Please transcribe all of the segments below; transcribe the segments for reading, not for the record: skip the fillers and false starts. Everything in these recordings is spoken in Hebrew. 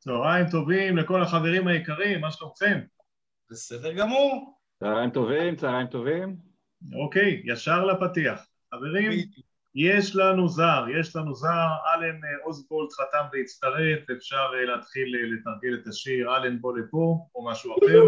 צהריים טובים לכל החברים היקרים, מה שלומכם? בסדר גמור. צהריים טובים, צהריים טובים. אוקיי, ישר לפתיח. חברים, יש לנו זר, אלן אוסבולד חתם והצטרף, אפשר להתחיל לתרגל את השיר, אלן בוא לפה, או משהו אחר.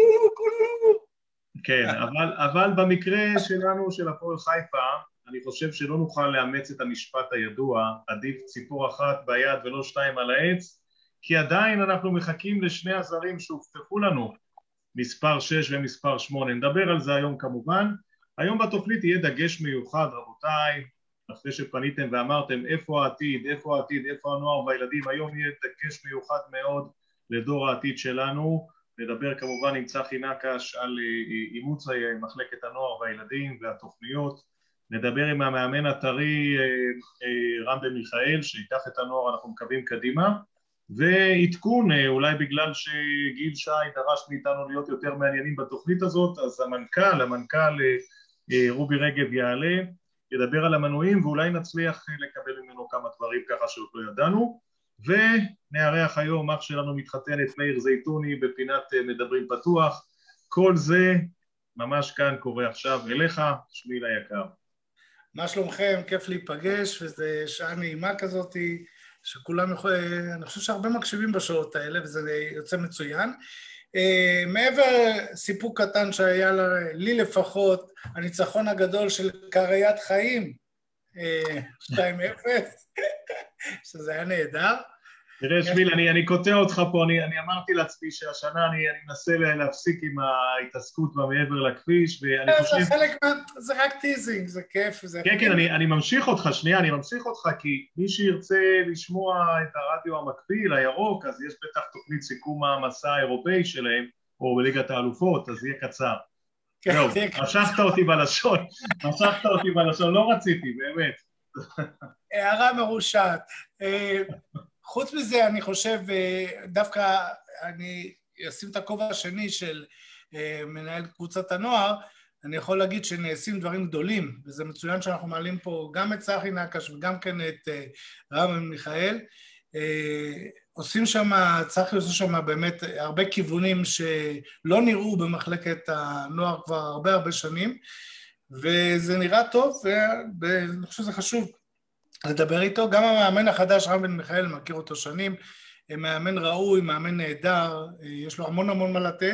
כן, אבל במקרה שלנו, של הפועל חיפה, אני חושב שלא נוכל לאמץ את המשפט הידוע, עדיף ציפור אחת ביד ולא שתיים על העץ, כי עדיין אנחנו מחכים לשני הזרים שהובטחו לנו, מספר 6 ומספר 8, נדבר על זה היום כמובן. היום בתוכנית יהיה דגש מיוחד, רבותיי, אחרי שפניתם ואמרתם איפה העתיד, איפה הנוער והילדים, היום יהיה דגש מיוחד מאוד לדור העתיד שלנו. נדבר כמובן עם צחי נקש על אימוץ מחלקת הנוער והילדים והתוכניות, נדבר עם המאמן הטרי רם בן מיכאל שייקח את הנוער, אנחנו מקווים קדימה, ועדכון, אולי בגלל שגיל שי דרש מאיתנו להיות יותר מעניינים בתוכנית הזאת, אז המנכ"ל רובי רגב יעלה, ידבר על המנויים, ואולי נצליח לקבל ממנו כמה דברים ככה שעוד לא ידענו, ונארח היום אח שלנו מתחתן את מאיר זייתוני בפינת מדברים פתוח. כל זה ממש כאן קורה עכשיו אליך, שמיל היקר. מה שלומכם? כיף להיפגש, וזה שעה נעימה כזאת שכולם יכולים, אני חושב שהרבה מקשיבים בשעות האלה וזה יוצא מצוין. מעבר סיפוק קטן שהיה לי לפחות, הניצחון הגדול של קריית חיים 2-0, שזה היה נהדר. תראה שמיל, אני קוטע אותך פה, אני אמרתי לעצמי שהשנה אני מנסה להפסיק עם ההתעסקות במעבר לכביש, ואני חושב... זה חלק זה רק טיזינג, זה כיף. כן, אני ממשיך אותך, כי מי שירצה לשמוע את הרדיו המקביל, הירוק, אז יש בטח תוכנית סיכום המסע האירופאי שלהם, או בליגת האלופות, אז יהיה קצר. טוב, משכת אותי בלשון, לא רציתי, באמת. הערה מרושעת. חוץ מזה, אני חושב, דווקא אני אשים את הכובע השני של מנהל קבוצת הנוער, אני יכול להגיד שנעשים דברים גדולים, וזה מצוין שאנחנו מעלים פה גם את צחי נקש וגם כן את רם בן מיכאל. עושים שם, צחי עושה שם באמת הרבה כיוונים שלא נראו במחלקת הנוער כבר הרבה שנים, וזה נראה טוב, ואני חושב שזה חשוב לדבר איתו. גם המאמן החדש, רם בן מיכאל, מכיר אותו שנים, מאמן ראוי, מאמן נהדר, יש לו המון מה לתת.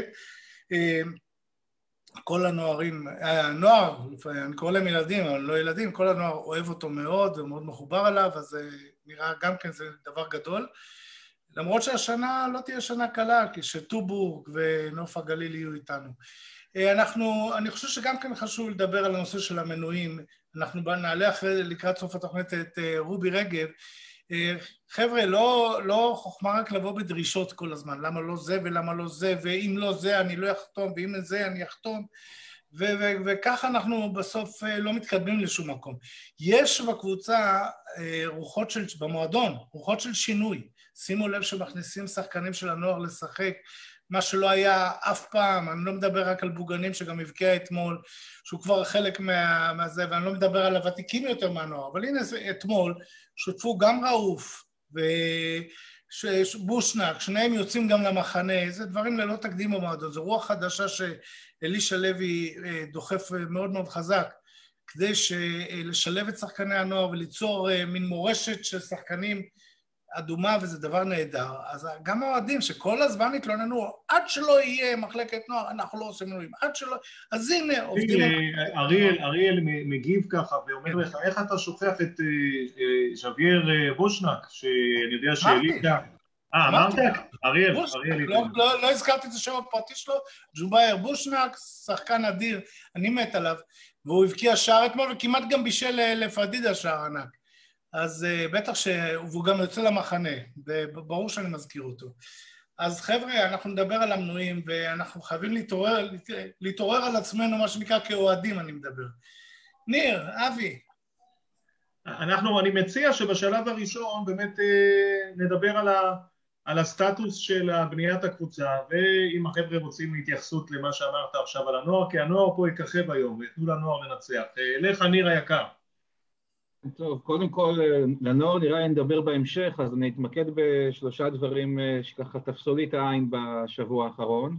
כל הנוער, אני קורא להם ילדים, אבל לא ילדים, כל הנוער אוהב אותו מאוד ומאוד מחובר אליו, אז זה נראה גם כן זה דבר גדול. למרות שהשנה לא תהיה שנה קלה, כי שטובורג ונוף הגליל יהיו איתנו. אני חושב שגם כן חשוב לדבר על הנושא של המנויים. אנחנו נעלה לקראת סוף התוכנית את רובי רגב. חבר'ה, לא חוכמה רק לבוא בדרישות כל הזמן, למה לא זה ולמה לא זה, ואם לא זה אני לא אחתום, ואם זה אני אחתום, וככה אנחנו בסוף לא מתקדמים לשום מקום. יש בקבוצה במועדון, רוחות של שינוי. שימו לב שמכניסים שחקנים של הנוער לשחק, מה שלא היה אף פעם. אני לא מדבר רק על בוגנים שגם הבקיע אתמול, שהוא כבר חלק מהזה, ואני לא מדבר על הוותיקים יותר מהנוער, אבל הנה אתמול שותפו גם ראוף ובושנק, שניהם יוצאים גם למחנה, זה דברים ללא תקדים במועדון, זו רוח חדשה שאלישע לוי דוחף מאוד מאוד חזק, כדי לשלב את שחקני הנוער וליצור מין מורשת של שחקנים אדומה, וזה דבר נהדר. אז גם האוהדים שכל הזמן התלוננו, עד שלא יהיה מחלקת נוער, אנחנו לא עושים מנויים, עד שלא... אז הנה, עובדים... אריאל מגיב ככה ואומר לך, איך אתה שוכח את ז'ווייר בושנק, שאני יודע שאלישע... אמרת? אריאל. לא הזכרתי את השם הפרטי שלו, ז'ווייר בושנק, שחקן אדיר, אני מת עליו, והוא הבקיע שער אתמול, וכמעט גם בישל לפדידה שער ענק. אז בטח שהוא גם יוצא למחנה, וברור שאני מזכיר אותו. אז חבר'ה, אנחנו נדבר על המנויים, ואנחנו חייבים להתעורר על עצמנו, מה שנקרא כאוהדים אני מדבר. ניר, אבי. אני מציע שבשלב הראשון באמת נדבר על הסטטוס של בניית הקבוצה, ואם החבר'ה רוצים התייחסות למה שאמרת עכשיו על הנוער, כי הנוער פה יככב היום, ויתנו לנוער לנצח. לך ניר היקר. טוב, קודם כל, לנוער נראה לי נדבר בהמשך, אז אני אתמקד בשלושה דברים שככה תפסו לי את העין בשבוע האחרון.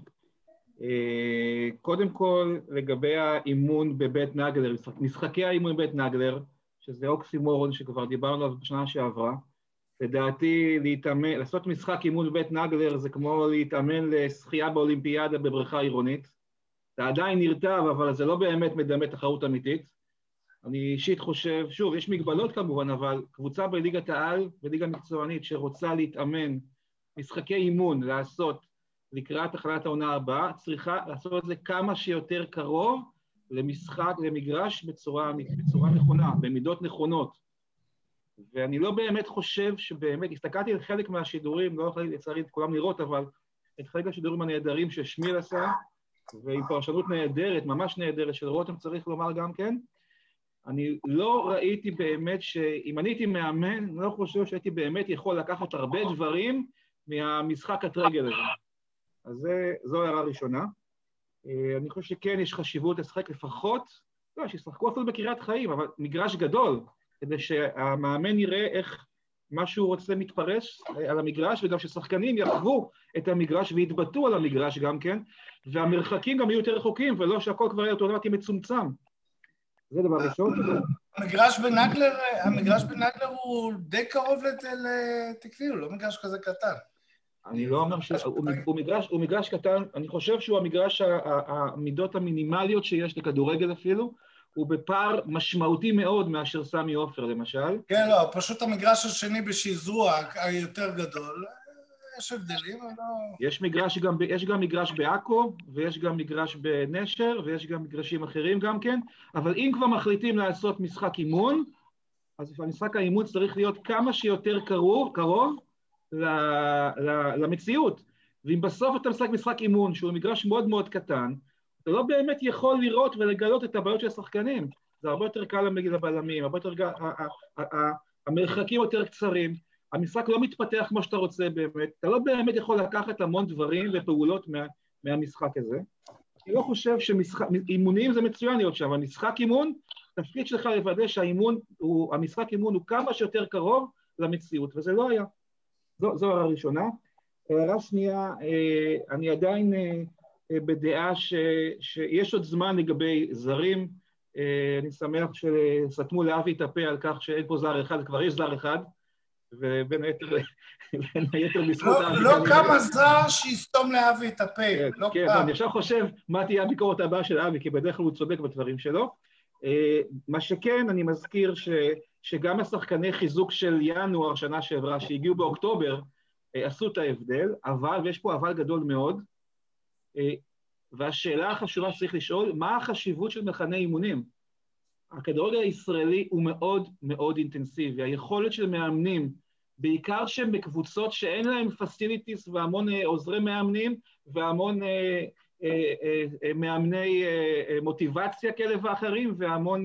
קודם כל, לגבי האימון בבית נגלר, משחקי האימון בבית נגלר, שזה אוקסימורון שכבר דיברנו עליו בשנה שעברה, לדעתי לעשות משחק אימון בבית נגלר זה כמו להתאמן לשחייה באולימפיאדה בבריכה עירונית. אתה עדיין נרטב, אבל זה לא באמת מדמה תחרות אמיתית. אני אישית חושב, שוב, יש מגבלות כמובן, אבל קבוצה בליגת העל, בליגה מקצוענית, שרוצה להתאמן, משחקי אימון לעשות לקראת החלת העונה הבאה, צריכה לעשות את זה כמה שיותר קרוב למשחק, למגרש בצורה נכונה, במידות נכונות. ואני לא באמת חושב שבאמת, הסתכלתי על חלק מהשידורים, לא יכולתי לצערי את כולם לראות, אבל את חלק מהשידורים הנהדרים ששמיל עשה, ועם פרשנות נהדרת, ממש נהדרת, של רותם צריך לומר גם כן, אני לא ראיתי באמת שאם אני הייתי מאמן, אני לא חושב שהייתי באמת יכול לקחת הרבה דברים מהמשחק הטרגל הזה. אז זו הערה ראשונה. אני חושב שכן יש חשיבות לשחק לפחות, לא, שישחקו אפילו בקריית חיים, אבל מגרש גדול, כדי שהמאמן יראה איך מה שהוא רוצה מתפרש על המגרש, וגם ששחקנים יחוו את המגרש ויתבטאו על המגרש גם כן, והמרחקים גם יהיו יותר רחוקים, ולא שהכל כבר יהיה אוטומטי מצומצם. זה דבר ראשון. המגרש בנגלר הוא די קרוב לתקני, הוא לא מגרש כזה קטן. אני לא אומר הוא מגרש קטן, אני חושב שהוא המגרש, המידות המינימליות שיש לכדורגל אפילו, הוא בפער משמעותי מאוד מאשר סמי עופר למשל. כן, לא, פשוט המגרש השני בשיזרוע היותר גדול, יש הבדלים, אבל לא... יש גם מגרש בעכו, ויש גם מגרש בנשר, ויש גם מגרשים אחרים גם כן, אבל אם כבר מחליטים לעשות משחק אימון, אז המשחק האימון צריך להיות כמה שיותר קרוב למציאות. ואם בסוף אתה משחק אימון, שהוא מגרש מאוד מאוד קטן, אתה לא באמת יכול לראות ולגלות את הבעיות של השחקנים. זה הרבה יותר קל לבלמים, הרבה יותר המרחקים יותר קצרים, המשחק לא מתפתח כמו שאתה רוצה באמת, אתה לא באמת יכול לקחת המון דברים ופעולות מהמשחק הזה. אני לא חושב שאימונים זה מצוין להיות שם, אבל משחק אימון, תפקיד שלך לוודא המשחק אימון הוא כמה שיותר קרוב למציאות, וזה לא היה. זו הערה ראשונה. הערה שנייה, אני עדיין בדעה שיש עוד זמן לגבי זרים, אני שמח שסתמו לאבי את הפה על כך שאין פה זר אחד, כבר יש זר אחד, ובין היתר בזכות אבי. לא כמה זר שיסתום לאבי את הפה, לא כן, פעם. אני עכשיו חושב מה תהיה הביקורת הבאה של אבי, כי בדרך כלל הוא צודק בדברים שלו. מה שכן, אני מזכיר שגם השחקני חיזוק של ינואר, שנה שעברה, שהגיעו באוקטובר, עשו את ההבדל, ויש פה אבל גדול מאוד, והשאלה החשובה שצריך לשאול, מה החשיבות של מחנה אימונים? הכדורגל הישראלי הוא מאוד מאוד אינטנסיבי, היכולת של מאמנים, בעיקר שהם בקבוצות שאין להם פסיליטיס והמון עוזרי מאמנים, והמון מאמני מוטיבציה כאלה ואחרים, והמון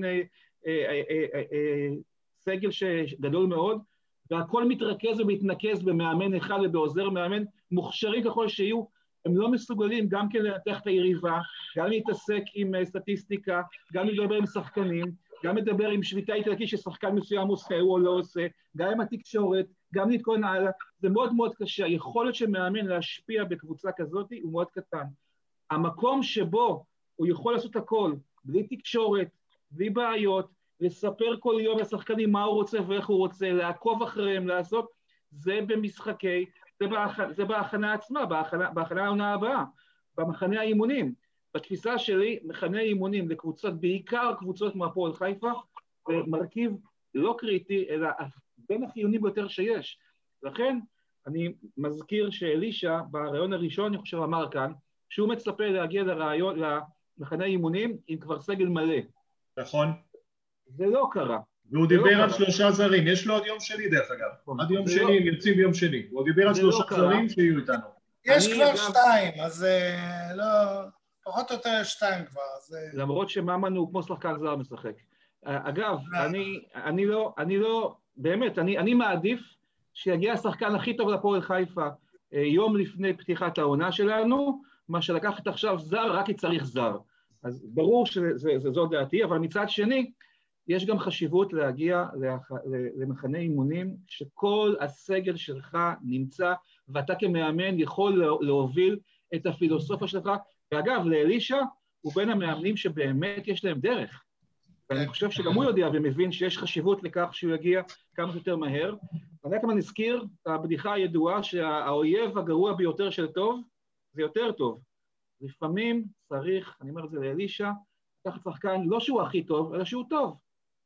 סגל גדול מאוד, והכל מתרכז ומתנקז במאמן אחד ובעוזר מאמן, מוכשרים ככל שיהיו, הם לא מסוגלים גם כן לנתח את היריבה, גם להתעסק עם סטטיסטיקה, גם לדבר עם שחקנים, גם לדבר עם שביתה איטלקית ששחקן מסוים עושה או לא עושה, גם עם התקשורת, גם להתכונן הלאה, זה מאוד מאוד קשה, היכולת של מאמן להשפיע בקבוצה כזאת הוא מאוד קטן. המקום שבו הוא יכול לעשות הכל, בלי תקשורת, בלי בעיות, לספר כל יום לשחקנים מה הוא רוצה ואיך הוא רוצה, לעקוב אחריהם, לעשות, זה במשחקי, זה בהכנה עצמה, בהכנה העונה הבאה, במחנה האימונים. בתפיסה שלי, מחנה אימונים לקבוצות, בעיקר קבוצות כמו הפועל חיפה, זה מרכיב לא קריטי, אלא בין החיונים ביותר שיש. לכן, אני מזכיר שאלישה, ברעיון הראשון, אני חושב אמר כאן, שהוא מצפה להגיע למחנה אימונים עם כבר סגל מלא. נכון. זה לא קרה. והוא דיבר על 3 זרים, יש לו עוד יום שני דרך אגב. עד יום שני, הם יוצאים ביום שני. הוא דיבר על 3 זרים שיהיו איתנו. יש כבר 2, אז לא... פחות או יותר 2 כבר, אז... למרות שמאמן הוא כמו שחקן זר משחק. אגב, אני לא... באמת, אני מעדיף שיגיע השחקן הכי טוב לפועל חיפה יום לפני פתיחת העונה שלנו, מה שלקחת עכשיו זר, רק כי צריך זר. אז ברור שזו דעתי, אבל מצד שני, יש גם חשיבות להגיע למחנה אימונים, שכל הסגל שלך נמצא, ואתה כמאמן יכול להוביל את הפילוסופיה שלך, ואגב, לאלישע הוא בין המאמנים שבאמת יש להם דרך, ואני חושב שגם הוא יודע ומבין שיש חשיבות לכך שהוא יגיע כמה שיותר מהר. אני רק נזכיר את הבדיחה הידועה שהאויב הגרוע ביותר של טוב, זה יותר טוב. לפעמים צריך, אני אומר את זה לאלישע, לקחת שחקן לא שהוא הכי טוב, אלא שהוא טוב.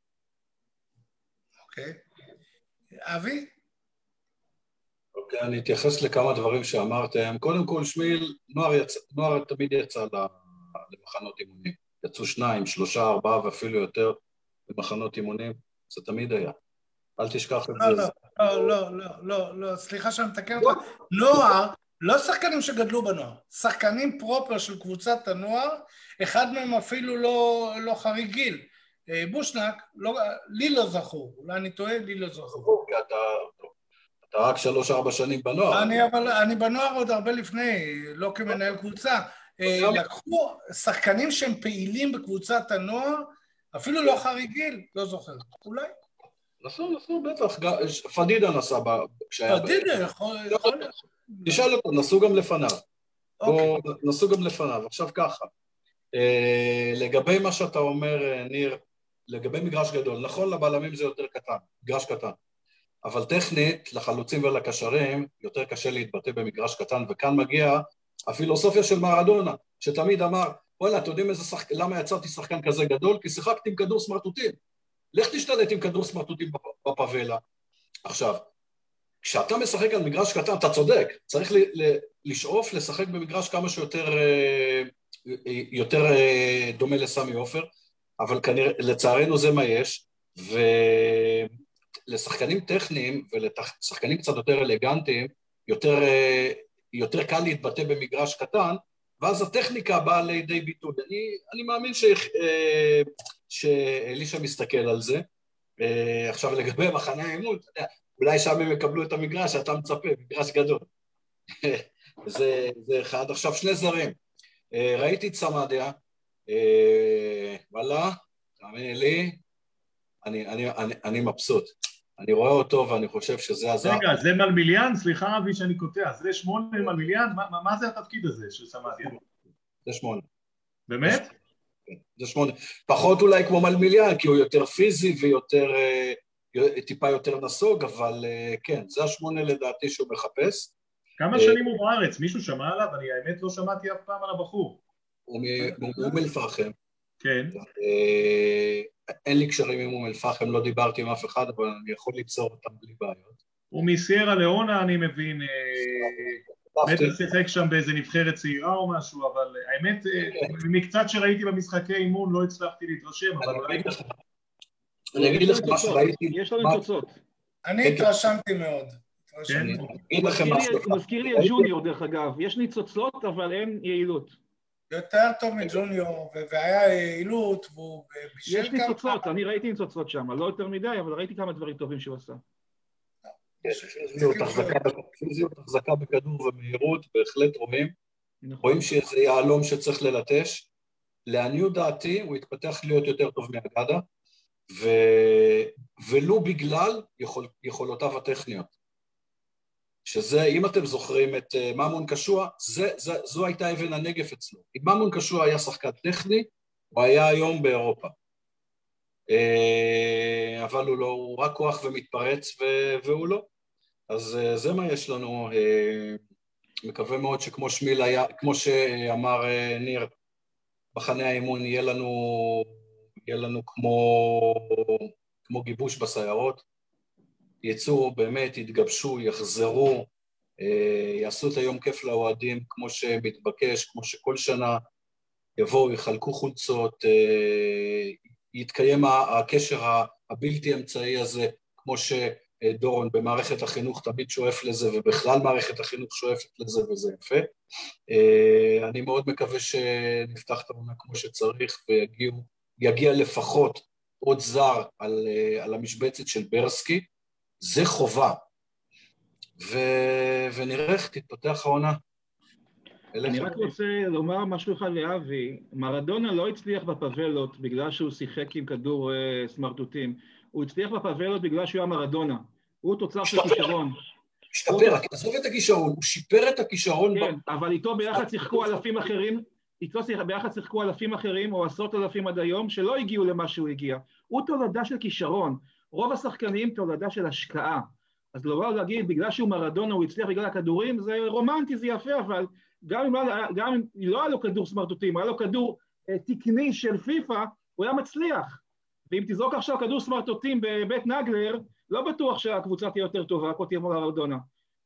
אוקיי. אבי? אוקיי, אני אתייחס לכמה דברים שאמרתם. קודם כל, שמיל, נוער תמיד יצא למחנות אימונים. יצאו 2, 3, 4 ואפילו יותר למחנות אימונים. זה תמיד היה. אל תשכח את זה. לא, סליחה שאני מתקן אותך. נוער, לא שחקנים שגדלו בנוער, שחקנים פרופר של קבוצת הנוער, אחד מהם אפילו לא חריג גיל. בושנק, לי לא זכור, אולי אני טועה, לי לא זכור. כי אתה רק 3-4 שנים בנוער. אני בנוער עוד הרבה לפני, לא כמנהל קבוצה. לקחו שחקנים שהם פעילים בקבוצת הנוער, אפילו לא חריג גיל, לא זוכר, אולי? נסו, בטח, פדידה נסע כשהיה... פדידה יכול... תשאל אותו, נסו גם לפניו. נסו גם לפניו, עכשיו ככה. לגבי מה שאתה אומר, ניר, לגבי מגרש גדול, נכון לבלמים זה יותר קטן, מגרש קטן, אבל טכנית, לחלוצים ולקשרים, יותר קשה להתבטא במגרש קטן, וכאן מגיע הפילוסופיה של מרדונה, שתמיד אמר, וואלה, אתם יודעים למה יצרתי שחקן כזה גדול? כי שיחקתי עם כדור סמרטוטים. לך תשתלט עם כדור סמרטוטים בפאבלה. עכשיו, כשאתה משחק על מגרש קטן, אתה צודק, צריך לשאוף לשחק במגרש כמה שיותר יותר דומה לסמי עופר, אבל כנראה, לצערנו זה מה יש, ולשחקנים טכניים ולשחקנים קצת יותר אלגנטיים, יותר קל להתבטא במגרש קטן, ואז הטכניקה באה לידי ביטוי. אני מאמין שאלישע מסתכל על זה. עכשיו לגבי מחנה האימון, אולי שם הם יקבלו את המגרש, אתה מצפה, מגרש גדול. זה אחד. עכשיו 2 זרים. ראיתי את סמדיה, וואלה, תאמין לי, אני מבסוט. אני רואה אותו ואני חושב שזה הזר. רגע, זה מלמיליאן? סליחה אבי שאני קוטע, זה 8 מלמיליאן? מה זה התפקיד הזה של סמדיה? זה 8. באמת? זה 8. פחות אולי כמו מלמיליאן, כי הוא יותר פיזי ויותר, טיפה יותר נסוג, אבל כן, זה 8 לדעתי שהוא מחפש. כמה שנים הוא בארץ? מישהו שמע עליו? אני האמת לא שמעתי אף פעם על הבחור. הוא מאום אל-פחם. כן. אין לי קשרים עם אום אל-פחם, לא דיברתי עם אף אחד, אבל אני יכול ליצור אותם בלי בעיות. הוא מסיירה לאונה, אני מבין, בטח שיחק שם באיזה נבחרת צעירה או משהו, אבל האמת, מקצת שראיתי במשחקי אימון לא הצלחתי להתרשם, אבל אולי... אני אגיד לך מה שראיתי... יש לנו תוצאות. אני התרשמתי מאוד. הוא מזכיר לי את ג'וניור דרך אגב, יש ניצוצות אבל אין יעילות. יותר טוב מג'וניור, והיה יעילות, והוא בישל יש ניצוצות, אני ראיתי ניצוצות שם, לא יותר מדי, אבל ראיתי כמה דברים טובים שהוא עשה. פיזיות, החזקה בכדור ומהירות, בהחלט רואים שזה יעלום שצריך ללטש. לעניות דעתי, הוא התפתח להיות יותר טוב מאגדה, ולו בגלל יכולותיו הטכניות. שזה, אם אתם זוכרים את ממון קשוע, זו הייתה אבן הנגף אצלו. אם ממון קשוע היה שחקן טכני, הוא היה היום באירופה. אבל הוא לא, הוא רק כוח ומתפרץ, והוא לא. אז זה מה יש לנו. מקווה מאוד שכמו שמיל היה, כמו שאמר ניר, מחנה האימון יהיה לנו כמו גיבוש בסיירות. יצאו, באמת, יתגבשו, יחזרו, יעשו את היום כיף לאוהדים כמו שמתבקש, כמו שכל שנה יבואו, יחלקו חולצות, יתקיים הקשר הבלתי אמצעי הזה, כמו שדורון במערכת החינוך תמיד שואף לזה, ובכלל מערכת החינוך שואפת לזה, וזה יפה. אני מאוד מקווה שנפתח את העונה כמו שצריך, ויגיע לפחות עוד זר על המשבצת של ברסקי, זה חובה, ונראה איך תתפתח העונה. אני רק רוצה לומר משהו אחד לאבי, מרדונה לא הצליח בפאבלות בגלל שהוא שיחק עם כדור סמרטוטים, הוא הצליח בפאבלות בגלל שהוא היה מרדונה, הוא תוצר של כישרון. השתפר, עזוב את הכישרון, הוא שיפר את הכישרון. כן, אבל איתו ביחד שיחקו אלפים אחרים, או עשרות אלפים עד היום, שלא הגיעו למה שהוא הגיע. הוא תולדה של כישרון, רוב השחקנים תולדה של השקעה. אז לא להגיד, בגלל שהוא מרדונה, הוא הצליח בגלל הכדורים, זה רומנטי, זה יפה, אבל גם אם לא היה לו כדור סמרטוטים, היה לו כדור תקני של פיפה, הוא היה מצליח. ואם תזרוק עכשיו כדור סמרטוטים בבית נגלר, לא בטוח שהקבוצה תהיה יותר טובה, הכל תהיה מרדונה.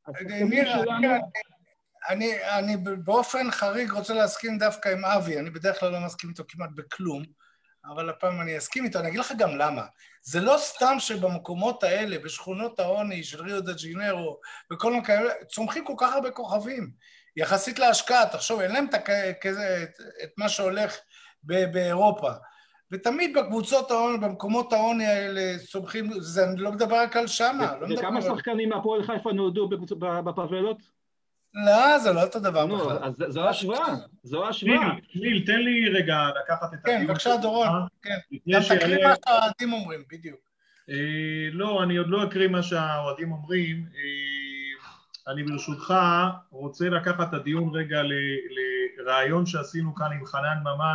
אני באופן חריג רוצה להסכים דווקא עם אבי, אני בדרך כלל לא מסכים איתו כמעט בכלום, אבל הפעם אני אסכים איתו, אני אגיד לך גם למה. זה לא סתם שבמקומות האלה, בשכונות העוני של ריו דה ג'ינרו, וכל מיני כאלה, צומחים כל כך הרבה כוכבים, יחסית להשקעה, תחשוב, אין להם את מה שהולך באירופה. ותמיד בקבוצות העוני, במקומות העוני האלה, צומחים, אני לא מדבר רק על שמה. וכמה שחקנים מהפועל חיפה נולדו בפאבלות? לא, זה לא אותו דבר בכלל. אז זו השוואה, זו השוואה. שמיל, תן לי רגע לקחת את כן, בבקשה דורון, כן. גם תקריא מה שהאוהדים אומרים, בדיוק. לא, אני עוד לא אקריא מה שהאוהדים אומרים. אני ברשותך רוצה לקחת את הדיון רגע לרעיון שעשינו כאן עם חנן ממן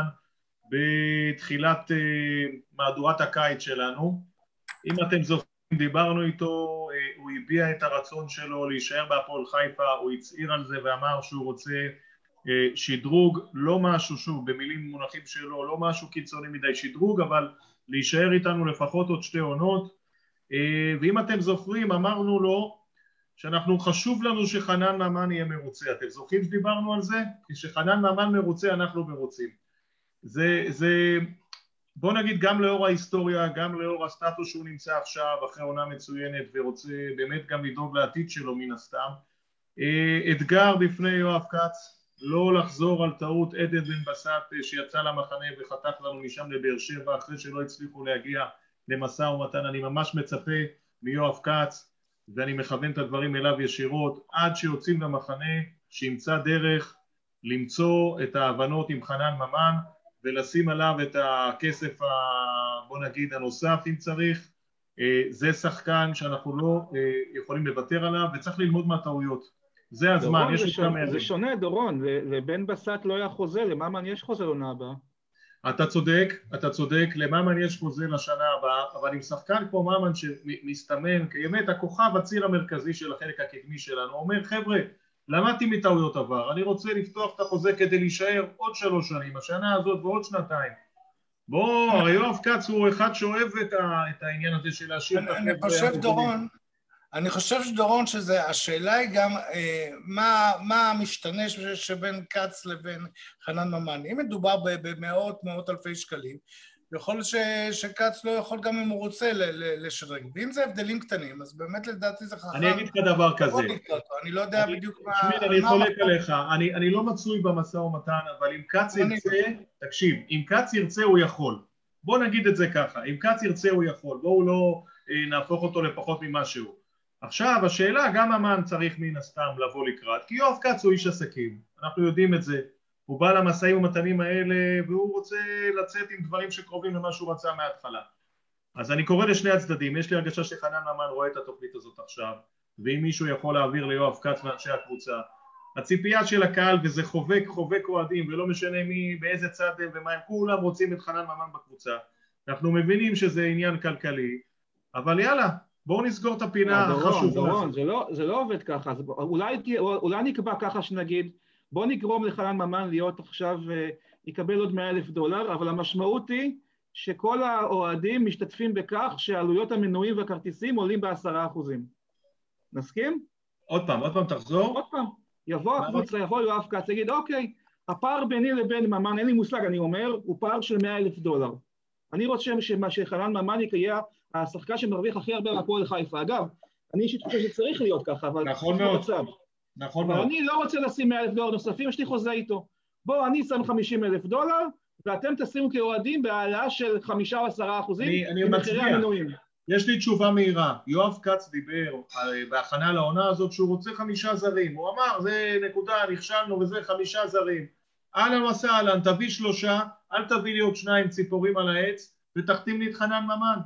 בתחילת מהדורת הקיץ שלנו. אם אתם זוכרים, דיברנו איתו, הוא הביע את הרצון שלו להישאר בהפועל חיפה, הוא הצהיר על זה ואמר שהוא רוצה שדרוג, לא משהו, שוב, במילים מונחים שלו, לא משהו קיצוני מדי שדרוג, אבל להישאר איתנו לפחות עוד 2 עונות. ואם אתם זוכרים, אמרנו לו שאנחנו חשוב לנו שחנן ממן יהיה מרוצה. אתם זוכרים שדיברנו על זה? כשחנן ממן מרוצה, אנחנו מרוצים. זה בוא נגיד גם לאור ההיסטוריה, גם לאור הסטטוס שהוא נמצא עכשיו אחרי עונה מצוינת ורוצה באמת גם לדאוג לעתיד שלו מן הסתם. אתגר בפני יואב כץ, לא לחזור על טעות עדן בן בסט שיצא למחנה וחתך לנו משם לבאר שבע אחרי שלא הצליחו להגיע למשא ומתן. אני ממש מצפה מיואב כץ, ואני מכוון את הדברים אליו ישירות, עד שיוצאים למחנה שימצא דרך למצוא את ההבנות עם חנן ממן ולשים עליו את הכסף, בוא נגיד, הנוסף אם צריך. זה שחקן שאנחנו לא יכולים לוותר עליו וצריך ללמוד מהטעויות. זה הזמן, דורון, יש כמה ימים. זה שונה, דורון, לבן בסט לא היה חוזה, לממן יש חוזה לעונה הבאה. אתה צודק, לממן יש חוזה לשנה הבאה, אבל עם שחקן כמו ממן שמסתמן, באמת הכוכב הציר המרכזי של החלק הקדמי שלנו, אומר חבר'ה, למדתי מטעויות עבר, אני רוצה לפתוח את החוזה כדי להישאר עוד 3 שנים, השנה הזאת ועוד 2. בוא, הרי יואב כץ הוא אחד שאוהב את העניין הזה של להשאיר את החבר'ה. אני חושב שדורון השאלה היא גם מה המשתנה שבין כץ לבין חנן ממן. אם מדובר במאות אלפי שקלים, יכול להיות שכץ לא יכול גם אם הוא רוצה לשדרג. ואם זה הבדלים קטנים, אז באמת לדעתי זה חכם. אני אגיד לך דבר כזה. אני לא יודע בדיוק מה... אני חולק עליך, אני לא מצוי במשא ומתן, אבל אם כץ ירצה, תקשיב, אם כץ ירצה הוא יכול. בוא נגיד את זה ככה, אם כץ ירצה הוא יכול, בואו לא נהפוך אותו לפחות ממה שהוא. עכשיו, השאלה, גם ממן צריך מן הסתם לבוא לקראת, כי יואב כץ הוא איש עסקים, אנחנו יודעים את זה. הוא בא למשאים ומתנים האלה והוא רוצה לצאת עם דברים שקרובים למה שהוא רצה מההתחלה. אז אני קורא לשני הצדדים, יש לי הרגשה שחנן ממן רואה את התוכנית הזאת עכשיו, ואם מישהו יכול להעביר ליואב כץ מאנשי הקבוצה, הציפייה של הקהל, וזה חובק אוהדים, ולא משנה מי, באיזה צד הם ומה הם, כולם רוצים את חנן ממן בקבוצה. אנחנו מבינים שזה עניין כלכלי, אבל יאללה, בואו נסגור את הפינה החשובה. דורון, זה לא עובד ככה, אולי נקבע ככה שנגיד, בוא נגרום לחנן ממן להיות עכשיו, יקבל עוד $100,000, אבל המשמעות היא שכל האוהדים משתתפים בכך שעלויות המנויים והכרטיסים עולים ב10%. נסכים? עוד פעם, תחזור. עוד פעם, יבוא הקבוצה, יבוא יואב כץ, יגיד, אוקיי, הפער ביני לבין ממן, אין לי מושג, אני אומר, הוא פער של $100,000. אני רוצה שחנן ממן יהיה השחקן שמרוויח הכי הרבה מהפועל חיפה. אגב, אני אישית חושב שצריך להיות ככה, אבל... נכון מאוד. אבל אני לא רוצה לשים $100,000 נוספים, יש לי חוזה איתו. בואו, אני שם $50,000, ואתם תשימו כאוהדים בהעלאה של 5 או 10% במחירי המנויים. יש לי תשובה מהירה. יואב קץ דיבר בהכנה לעונה הזאת שהוא רוצה 5 זרים. הוא אמר, זה נקודה, נכשלנו וזה 5 זרים. אהלן וסהלן, תביא 3, אל תביא לי עוד 2 ציפורים על העץ, ותחתים לי את חנן ממן.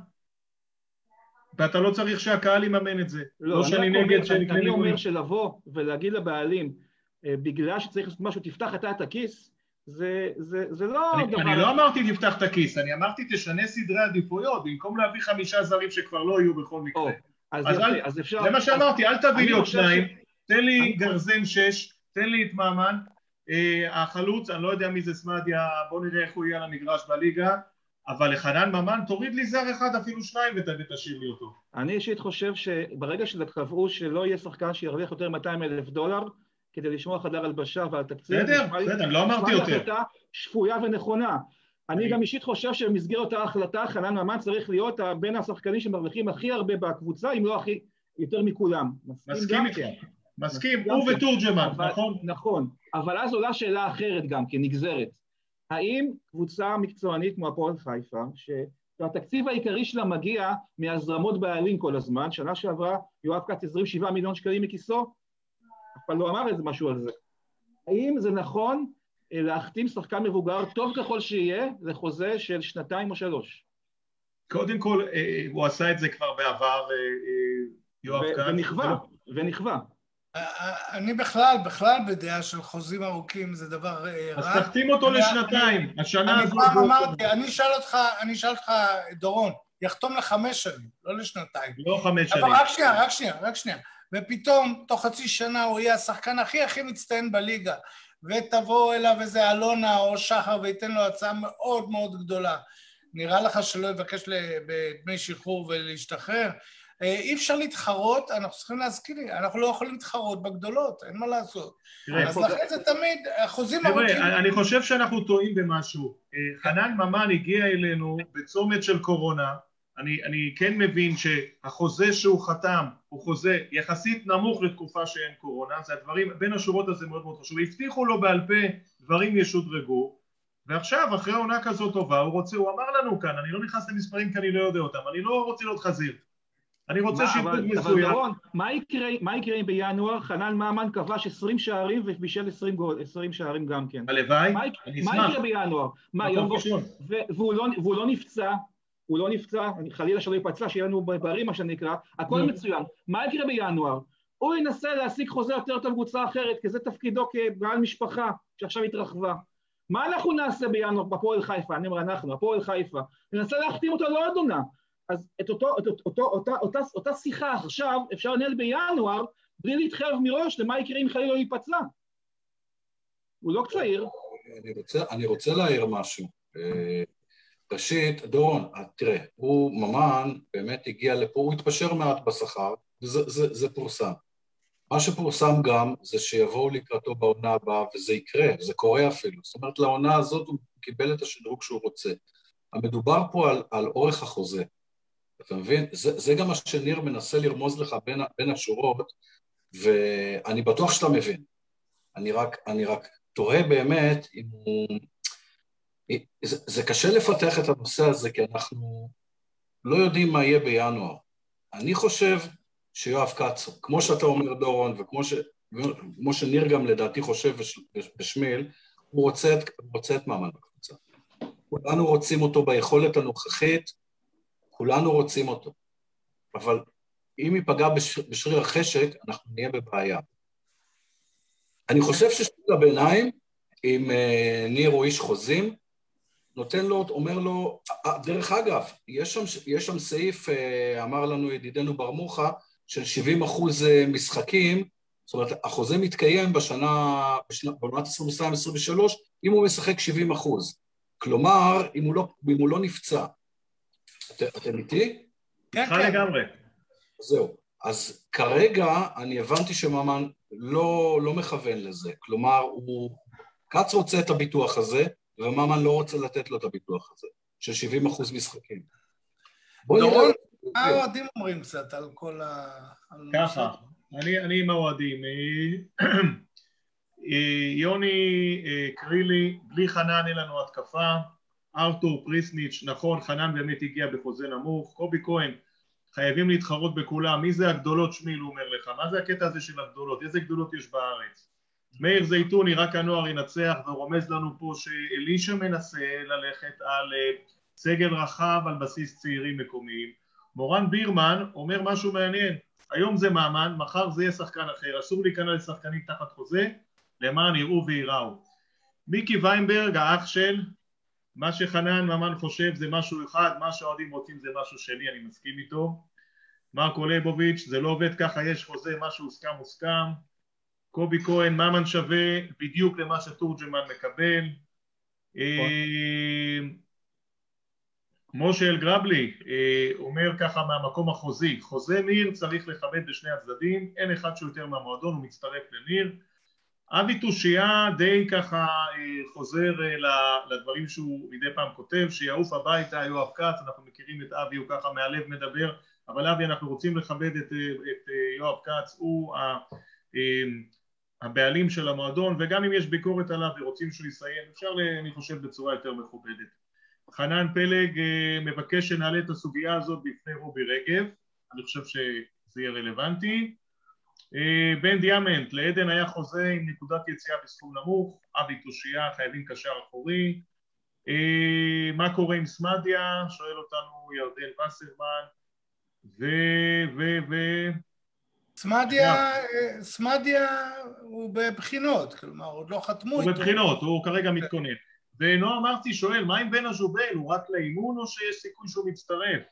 ואתה לא צריך שהקהל יממן את זה. לא שאני נגד שנקנה אני אומר מגורים. שלבוא ולהגיד לבעלים, בגלל שצריך לעשות משהו, תפתח אתה את הכיס, זה לא דבר... אני לא אמרתי תפתח את הכיס, אני אמרתי תשנה סדרי עדיפויות, במקום להביא 5 זרים שכבר לא יהיו בכל מקרה. אז אפשר... זה מה שאמרתי, אל תביא לי עוד 2, תן לי גרזן 6, תן לי את ממן, החלוץ, אני לא יודע מי זה סמדיה, בוא נראה איך הוא יהיה על המגרש בליגה, אבל לחנן ממן תוריד לי זר אחד, אפילו 2 ותשאיר לי אותו. אני אישית חושב שברגע שקבעו שלא יהיה שחקן שירוויח יותר $200,000, כדי לשמור חדר הלבשה ועל תקציב, בסדר, לא אמרתי יותר. החלטה שפויה ונכונה. אני גם אישית חושב שבמסגרת אותה החלטה, חנן ממן צריך להיות בין השחקנים שמרוויחים הכי הרבה בקבוצה, אם לא הכי, יותר מכולם. מסכים, הוא ותורג'מן, נכון? נכון, אבל אז עולה שאלה אחרת גם, כנגזרת. האם קבוצה מקצוענית כמו הפועל חיפה, שהתקציב העיקרי שלה מגיע מהזרמות בעלים כל הזמן, שנה שעברה יואב קץ הזרים 7 מיליון שקלים מכיסו, אף פעם לא אמר איזה משהו על זה. האם זה נכון להחתים שחקן מבוגר, טוב ככל שיהיה, לחוזה של 2 או 3? קודם כל, הוא עשה את זה כבר בעבר, יואב קץ. ונכווה. אני בכלל בדעה של חוזים ארוכים זה דבר רע. אז תחתים אותו לשנתיים, השנה הזו... אני פעם אמרתי, אני אשאל אותך, דורון, יחתום ל5 שנים, לא לשנתיים. לא 5 שנים. אבל רק שנייה. ופתאום, תוך חצי שנה הוא יהיה השחקן הכי מצטיין בליגה, ותבוא אליו איזה אלונה או שחר וייתן לו הצעה מאוד מאוד גדולה. נראה לך שלא יבקש בדמי שחרור ולהשתחרר? אי אפשר להתחרות, אנחנו צריכים להזכיר, אנחנו לא יכולים להתחרות בגדולות, אין מה לעשות. אז לכן זה תמיד, החוזים ארוכים... אני חושב שאנחנו טועים במשהו. חנן ממן הגיע אלינו בצומת של קורונה, אני כן מבין שהחוזה שהוא חתם הוא חוזה יחסית נמוך לתקופה שאין קורונה, זה הדברים, בין השורות הזה מאוד מאוד חשוב, הבטיחו לו בעל פה דברים ישודרגו, ועכשיו אחרי עונה כזאת טובה הוא אמר לנו כאן, אני לא נכנס למספרים כי אני לא יודע אותם, אני לא רוצה להיות חזיר, אני רוצה שיפוט מסוים. אבל דורון, מה יקרה אם בינואר חנן ממן כבש 20 שערים ובישל 20 שערים גם כן? הלוואי, אני אשמח. מה יקרה בינואר? והוא לא נפצע, הוא לא נפצע, חלילה שלא ייפצע, שיהיה לנו בריא מה שנקרא, הכל מצוין. מה יקרה בינואר? הוא ינסה להשיג חוזה יותר טוב קבוצה אחרת, כי זה תפקידו כבעל משפחה אותה התרחבה. מה אנחנו נעשה בינואר בפועל חיפה? אני אומר אנחנו, הפועל חיפה, ננסה להחתים אותו לעוד עונה. אז את אותה שיחה עכשיו אפשר לנהל בינואר, בלי להתחייב מראש למה יקרה אם חלילה לא ייפצע. הוא לא צעיר. אני רוצה להעיר משהו. ראשית, דורון, תראה, הוא ממן באמת הגיע לפה, הוא התפשר מעט בשכר, זה פורסם. מה שפורסם גם זה שיבואו לקראתו בעונה הבאה, וזה יקרה, זה קורה אפילו. זאת אומרת, לעונה הזאת הוא קיבל את השדרוג שהוא רוצה. המדובר פה על אורך החוזה. אתה מבין? זה גם מה שניר מנסה לרמוז לך בין השורות, ואני בטוח שאתה מבין. אני רק תוהה באמת אם הוא... זה קשה לפתח את הנושא הזה, כי אנחנו לא יודעים מה יהיה בינואר. אני חושב שיואב קץ, כמו שאתה אומר דורון, וכמו שניר גם לדעתי חושב בשמיל, הוא רוצה את ממן בקבוצה. כולנו רוצים אותו ביכולת הנוכחית, כולנו רוצים אותו. אבל אם ייפגע בשריר החשק, אנחנו נהיה בבעיה. אני חושב ששביל הביניים, אם ניר הוא איש חוזים, נותן לו, אומר לו, דרך אגב, יש שם סעיף, אמר לנו ידידנו ברמוחה, של 70% משחקים, זאת אומרת, החוזה מתקיים בעונת 22-23, אם הוא משחק 70%. כלומר, אם הוא לא נפצע. אתם איתי? כן, כן. לגמרי. זהו. אז כרגע אני הבנתי שממן לא מכוון לזה. כלומר, קץ רוצה את הביטוח הזה, וממן לא רוצה לתת לו את הביטוח הזה, של 70% משחקים. דורון, מה האוהדים אומרים קצת על כל ה... ככה, אני עם האוהדים. יוני קרילי, בלי חנן אין לנו התקפה, ארתור פריסניץ', נכון, חנן באמת הגיע בחוזה נמוך, קובי כהן, חייבים להתחרות בכולם. מי זה הגדולות שמיל, הוא אומר לך? מה זה הקטע הזה של הגדולות? איזה גדולות יש בארץ? מאיר זייתוני, רק הנוער ינצח, ורומז לנו פה שאלישע מנסה ללכת על סגל רחב על בסיס צעירים מקומיים. מורן בירמן אומר משהו מעניין, היום זה מאמן, מחר זה יהיה שחקן אחר, אסור להיכנע לשחקנים תחת חוזה, למען יראו ויראו. מיקי ויינברג, האח של, מה שחנן ממן חושב זה משהו אחד, מה שהאוהדים רוצים זה משהו שני, אני מסכים איתו. מרקו ליבוביץ', זה לא עובד ככה, יש חוזה, מה שהוסכם מוסכם. קובי כהן, ממן שווה בדיוק למה שתורג'מן מקבל. משה אלגרבלי אומר ככה מהמקום החוזי, חוזה ניר צריך לכבד בשני הצדדים, אין אחד שיותר מהמועדון, הוא מצטרף לניר. אבי תושיה די ככה חוזר לדברים שהוא מדי פעם כותב, שיעוף הביתה יואב כץ, אנחנו מכירים את אבי, הוא ככה מהלב מדבר, אבל אבי אנחנו רוצים לכבד את יואב כץ, הוא הבעלים של המועדון, וגם אם יש ביקורת עליו ורוצים שהוא יסיים, אפשר אני חושב בצורה יותר מכובדת. חנן פלג מבקש שנעלה את הסוגיה הזאת בפני רובי רגב, אני חושב שזה יהיה רלוונטי. בן דיאמנט, לעדן היה חוזה עם נקודת יציאה בסכום נמוך, אבי תושיה, חייבים קשר אחורי. מה קורה עם סמדיה? שואל אותנו ירדן וסרמן. סמדיה הוא בבחינות, כלומר עוד לא חתמו איתו. הוא בבחינות, הוא כרגע מתכונן. ונועה מרצי שואל, מה עם בן הז'ובל? הוא רק לאימון או שיש סיכוי שהוא מצטרף?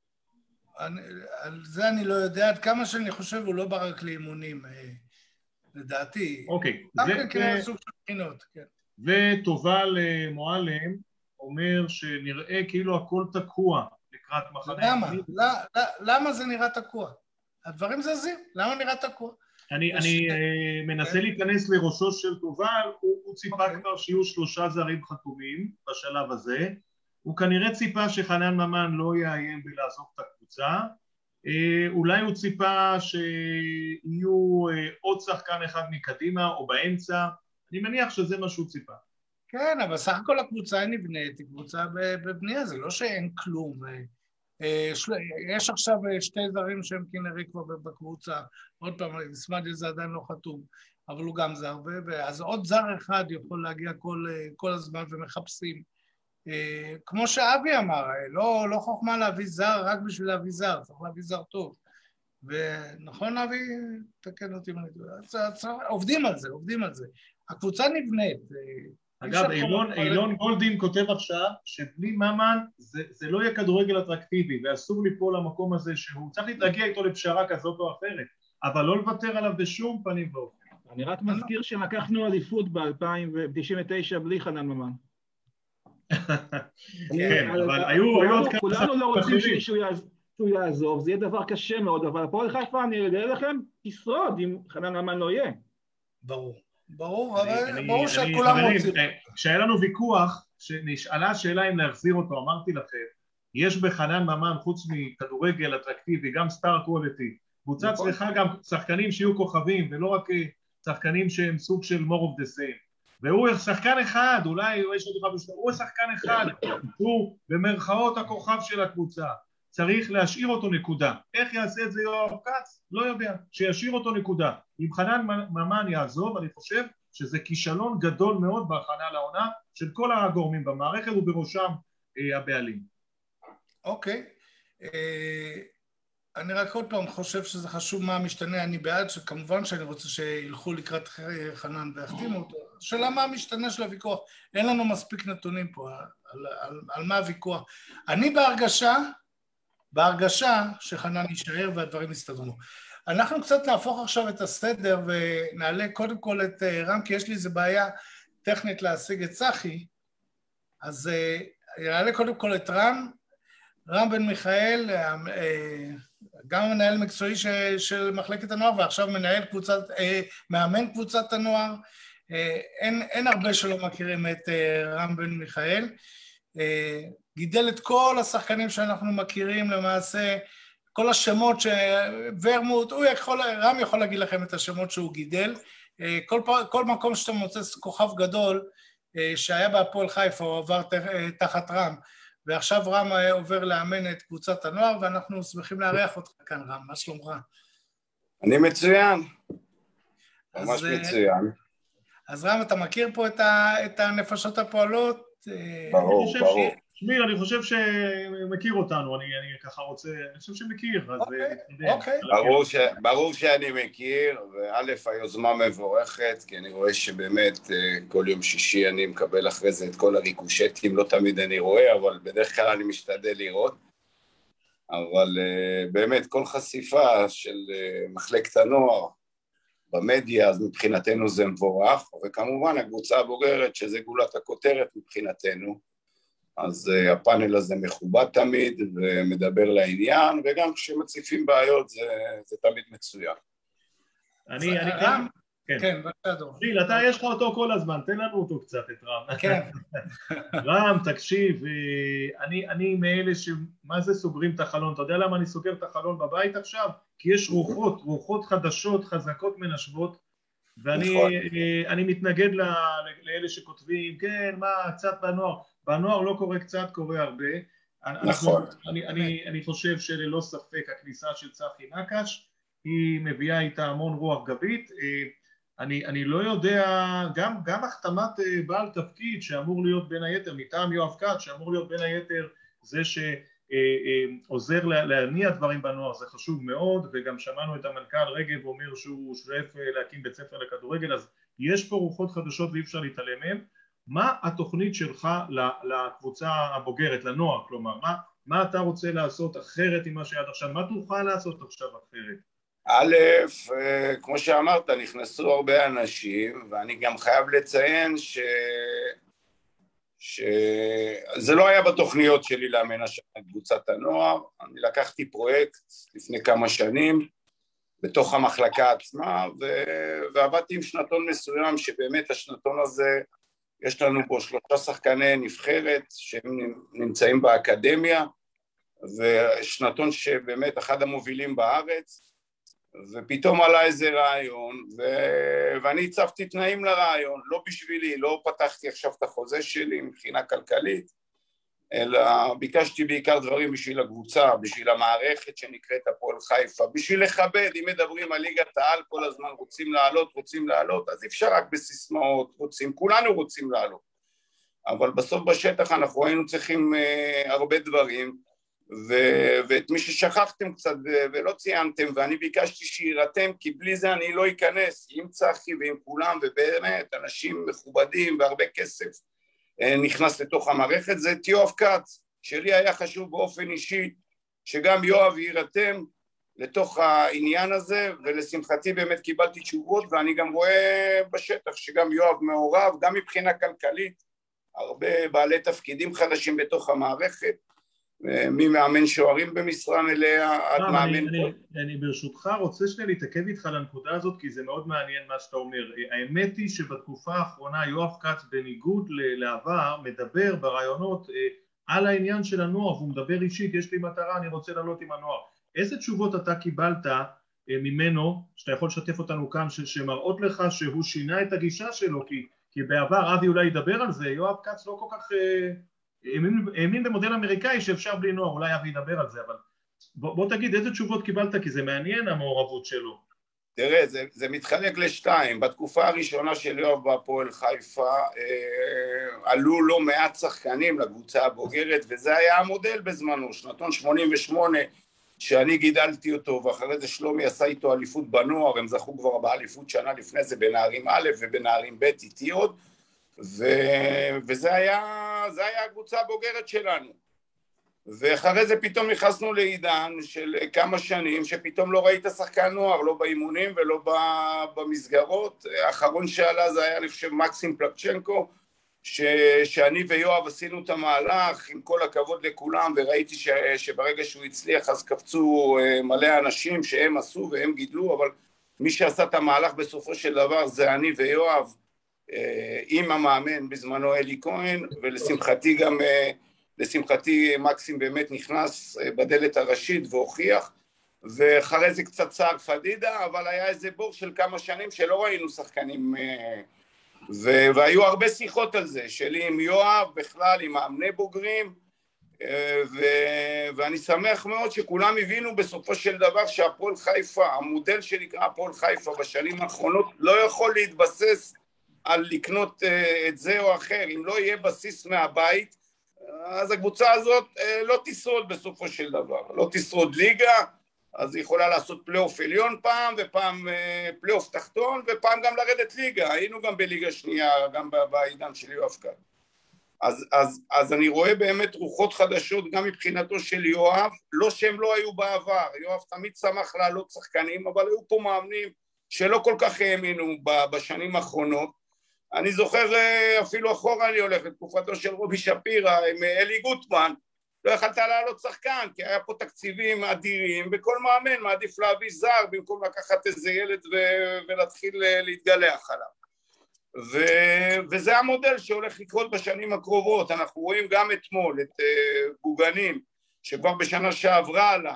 על זה אני לא יודע, עד כמה שאני חושב הוא לא בא רק לאימונים, לדעתי. אוקיי. זה כנראה סוג של בחינות, כן. וטובל מועלם אומר שנראה כאילו הכל תקוע לקראת מחנה. למה זה נראה תקוע? הדברים זזים, למה נראה תקוע? אני מנסה להיכנס לראשו של טובל, הוא ציפה כבר שיהיו 3 זרים חתומים בשלב הזה, הוא כנראה ציפה שחנן ממן לא יאיים בלעזוב את הקבוצה, אולי הוא ציפה שיהיו עוד שחקן אחד מקדימה או באמצע, אני מניח שזה מה שהוא ציפה. כן, אבל סך הכל הקבוצה נבנית, היא קבוצה בבנייה, זה לא שאין כלום. יש עכשיו 2 זרים שהם כנראה כבר בקבוצה, עוד פעם, סמדיה זה עדיין לא חתום, אבל הוא גם זר, אז עוד זר אחד יכול להגיע כל הזמן ומחפשים. כמו שאבי אמר, לא חוכמה להביא זר רק בשביל להביא זר, צריך להביא זר טוב. ונכון אבי, תקן אותי, עובדים על זה. הקבוצה נבנית. אגב, אילון גולדין כותב עכשיו שבלי ממן זה לא יהיה כדורגל אטרקטיבי, ואסור ליפול למקום הזה שהוא צריך להגיע איתו לפשרה כזאת או אחרת, אבל לא לוותר עליו בשום פנים ואופן. אני רק מזכיר שלקחנו אליפות ב-2099 בלי חנן ממן. כן, אבל היו עוד כמה... כולנו לא רוצים שהוא יעזוב, זה יהיה דבר קשה מאוד, אבל הפועל חיפה, אני אגלה לכם, תשרוד אם חנן ממן לא יהיה. ברור, אבל ברור שכולם רוצים. כשהיה לנו ויכוח, שנשאלה שאלה אם להחזיר אותו, אמרתי לכם, יש בחנן ממן חוץ מכדורגל אטרקטיבי, גם סטאר קוואליטי, קבוצה צריכה גם שחקנים שיהיו כוכבים, ולא רק שחקנים שהם סוג של more of the same. והוא שחקן אחד, אולי יש עוד אחד, הוא שחקן אחד, הוא במרכאות הכוכב של הקבוצה. צריך להשאיר אותו נקודה. איך יעשה את זה יואב כץ? לא יודע. שישאיר אותו נקודה. אם חנן ממן יעזוב, אני חושב שזה כישלון גדול מאוד בהכנה לעונה של כל הגורמים במערכת ובראשם הבעלים. אוקיי. אני רק עוד פעם חושב שזה חשוב מה משתנה, אני בעד שכמובן שאני רוצה שילכו לקראת חנן ויחתימו אותו. שאלה מה המשתנה של הוויכוח? אין לנו מספיק נתונים פה על מה הוויכוח. אני בהרגשה שחנן יישאר והדברים יסתדרו. אנחנו קצת נהפוך עכשיו את הסדר ונעלה קודם כל את רם, כי יש לי איזו בעיה טכנית להשיג את צחי, אז נעלה קודם כל את רם בן מיכאל, גם מנהל מקצועי של מחלקת הנוער, ועכשיו מאמן קבוצת הנוער. אין הרבה שלא מכירים את רם בן מיכאל. גידל את כל השחקנים שאנחנו מכירים למעשה, כל השמות שוורמוט, רם יכול להגיד לכם את השמות שהוא גידל. כל מקום שאתה מוצא כוכב גדול שהיה בהפועל חיפה, הוא עבר תחת רם. ועכשיו רם עובר לאמן את קבוצת הנוער, ואנחנו שמחים לארח אותך כאן, רם. מה שלומך? אני מצוין, ממש מצוין. אז רם, אתה מכיר פה את הנפשות הפועלות? ברור, ברור. שמיר, אני חושב שמכיר אותנו, אני ככה רוצה, אני חושב שמכיר, אז אוקיי. ברור שאני מכיר, וא' היוזמה מבורכת, כי אני רואה שבאמת כל יום שישי אני מקבל אחרי זה את כל הריקושטים, לא תמיד אני רואה, אבל בדרך כלל אני משתדל לראות, אבל באמת כל חשיפה של מחלקת הנוער במדיה, אז מבחינתנו זה מבורך, וכמובן הקבוצה הבוגרת, שזה גולת הכותרת מבחינתנו, אז הפאנל הזה מכובד תמיד ומדבר לעניין, וגם כשמציפים בעיות זה תמיד מצוין. אני רם, כן, בבקשה דור. גיל, אתה יש לך אותו כל הזמן, תן לנו אותו קצת, את רם. כן. רם, תקשיב, אני מאלה שמה זה סוגרים את החלון? אתה יודע למה אני סוגר את החלון בבית עכשיו? כי יש רוחות חדשות, חזקות מנשבות, ואני מתנגד לאלה שכותבים, כן, מה, קצת בנוער לא קורה קצת, קורה הרבה. נכון. אני חושב שללא ספק הכניסה של צחי נקש, היא מביאה איתה המון רוח גבית. אני לא יודע, גם החתמת בעל תפקיד שאמור להיות בין היתר, מטעם יואב כץ, שאמור להיות בין היתר זה שעוזר להניע דברים בנוער, זה חשוב מאוד, וגם שמענו את המנכ"ל רגב אומר שהוא שואף להקים בית ספר לכדורגל, אז יש פה רוחות חדשות ואי אפשר להתעלם מהם. מה התוכנית שלך לקבוצה הבוגרת, לנוער, כלומר, מה אתה רוצה לעשות אחרת עם מה שעד עכשיו, מה תוכל לעשות עכשיו אחרת? א', כמו שאמרת, נכנסו הרבה אנשים, ואני גם חייב לציין שזה לא היה בתוכניות שלי לאמן השנה את קבוצת הנוער. אני לקחתי פרויקט לפני כמה שנים בתוך המחלקה עצמה, ועבדתי עם שנתון מסוים, שבאמת השנתון הזה, יש לנו פה 3 שחקני נבחרת שהם נמצאים באקדמיה, ושנתון שבאמת אחד המובילים בארץ, ופתאום עלה איזה רעיון, ואני הצבתי תנאים לרעיון, לא בשבילי, לא פתחתי עכשיו את החוזה שלי מבחינה כלכלית, אלא ביקשתי בעיקר דברים בשביל הקבוצה, בשביל המערכת שנקראת הפועל חיפה, בשביל לכבד. אם מדברים על ליגת העל כל הזמן רוצים לעלות, אז אפשר רק בסיסמאות, כולנו רוצים לעלות, אבל בסוף בשטח אנחנו היינו צריכים הרבה דברים, ואת מי ששכחתם קצת ולא ציינתם, ואני ביקשתי שירתם, כי בלי זה אני לא אכנס, עם צחי ועם כולם, ובאמת אנשים מכובדים והרבה כסף נכנס לתוך המערכת. זה את יואב כץ, שלי היה חשוב באופן אישי שגם יואב יירתם לתוך העניין הזה, ולשמחתי באמת קיבלתי תשובות, ואני גם רואה בשטח שגם יואב מעורב, גם מבחינה כלכלית, הרבה בעלי תפקידים חדשים בתוך המערכת, מי מאמן שוערים במשרה מלאה עד מאמן. אני ברשותך רוצה להתעכב איתך לנקודה הזאת, כי זה מאוד מעניין מה שאתה אומר. האמת היא שבתקופה האחרונה יואב כץ בניגוד לעבר מדבר ברעיונות על העניין של הנוער, והוא מדבר אישית, יש לי מטרה, אני רוצה לעלות עם הנוער. איזה תשובות אתה קיבלת ממנו, שאתה יכול לשתף אותנו כאן, שמראות לך שהוא שינה את הגישה שלו, כי בעבר, אבי אולי ידבר על זה, יואב כץ לא כל כך האמין במודל אמריקאי שאפשר בלי נוער, אולי אבי ידבר על זה, אבל בוא תגיד איזה תשובות קיבלת, כי זה מעניין המעורבות שלו. תראה, זה מתחלק לשתיים. בתקופה הראשונה של יואב בהפועל חיפה עלו לא מעט שחקנים לקבוצה הבוגרת, וזה היה המודל בזמנו, שנתון 88 שאני גידלתי אותו, ואחרי זה שלומי עשה איתו אליפות בנוער, הם זכו כבר באליפות שנה לפני זה בנערים א' ובנערים ב' איתי עוד, וזה היה הקבוצה הבוגרת שלנו. ואחרי זה פתאום נכנסנו לעידן של כמה שנים שפתאום לא ראית שחקן נוער, לא באימונים ולא במסגרות. האחרון שעלה זה היה, אני חושב, מקסים פלפצ'נקו, שאני ויואב עשינו את המהלך, עם כל הכבוד לכולם, וראיתי שברגע שהוא הצליח אז קפצו מלא אנשים שהם עשו והם גידלו, אבל מי שעשה את המהלך בסופו של דבר זה אני ויואב, עם המאמן בזמנו אלי כהן, ולשמחתי גם, לשמחתי מקסים באמת נכנס בדלת הראשית והוכיח, ואחרי זה קצת צער פדידה, אבל היה איזה בור של כמה שנים שלא ראינו שחקנים, והיו הרבה שיחות על זה, שלי עם יואב בכלל, עם מאמני בוגרים, ואני שמח מאוד שכולם הבינו בסופו של דבר שהפועל חיפה, המודל שנקרא הפועל חיפה בשנים האחרונות, לא יכול להתבסס על לקנות את זה או אחר. אם לא יהיה בסיס מהבית, אז הקבוצה הזאת לא תשרוד בסופו של דבר, לא תשרוד ליגה, אז היא יכולה לעשות פלייאוף עליון פעם, ופעם פלייאוף תחתון, ופעם גם לרדת ליגה. היינו גם בליגה שנייה, גם בעידן של יואב קל. אז אני רואה באמת רוחות חדשות גם מבחינתו של יואב, לא שהם לא היו בעבר, יואב תמיד שמח לעלות שחקנים, אבל היו פה מאמנים שלא כל כך האמינו בשנים האחרונות. אני זוכר אפילו אחורה אני הולך לתקופתו של רובי שפירא עם אלי גוטמן, לא יכלת לעלות שחקן, כי היה פה תקציבים אדירים, וכל מאמן מעדיף להביא זר במקום לקחת איזה ילד ולהתחיל להתגלח עליו. וזה המודל שהולך לקרות בשנים הקרובות. אנחנו רואים גם אתמול את בוגנים, שכבר בשנה שעברה עלה,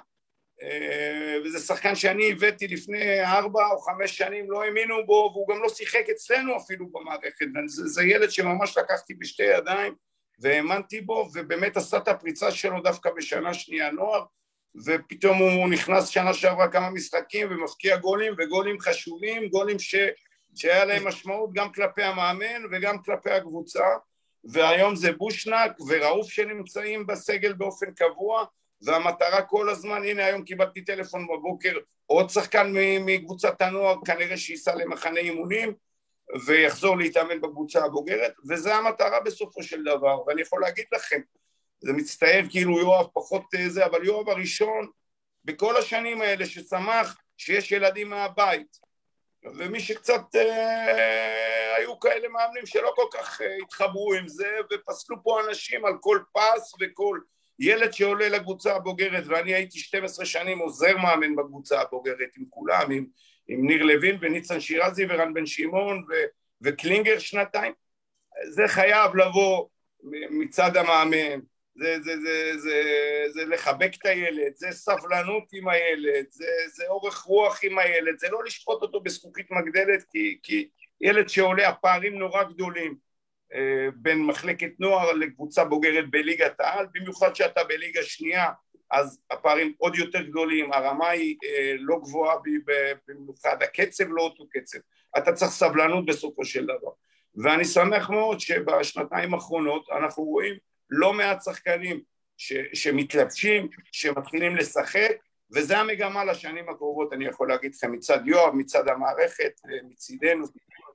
וזה שחקן שאני הבאתי לפני 4 או 5 שנים, לא האמינו בו, והוא גם לא שיחק אצלנו אפילו במערכת. זה ילד שממש לקחתי בשתי ידיים, והאמנתי בו, ובאמת עשה את הפריצה שלו דווקא בשנה שנייה נוער, ופתאום הוא נכנס שנה שעברה כמה משחקים, ומפקיע גולים, וגולים חשובים, גולים שהיה להם משמעות גם כלפי המאמן, וגם כלפי הקבוצה, והיום זה בושנק, ורעוף שנמצאים בסגל באופן קבוע, והמטרה כל הזמן, הנה היום קיבלתי טלפון בבוקר, עוד שחקן מקבוצת הנוער, כנראה שייסע למחנה אימונים, ויחזור להתאמן בקבוצה הבוגרת, וזה המטרה בסופו של דבר. ואני יכול להגיד לכם, זה מצטער כאילו יואב פחות זה, אבל יואב הראשון בכל השנים האלה ששמח שיש ילדים מהבית, ומי שקצת היו כאלה מאמנים שלא כל כך התחברו עם זה, ופסלו פה אנשים על כל פס וכל ילד שעולה לקבוצה הבוגרת, ואני הייתי 12 שנים עוזר מאמן בקבוצה הבוגרת עם כולם, עם ניר לוין וניצן שירזי ורן בן שמעון וקלינגר 2. זה חייב לבוא מצד המאמן, זה לחבק את הילד, זה סבלנות עם הילד, זה אורך רוח עם הילד, זה לא לשפוט אותו בזכוכית מגדלת, כי ילד שעולה הפערים נורא גדולים בין מחלקת נוער לקבוצה בוגרת בליגת העל, במיוחד שאתה בליגה שנייה, אז הפערים עוד יותר גדולים, הרמה היא לא גבוהה במיוחד, הקצב לא אותו קצב, אתה צריך סבלנות בסופו של דבר. ואני שמח מאוד שבשנתיים האחרונות אנחנו רואים לא מעט שחקנים שמתלבשים, שמתחילים לשחק, וזה המגמה לשנים הקרובות, אני יכול להגיד לכם, מצד יואב, מצד המערכת, מצידנו.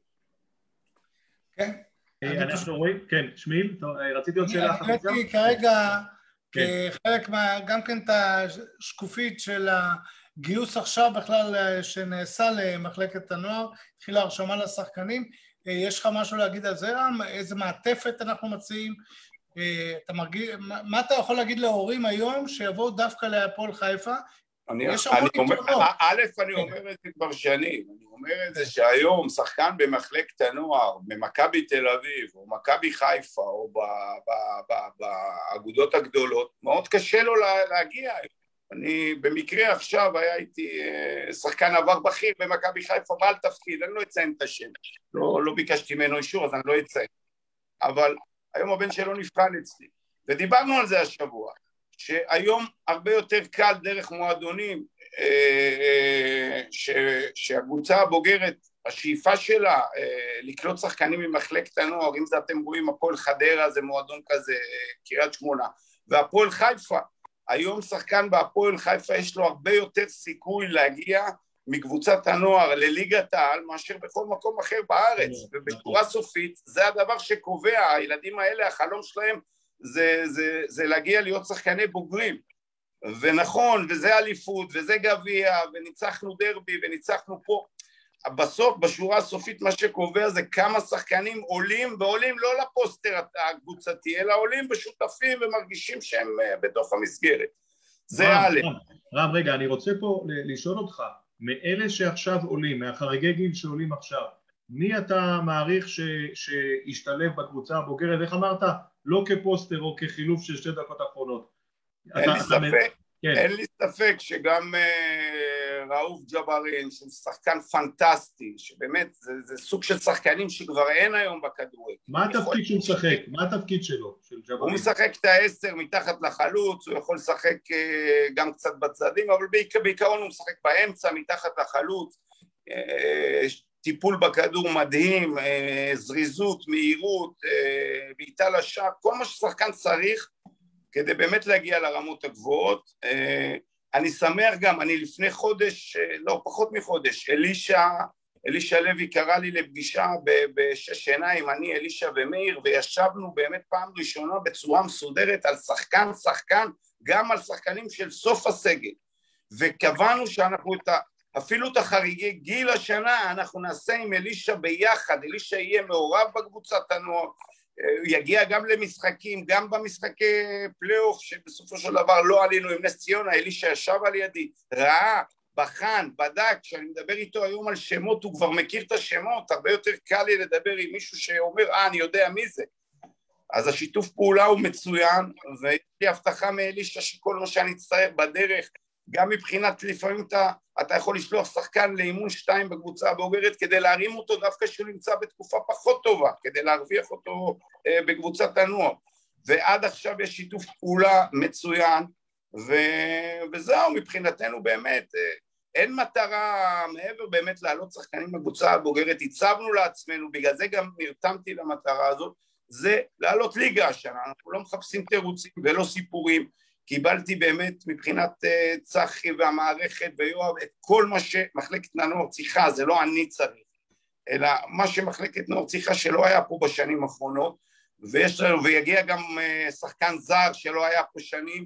כן. אנחנו רואים, כן, שמיל, רציתי עוד שאלה אחת. אני ראיתי כרגע כחלק גם כן את השקופית של הגיוס עכשיו בכלל שנעשה למחלקת הנוער, התחילה הרשמה לשחקנים, יש לך משהו להגיד על זה, רם? איזה מעטפת אנחנו מציעים? מה אתה יכול להגיד להורים היום שיבואו דווקא להפועל חיפה? יש המון יתרונות. א', אני אומר את זה כבר שנים, אני אומר את זה שהיום שחקן במחלקת הנוער, במכבי תל אביב, או מכבי חיפה, או באגודות הגדולות, מאוד קשה לו להגיע. אני במקרה עכשיו היה איתי שחקן עבר בכיר במכבי חיפה, בעל תפקיד, אני לא אציין את השם, לא ביקשתי ממנו אישור, אז אני לא אציין. אבל היום הבן שלו נבחן אצלי, ודיברנו על זה השבוע, שהיום הרבה יותר קל דרך מועדונים, שהקבוצה הבוגרת, השאיפה שלה לקלוט שחקנים ממחלקת הנוער, אם זה אתם רואים הפועל חדרה זה מועדון כזה, קריית שמונה, והפועל חיפה, היום שחקן בהפועל חיפה יש לו הרבה יותר סיכוי להגיע מקבוצת הנוער לליגת העל מאשר בכל מקום אחר בארץ, ובשורה סופית זה הדבר שקובע, הילדים האלה החלום שלהם זה להגיע להיות שחקני בוגרים, ונכון, וזה אליפות וזה גביע וניצחנו דרבי וניצחנו פה, בסוף בשורה הסופית מה שקובע זה כמה שחקנים עולים, ועולים לא לפוסטר הקבוצתי אלא עולים בשותפים ומרגישים שהם בתוך המסגרת. זה א'. רם, רגע, אני רוצה פה לשאול אותך, מאלה שעכשיו עולים, מהחריגי גיל שעולים עכשיו, מי אתה מעריך שישתלב בקבוצה הבוגרת? איך אמרת? לא כפוסטר או כחילוף של 2 דקות אחרונות. אין לי ספק שגם ראוף ג'בארין, שהוא שחקן פנטסטי, שבאמת זה סוג של שחקנים שכבר אין היום בכדורגל. מה התפקיד שהוא משחק? מה התפקיד שלו, של ג'בארין? הוא משחק את ה10 מתחת לחלוץ, הוא יכול לשחק גם קצת בצדדים, אבל בעיקרון הוא משחק באמצע, מתחת לחלוץ, טיפול בכדור מדהים, זריזות, מהירות, בעיטה לשער, כל מה ששחקן צריך כדי באמת להגיע לרמות הגבוהות. אני שמח גם, אני לפני חודש, לא פחות מחודש, אלישע לוי קרא לי לפגישה בשש עיניים, אני, אלישע ומאיר, וישבנו באמת פעם ראשונה בצורה מסודרת על שחקן, גם על שחקנים של סוף הסגל, וקבענו שאנחנו אפילו את החריגי גיל השנה אנחנו נעשה עם אלישע ביחד, אלישע יהיה מעורב בקבוצת הנוער, יגיע גם למשחקים, גם במשחקי פלייאוף שבסופו של דבר לא עלינו עם נס ציונה, אלישע ישב על ידי, ראה, בחן, בדק, כשאני מדבר איתו היום על שמות, הוא כבר מכיר את השמות, הרבה יותר קל לי לדבר עם מישהו שאומר, אני יודע מי זה. אז השיתוף פעולה הוא מצוין, ויש לי הבטחה מאלישע שכל מה שאני אצטרך בדרך, גם מבחינת לפעמים אתה יכול לשלוח שחקן לאימון 2 בקבוצה הבוגרת כדי להרים אותו דווקא שהוא נמצא בתקופה פחות טובה, כדי להרוויח אותו בקבוצת הנוער, ועד עכשיו יש שיתוף פעולה מצוין, וזהו מבחינתנו באמת, אין מטרה מעבר באמת לעלות שחקנים בקבוצה הבוגרת, הצבנו לעצמנו, בגלל זה גם נרתמתי למטרה הזאת, זה לעלות ליגה השנה, אנחנו לא מחפשים תירוצים ולא סיפורים, קיבלתי באמת מבחינת צחי והמערכת ויואב את כל מה שמחלקת הנוער צריכה, זה לא אני צריך, אלא מה שמחלקת נוער צריכה שלא היה פה בשנים האחרונות, ויגיע גם שחקן זר שלא היה פה שנים,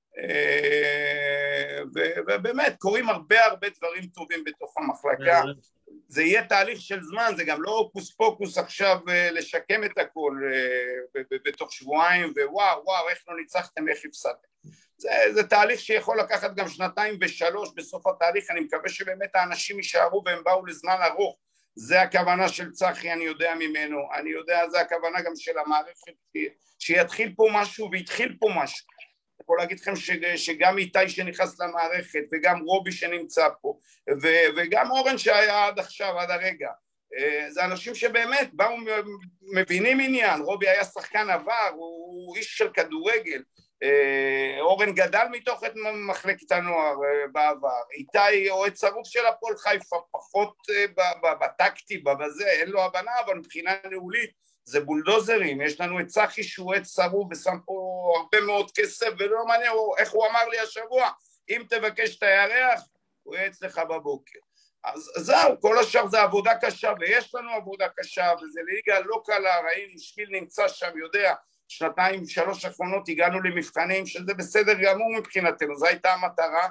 ובאמת קוראים הרבה דברים טובים בתוך המחלקה, זה יהיה תהליך של זמן, זה גם לא אוקוס פוקוס עכשיו לשקם את הכל בתוך שבועיים, ווואו, איך לא ניצחתם, איך הפסדתם. זה תהליך שיכול לקחת גם 2 ו3 בסוף התהליך, אני מקווה שבאמת האנשים יישארו והם באו לזמן ארוך, זה הכוונה של צחי, אני יודע ממנו, אני יודע, זה הכוונה גם של המערכת, שיתחיל פה משהו והתחיל פה משהו. אני יכול להגיד לכם שגם איתי שנכנס למערכת, וגם רובי שנמצא פה, וגם אורן שהיה עד עכשיו, עד הרגע, זה אנשים שבאמת באו, מבינים עניין, רובי היה שחקן עבר, הוא איש של כדורגל, אורן גדל מתוך את מחלקת הנוער בעבר, איתי אוהד שרוף של הפועל חיפה, פחות בטקטי, בזה, אין לו הבנה, אבל מבחינה ניהולית זה בולדוזרים, יש לנו את צחי שהוא אוהד שרוף ושם פה הרבה מאוד כסף, ולא מעניין, איך הוא אמר לי השבוע, אם תבקש את הירח, הוא יהיה אצלך בבוקר. אז זהו, כל השאר זה עבודה קשה, ויש לנו עבודה קשה, וזה ליגה לא קלה, ראינו, שביל נמצא שם, יודע, 2-3 האחרונות הגענו למבחנים, שזה בסדר גמור מבחינתנו, זו הייתה המטרה,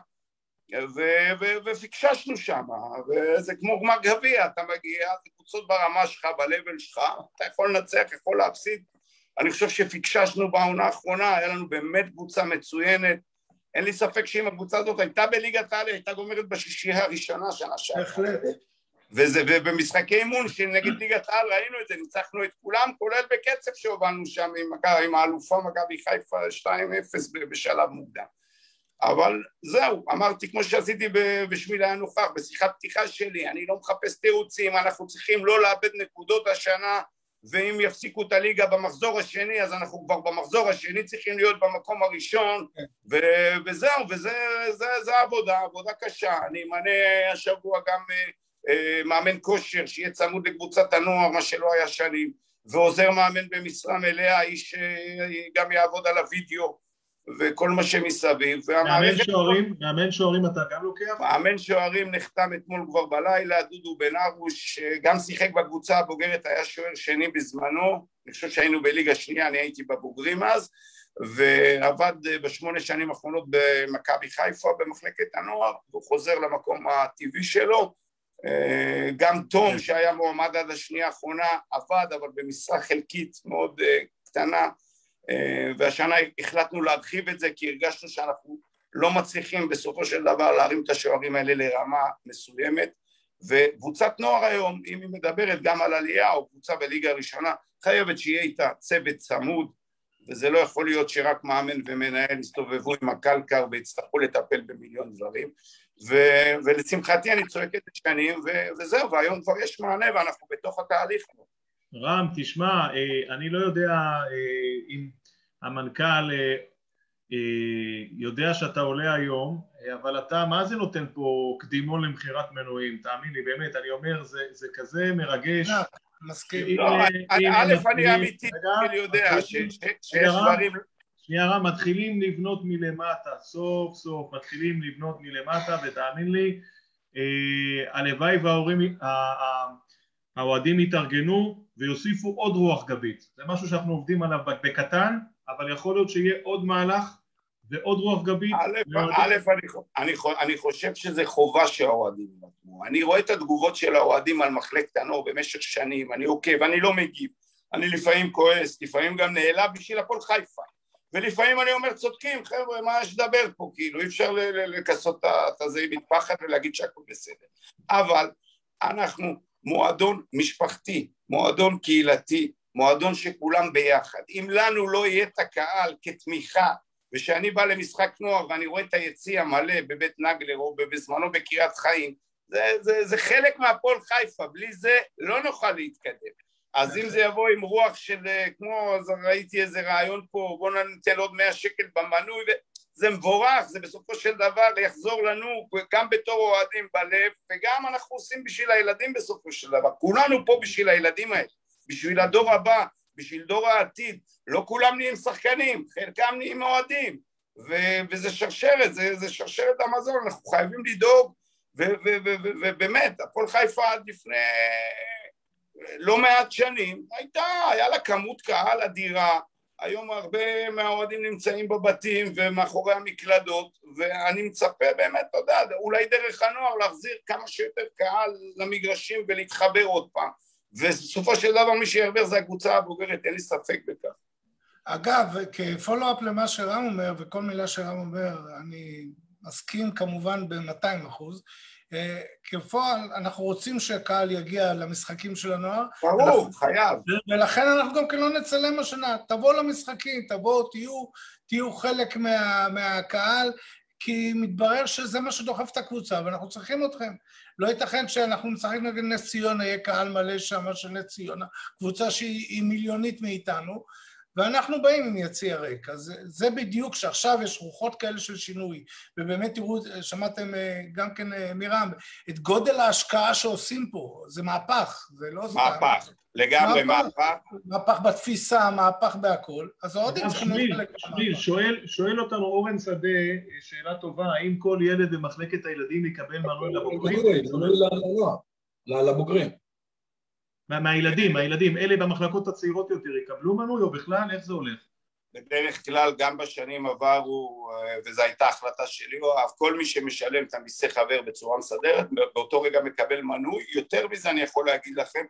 ופיקששנו שם, וזה כמו גמר גביע, אתה מגיע, זה קבוצות ברמה שלך, בלבל שלך, אתה יכול לנצח, יכול להפסיד, אני חושב שפיקששנו בעונה האחרונה, היה לנו באמת קבוצה מצוינת, אין לי ספק שאם הקבוצה הזאת הייתה בליגת העל, הייתה גומרת בשישייה הראשונה שנה שעברה. בהחלט. ובמשחקי אימון שנגד ליגת העל ראינו את זה, ניצחנו את כולם, כולל בקצב שהובלנו שם עם האלופה מכבי חיפה 2-0 בשלב מוקדם. אבל זהו, אמרתי כמו שעשיתי בשביל היה נוכח, בשיחת פתיחה שלי, אני לא מחפש תירוצים, אנחנו צריכים לא לאבד נקודות השנה, ואם יפסיקו את הליגה במחזור השני, אז אנחנו כבר במחזור השני צריכים להיות במקום הראשון, וזהו, וזה עבודה קשה. אני אמנה השבוע גם מאמן כושר, שיהיה צמוד לקבוצת הנוער, מה שלא היה שנים, ועוזר מאמן במשרה מלאה, איש גם יעבוד על הוידאו, וכל מה שמסביב. מאמן שוערים אתה גם לוקח? מאמן שוערים נחתם אתמול כבר בלילה, דודו בן ארוש, גם שיחק בקבוצה הבוגרת, היה שוער שני בזמנו, אני חושב שהיינו בליגה שנייה, אני הייתי בבוגרים אז, ועבד ב8 שנים האחרונות במכבי חיפה במחלקת הנוער, והוא חוזר למקום הטבעי שלו, גם תום שהיה מועמד עד השנייה האחרונה עבד, אבל במשרה חלקית מאוד קטנה, והשנה החלטנו להרחיב את זה כי הרגשנו שאנחנו לא מצליחים בסופו של דבר להרים את השוערים האלה לרמה מסוימת, וקבוצת נוער היום, אם היא מדברת גם על עלייה או קבוצה בליגה הראשונה, חייבת שיהיה איתה צוות צמוד, וזה לא יכול להיות שרק מאמן ומנהל יסתובבו עם הקלקר ויצטרכו לטפל במיליון דברים, ולשמחתי אני צועק את שנים, וזהו, והיום כבר יש מענה ואנחנו בתוך התהליך. רם, תשמע, אני לא יודע אם המנכ"ל יודע שאתה עולה היום, אבל אתה, מה זה נותן פה קדימון למחירת מנויים? תאמין לי, באמת, אני אומר, זה כזה מרגש. מסכים. לא, א', אני אמיתי, אני יודע שיש דברים... שנייה רם, מתחילים לבנות מלמטה, סוף סוף מתחילים לבנות מלמטה, ותאמין לי, הלוואי והאוהדים יתארגנו ויוסיפו עוד רוח גבית. זה משהו שאנחנו עובדים עליו בקטן, אבל יכול להיות שיהיה עוד מהלך ועוד רוח גבית. א', אני חושב שזה חובה שהאוהדים נתנו. אני רואה את התגובות של האוהדים על מחלקת הנוער במשך שנים, אני עוקב, אני לא מגיב, אני לפעמים כועס, לפעמים גם נעלב בשביל הפועל חיפה, ולפעמים אני אומר צודקים, חבר'ה, מה יש לדבר פה, כאילו, אי אפשר לכסות את הזה מפחד ולהגיד שהכל בסדר. אבל אנחנו מועדון משפחתי, מועדון קהילתי, מועדון שכולם ביחד. אם לנו לא יהיה את הקהל כתמיכה, ושאני בא למשחק נוער ואני רואה את היציע מלא בבית נגלר או בזמנו בקריית חיים, זה חלק מהפועל חיפה, בלי זה לא נוכל להתקדם. אז אם זה יבוא עם רוח של, כמו ראיתי איזה רעיון פה, בוא ניתן עוד 100 שקל במנוי, זה מבורך, זה בסופו של דבר יחזור לנו גם בתור אוהדים בלב, וגם אנחנו עושים בשביל הילדים בסופו של דבר, כולנו פה בשביל הילדים האלה, בשביל הדור הבא, בשביל דור העתיד, לא כולם נהיים שחקנים, חלקם נהיים אוהדים, וזה שרשרת, זה שרשרת המזון, אנחנו חייבים לדאוג, ובאמת, הפועל חיפה עד לפני לא מעט שנים, היה לה כמות קהל אדירה, היום הרבה מהאוהדים נמצאים בבתים ומאחורי המקלדות, ואני מצפה באמת, אתה יודע, אולי דרך הנוער להחזיר כמה שיותר קהל למגרשים ולהתחבר עוד פעם, וסופו של דבר מי שירבר זה הקבוצה הבוגרת, אין לי ספק בכך. אגב, כפולו-אפ למה שרם אומר, וכל מילה שרם אומר, אני מסכים כמובן ב-200%, כפועל אנחנו רוצים שהקהל יגיע למשחקים של הנוער. ברור, חייב. ולכן אנחנו גם כן לא נצלם השנה, תבואו למשחקים, תבואו, תהיו חלק מהקהל, כי מתברר שזה מה שדוחף את הקבוצה, ואנחנו צריכים אתכם. לא ייתכן שאנחנו נשחק נגד נס ציונה, יהיה קהל מלא שם של נס ציונה, קבוצה שהיא מיליונית מאיתנו, ואנחנו באים עם יציע ריק. אז זה בדיוק שעכשיו יש רוחות כאלה של שינוי, ובאמת תראו, שמעתם גם כן מירם, את גודל ההשקעה שעושים פה, זה מהפך, זה לא סתם. מהפך, לגמרי מהפך. מהפך בתפיסה, מהפך בהכל. אז עוד אם צריכים להתחלק. שואל אותנו אורן שדה, שאלה טובה, האם כל ילד במחלקת הילדים יקבל מנוי לבוגרים? לבוגרים. מהילדים, אלה במחלקות הצעירות יותר יקבלו מנוי או בכלל, איך זה הולך? בדרך כלל גם בשנים עברו, וזו הייתה החלטה שלי, כל מי שמשלם את המיסי חבר בצורה מסדרת, באותו רגע מקבל מנוי. יותר מזה אני יכול להגיד לכם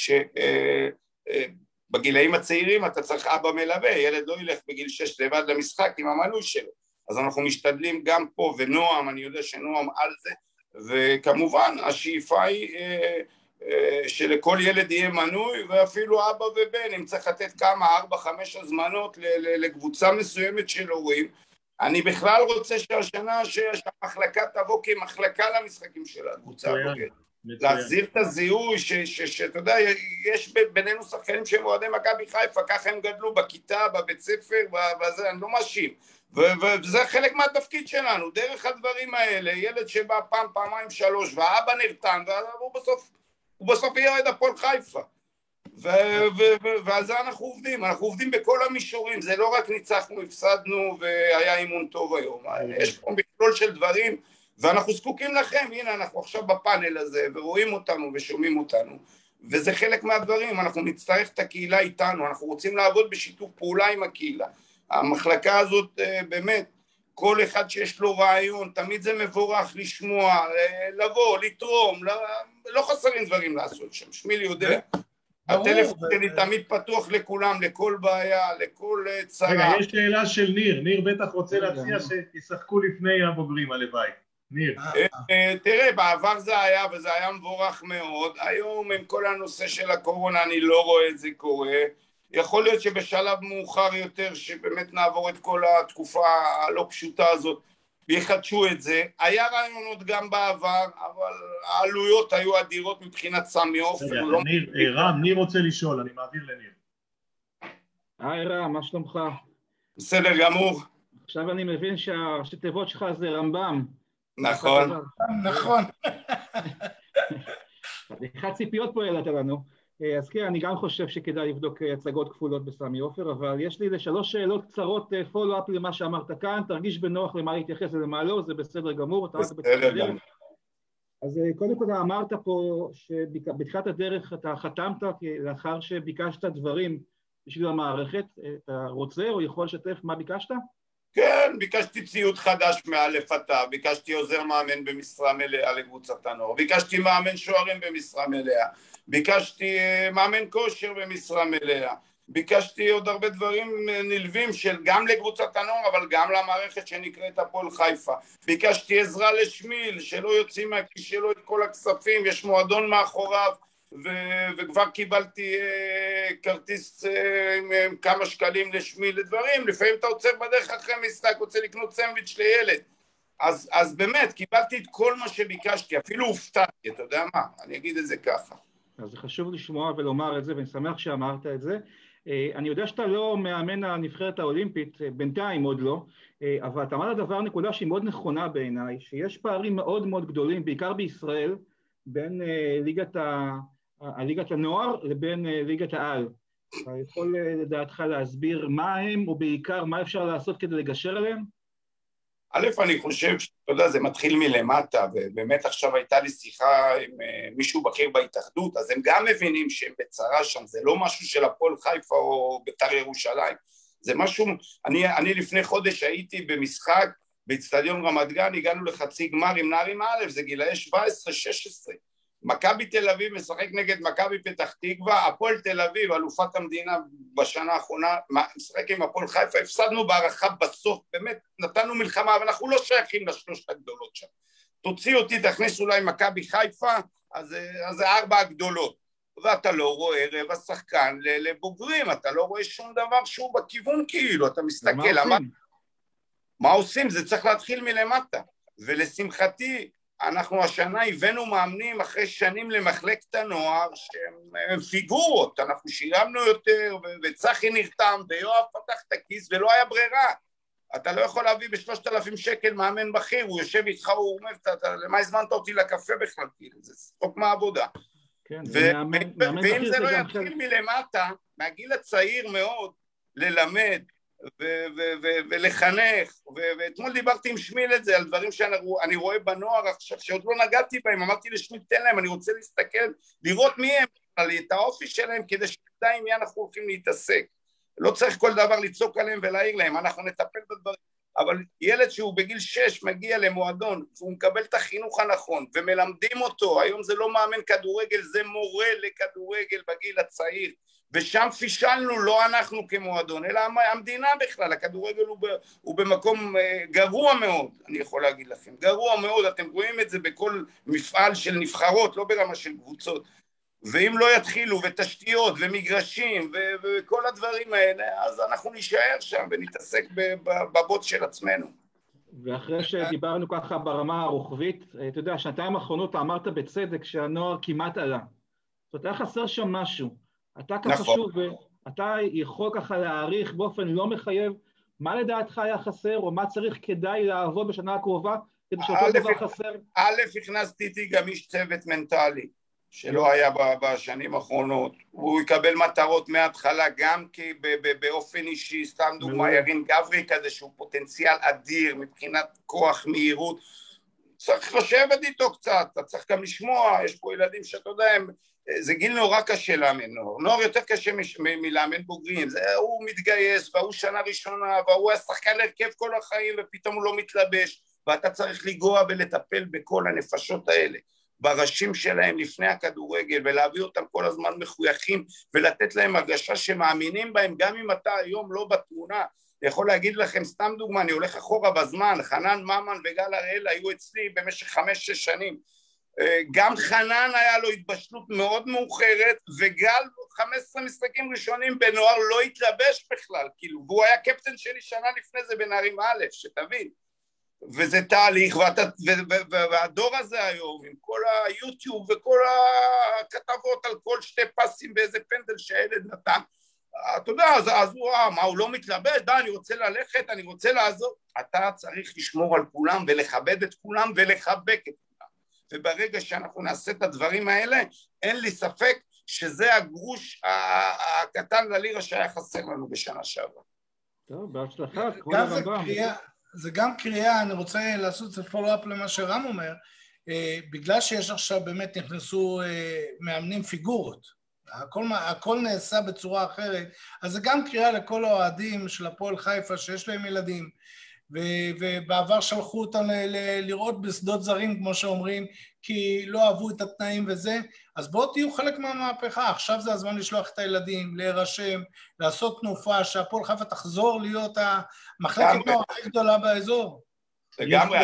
שבגילאים הצעירים אתה צריך אבא מלווה, ילד לא ילך בגיל 6 לבד למשחק עם המנוי שלו, אז אנחנו משתדלים גם פה, ונועם, אני יודע שנועם על זה, וכמובן השאיפה היא שלכל ילד יהיה מנוי, ואפילו אבא ובן, אם צריך לתת כמה, 4-5 הזמנות לקבוצה מסוימת של הורים. אני בכלל רוצה שהשנה שהמחלקה תבוא כמחלקה למשחקים של הקבוצה הבוגרת. להחזיר את הזיהוי, שאתה יודע, יש בינינו שחקנים שהם אוהדי מכבי חיפה, ככה הם גדלו בכיתה, בבית ספר, וזה, אני לא מאשים. וזה חלק מהתפקיד שלנו, דרך הדברים האלה, ילד שבא פעם, פעמיים, 3, והאבא נרתן, הוא בסוף יהיה אוהד הפועל חיפה. ועל זה אנחנו עובדים בכל המישורים, זה לא רק ניצחנו, הפסדנו והיה אימון טוב היום, יש פה מכלול של דברים, ואנחנו זקוקים לכם, הנה אנחנו עכשיו בפאנל הזה, ורואים אותנו ושומעים אותנו, וזה חלק מהדברים, אנחנו נצטרך את הקהילה איתנו, אנחנו רוצים לעבוד בשיתוף פעולה עם הקהילה, המחלקה הזאת באמת, כל אחד שיש לו רעיון, תמיד זה מבורך לשמוע, לבוא, לתרום, לא חסרים דברים לעשות שם, שמיל יודע. הטלפון שלי תמיד פתוח לכולם, לכל בעיה, לכל צרה. רגע, יש שאלה של ניר בטח רוצה להציע שישחקו לפני הבוגרים, הלוואי. ניר. תראה, בעבר זה היה, וזה היה מבורך מאוד, היום עם כל הנושא של הקורונה אני לא רואה את זה קורה, יכול להיות שבשלב מאוחר יותר, שבאמת נעבור את כל התקופה הלא פשוטה הזאת, ויחדשו את זה. היה רעיונות גם בעבר, אבל העלויות היו אדירות מבחינת סמי עופר. ניר רוצה לשאול, אני מעביר לניר. היי רם, מה שלומך? בסדר גמור. עכשיו אני מבין שהראשי תיבות שלך זה רמב"ם. נכון. נכון. אחד ציפיות פה העלת לנו. אז כן, אני גם חושב שכדאי לבדוק הצגות כפולות בסמי עופר, אבל יש לי 3 שאלות קצרות פולו-אפ למה שאמרת כאן, תרגיש בנוח למה להתייחס ולמה לא, זה בסדר גמור. בסדר גמור. אז קודם כל אמרת פה שבתחילת הדרך אתה חתמת לאחר שביקשת דברים בשביל המערכת, אתה רוצה או יכול לשתף מה ביקשת? כן, ביקשתי ציוד חדש מאלף עד, ביקשתי עוזר מאמן במשרה מלאה לקבוצת הנוער, ביקשתי מאמן שוערים במשרה מלאה, ביקשתי מאמן כושר במשרה מלאה, ביקשתי עוד הרבה דברים נלווים של גם לקבוצת הנוער אבל גם למערכת שנקראת הפועל חיפה, ביקשתי עזרה לשמיל שלא יוצאים מהכיס שלו את כל הכספים, יש מועדון מאחוריו וכבר קיבלתי כרטיס עם כמה שקלים לשמיל לדברים, לפעמים אתה עוצר בדרך אחרי משחק, רוצה לקנות סנדוויץ' לילד, אז באמת קיבלתי את כל מה שביקשתי, אפילו הופתעתי, אתה יודע מה, אני אגיד את זה ככה. אז זה חשוב לשמוע ולומר את זה, ואני שמח שאמרת את זה. אני יודע שאתה לא מאמן הנבחרת האולימפית, בינתיים עוד לא, אבל אתה אמרת נקודה שהיא מאוד נכונה בעיניי, שיש פערים מאוד מאוד גדולים, בעיקר בישראל, בין ליגת הנוער לבין ליגת העל. אתה יכול לדעתך להסביר מה הם, או בעיקר מה אפשר לעשות כדי לגשר עליהם? א', אני חושב שאתה יודע, זה מתחיל מלמטה, ובאמת עכשיו הייתה לי שיחה עם מישהו בכיר בהתאחדות, אז הם גם מבינים שהם בצרה שם, זה לא משהו של הפועל חיפה או בית"ר ירושלים, זה משהו, אני לפני חודש הייתי במשחק באצטדיון רמת גן, הגענו לחצי גמר עם נערים א', זה גילאי 17-16, מכבי תל אביב משחק נגד מכבי פתח תקווה, הפועל תל אביב, אלופת המדינה בשנה האחרונה, משחק עם הפועל חיפה, הפסדנו בהערכה בסוף, באמת נתנו מלחמה, אבל אנחנו לא שייכים לשלושת הגדולות שם. תוציא אותי, תכניס אולי מכבי חיפה, אז זה 4 הגדולות. ואתה לא רואה רבע שחקן לבוגרים, אתה לא רואה שום דבר שהוא בכיוון כאילו, אתה מסתכל, מה עושים? זה צריך להתחיל מלמטה, ולשמחתי, אנחנו השנה הבאנו מאמנים אחרי שנים למחלקת הנוער שהם פיגורות, אנחנו שילמנו יותר וצחי נרתם ויואב פתח את הכיס ולא היה ברירה, אתה לא יכול להביא ב3,000 שקל מאמן בכיר, הוא יושב איתך, הוא אומר, למה הזמנת אותי לקפה בכלל, זה ספוק מהעבודה. ואם זה לא יתחיל מלמטה, מהגיל הצעיר מאוד, ללמד ולחנך, ואתמול דיברתי עם שמיל את זה, על דברים שאני רואה בנוער עכשיו, שעוד לא נגעתי בהם, אמרתי לשמיל, תן להם, אני רוצה להסתכל, לראות מי הם, את האופי שלהם, כדי שתדע עם מי אנחנו הולכים להתעסק. לא צריך כל דבר לצעוק עליהם ולהעיר להם, אנחנו נטפל בדברים, אבל ילד שהוא בגיל 6 מגיע למועדון, והוא מקבל את החינוך הנכון, ומלמדים אותו, היום זה לא מאמן כדורגל, זה מורה לכדורגל בגיל הצעיר, ושם פישלנו, לא אנחנו כמועדון, אלא המדינה בכלל, הכדורגל הוא במקום גרוע מאוד, אני יכול להגיד לכם, גרוע מאוד, אתם רואים את זה בכל מפעל של נבחרות, לא ברמה של קבוצות, ואם לא יתחילו, ותשתיות, ומגרשים, וכל הדברים האלה, אז אנחנו נשאר שם, ונתעסק בבוט של עצמנו. ואחרי שדיברנו ככה ברמה הרוחבית, אתה יודע, שנתיים האחרונות אמרת בצדק שהנוער כמעט עלה. זאת אומרת, היה חסר שם משהו. אתה ככה שוב, אתה יכול ככה להעריך באופן לא מחייב, מה לדעתך היה חסר, או מה צריך כדאי לעבוד בשנה הקרובה, כדי שאותו דבר חסר? א', הכנסתי איתי גם איש צוות מנטלי, שלא היה בשנים האחרונות, הוא יקבל מטרות מההתחלה, גם כי באופן אישי, סתם דוגמה, ירין גברי כזה, שהוא פוטנציאל אדיר, מבחינת כוח, מהירות, צריך לשבת איתו קצת, אתה צריך גם לשמוע, יש פה ילדים שאתה יודע, זה גיל נורא קשה לאמן נוער, נוער יותר קשה מלאמן בוגרים, הוא מתגייס, והוא שנה ראשונה, והוא היה שחקן להרכב כל החיים, ופתאום הוא לא מתלבש, ואתה צריך לגוע ולטפל בכל הנפשות האלה, בראשים שלהם לפני הכדורגל, ולהביא אותם כל הזמן מחויכים, ולתת להם הרגשה שמאמינים בהם, גם אם אתה היום לא בתמונה, אני יכול להגיד לכם, סתם דוגמה, אני הולך אחורה בזמן, חנן ממן וגל הראל היו אצלי במשך 5-6 שנים, גם חנן היה לו התבשלות מאוד מאוחרת, וגל 15 משחקים ראשונים בנוער לא התלבש בכלל, כאילו, והוא היה קפטן שלי שנה לפני זה בנערים א', שתבין. וזה תהליך, והדור הזה היום, עם כל היוטיוב וכל הכתבות על כל שתי פסים באיזה פנדל שהילד נתן, אתה יודע, אז מה, הוא לא מתלבש? אני רוצה ללכת, אני רוצה לעזור. אתה צריך לשמור על כולם ולכבד את כולם ולחבק את כולם. וברגע שאנחנו נעשה את הדברים האלה, אין לי ספק שזה הגרוש הקטן ללירה שהיה חסר לנו בשנה שעברה. טוב, בהצלחה, כבוד הרמב"ם. זה גם קריאה, אני רוצה לעשות את זה פולו-אפ למה שרם אומר, בגלל שיש עכשיו באמת נכנסו מאמנים פיגורות, הכל נעשה בצורה אחרת, אז זה גם קריאה לכל האוהדים של הפועל חיפה שיש להם ילדים, ובעבר שלחו אותם לראות בשדות זרים כמו שאומרים, כי לא אהבו את התנאים וזה, אז בואו תהיו חלק מהמהפכה, עכשיו זה הזמן לשלוח את הילדים, להירשם, לעשות תנופה, שהפועל חיפה תחזור להיות המחלקת נוער הכי גדולה באזור. לגמרי,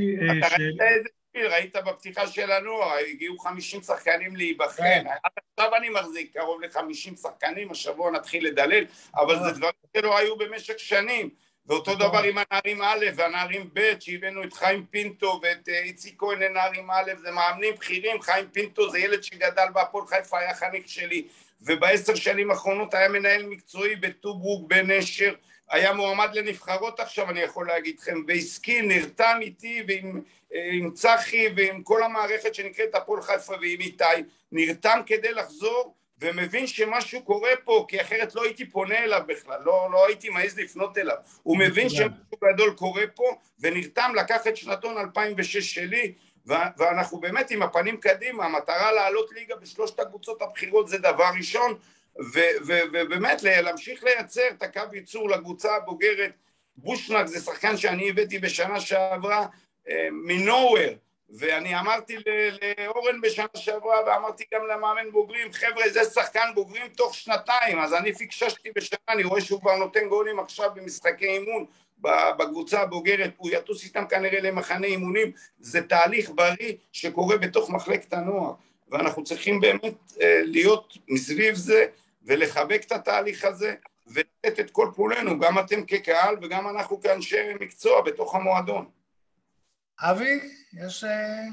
ראית בפתיחה של הנוער, הגיעו 50 שחקנים להיבחן, עכשיו אני מחזיק קרוב ל-50 שחקנים, השבוע נתחיל לדלל, אבל זה דברים שלא היו במשך שנים, ואותו דבר עם הנערים א' והנערים ב', שהבאנו את חיים פינטו ואת איציק כהן לנערים א', זה מאמנים בכירים, חיים פינטו זה ילד שגדל בהפועל חיפה, היה חניך שלי, וב10 שנים האחרונות היה מנהל מקצועי בטוברוק, בנשר, היה מועמד לנבחרות עכשיו, אני יכול להגיד לכם, והסכים, נרתם איתי ועם צחי ועם כל המערכת שנקראת הפועל חיפה ועם איתי, נרתם כדי לחזור, ומבין שמשהו קורה פה, כי אחרת לא הייתי פונה אליו בכלל, לא הייתי מעז לפנות אליו. הוא מבין שמשהו גדול קורה פה, ונרתם לקח את שנתון 2006 שלי, ואנחנו באמת עם הפנים קדימה, המטרה לעלות ליגה בשלושת הקבוצות הבחירות זה דבר ראשון, ובאמת להמשיך לייצר את הקו ייצור לקבוצה הבוגרת. בושנק זה שחקן שאני הבאתי בשנה שעברה מנוהוור, ואני אמרתי לאורן בשנה שעברה, ואמרתי גם למאמן בוגרים, חבר'ה זה שחקן בוגרים תוך שנתיים, אז אני פיקששתי בשנה, אני רואה שהוא כבר נותן גולים עכשיו במשחקי אימון, בקבוצה הבוגרת, הוא יטוס איתם כנראה למחנה אימונים, זה תהליך בריא שקורה בתוך מחלקת הנוער, ואנחנו צריכים באמת להיות מסביב זה, ולחבק את התהליך הזה, ולתת את כל פעולנו, גם אתם כקהל, וגם אנחנו כאנשי מקצוע בתוך המועדון. אבי, יש...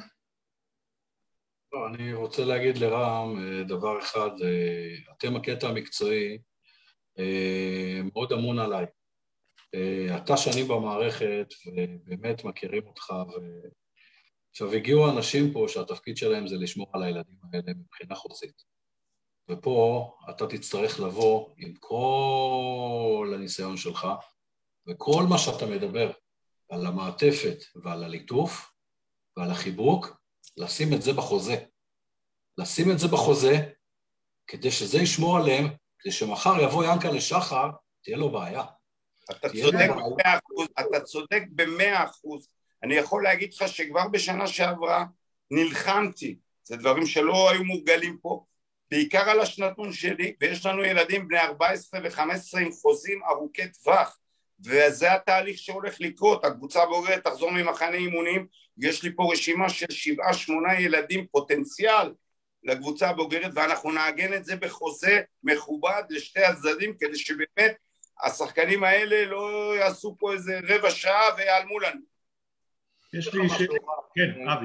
לא, אני רוצה להגיד לרם דבר אחד, אתם הקטע המקצועי מאוד אמון עליי. אתה שנים במערכת ובאמת מכירים אותך, עכשיו הגיעו אנשים פה שהתפקיד שלהם זה לשמור על הילדים האלה מבחינה חוצית. ופה אתה תצטרך לבוא עם כל הניסיון שלך, וכל מה שאתה מדבר על המעטפת ועל הליטוף ועל החיבוק, לשים את זה בחוזה. לשים את זה בחוזה, כדי שזה ישמור עליהם, כדי שמחר יבוא ינקה לשחר, תהיה לו בעיה. אתה צודק ב100%. אני יכול להגיד לך שכבר בשנה שעברה נלחמתי, זה דברים שלא היו מורגלים פה, בעיקר על השנתון שלי, ויש לנו ילדים בני 14 ו-15 עם חוזים ארוכי טווח, וזה התהליך שהולך לקרות, הקבוצה הבוגרת תחזור ממחנה אימונים, יש לי פה רשימה של 7-8 ילדים פוטנציאל לקבוצה הבוגרת, ואנחנו נעגן את זה בחוזה מכובד לשתי הצדדים, כדי שבאמת השחקנים האלה לא יעשו פה איזה רבע שעה ויעלמו לנו. יש לי כן, אבי.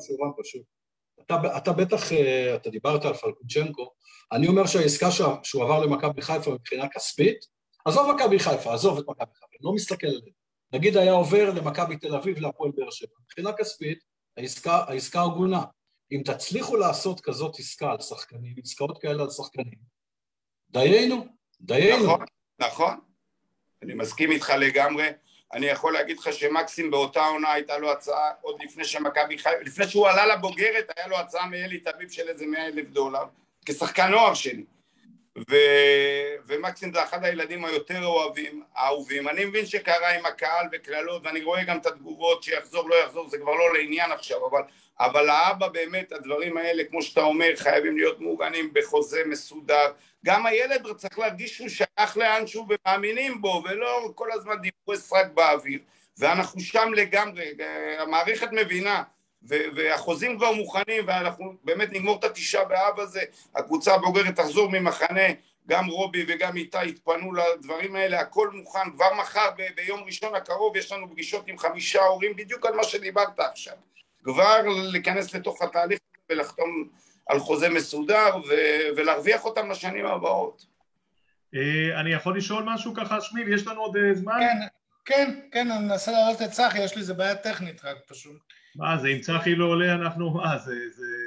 אתה בטח, אתה דיברת על פלקוצ'נקו, אני אומר שהעסקה שהוא עבר למכבי חיפה מבחינה כספית, עזוב מכבי חיפה, עזוב את מכבי חיפה, לא מסתכל עליהם. נגיד היה עובר למכבי תל אביב, להפועל באר שבע. מבחינה כספית, העסקה הגונה. אם תצליחו לעשות כזאת עסקה על שחקנים, עסקאות כאלה על שחקנים, דיינו. נכון. אני מסכים איתך לגמרי. אני יכול להגיד לך שמקסים באותה עונה הייתה לו הצעה, עוד לפני שמכבי חיפה, לפני שהוא עלה לבוגרת, היה לו הצעה מאלי תביב של איזה $100,000, כשחקן נוער שלי. ומקסים זה אחד הילדים היותר אהובים. אני מבין שקרה עם הקהל וכללות, ואני רואה גם את התגובות שיחזור, לא יחזור, זה כבר לא לעניין עכשיו, אבל האבא באמת, הדברים האלה, כמו שאתה אומר, חייבים להיות מעוגנים בחוזה מסודר. גם הילד צריך להרגיש שהוא שייך לאנשהו ומאמינים בו, ולא כל הזמן דיברו סרק באוויר. ואנחנו שם לגמרי, המערכת מבינה, והחוזים כבר מוכנים, ואנחנו באמת נגמור את התשעה באב הזה, הקבוצה הבוגרת תחזור ממחנה, גם רובי וגם איתי התפנו לדברים האלה, הכל מוכן, כבר מחר ביום ראשון הקרוב יש לנו פגישות עם 5 הורים, בדיוק על מה שדיברת עכשיו, כבר להיכנס לתוך התהליך ולחתום על חוזה מסודר ולהרוויח אותם לשנים הבאות. אני יכול לשאול משהו ככה, שמיל, יש לנו עוד זמן? כן, אני מנסה להעלות את צחי, יש לי איזה בעיה טכנית רק פשוט. מה זה, אם צחי לא עולה אנחנו, מה זה,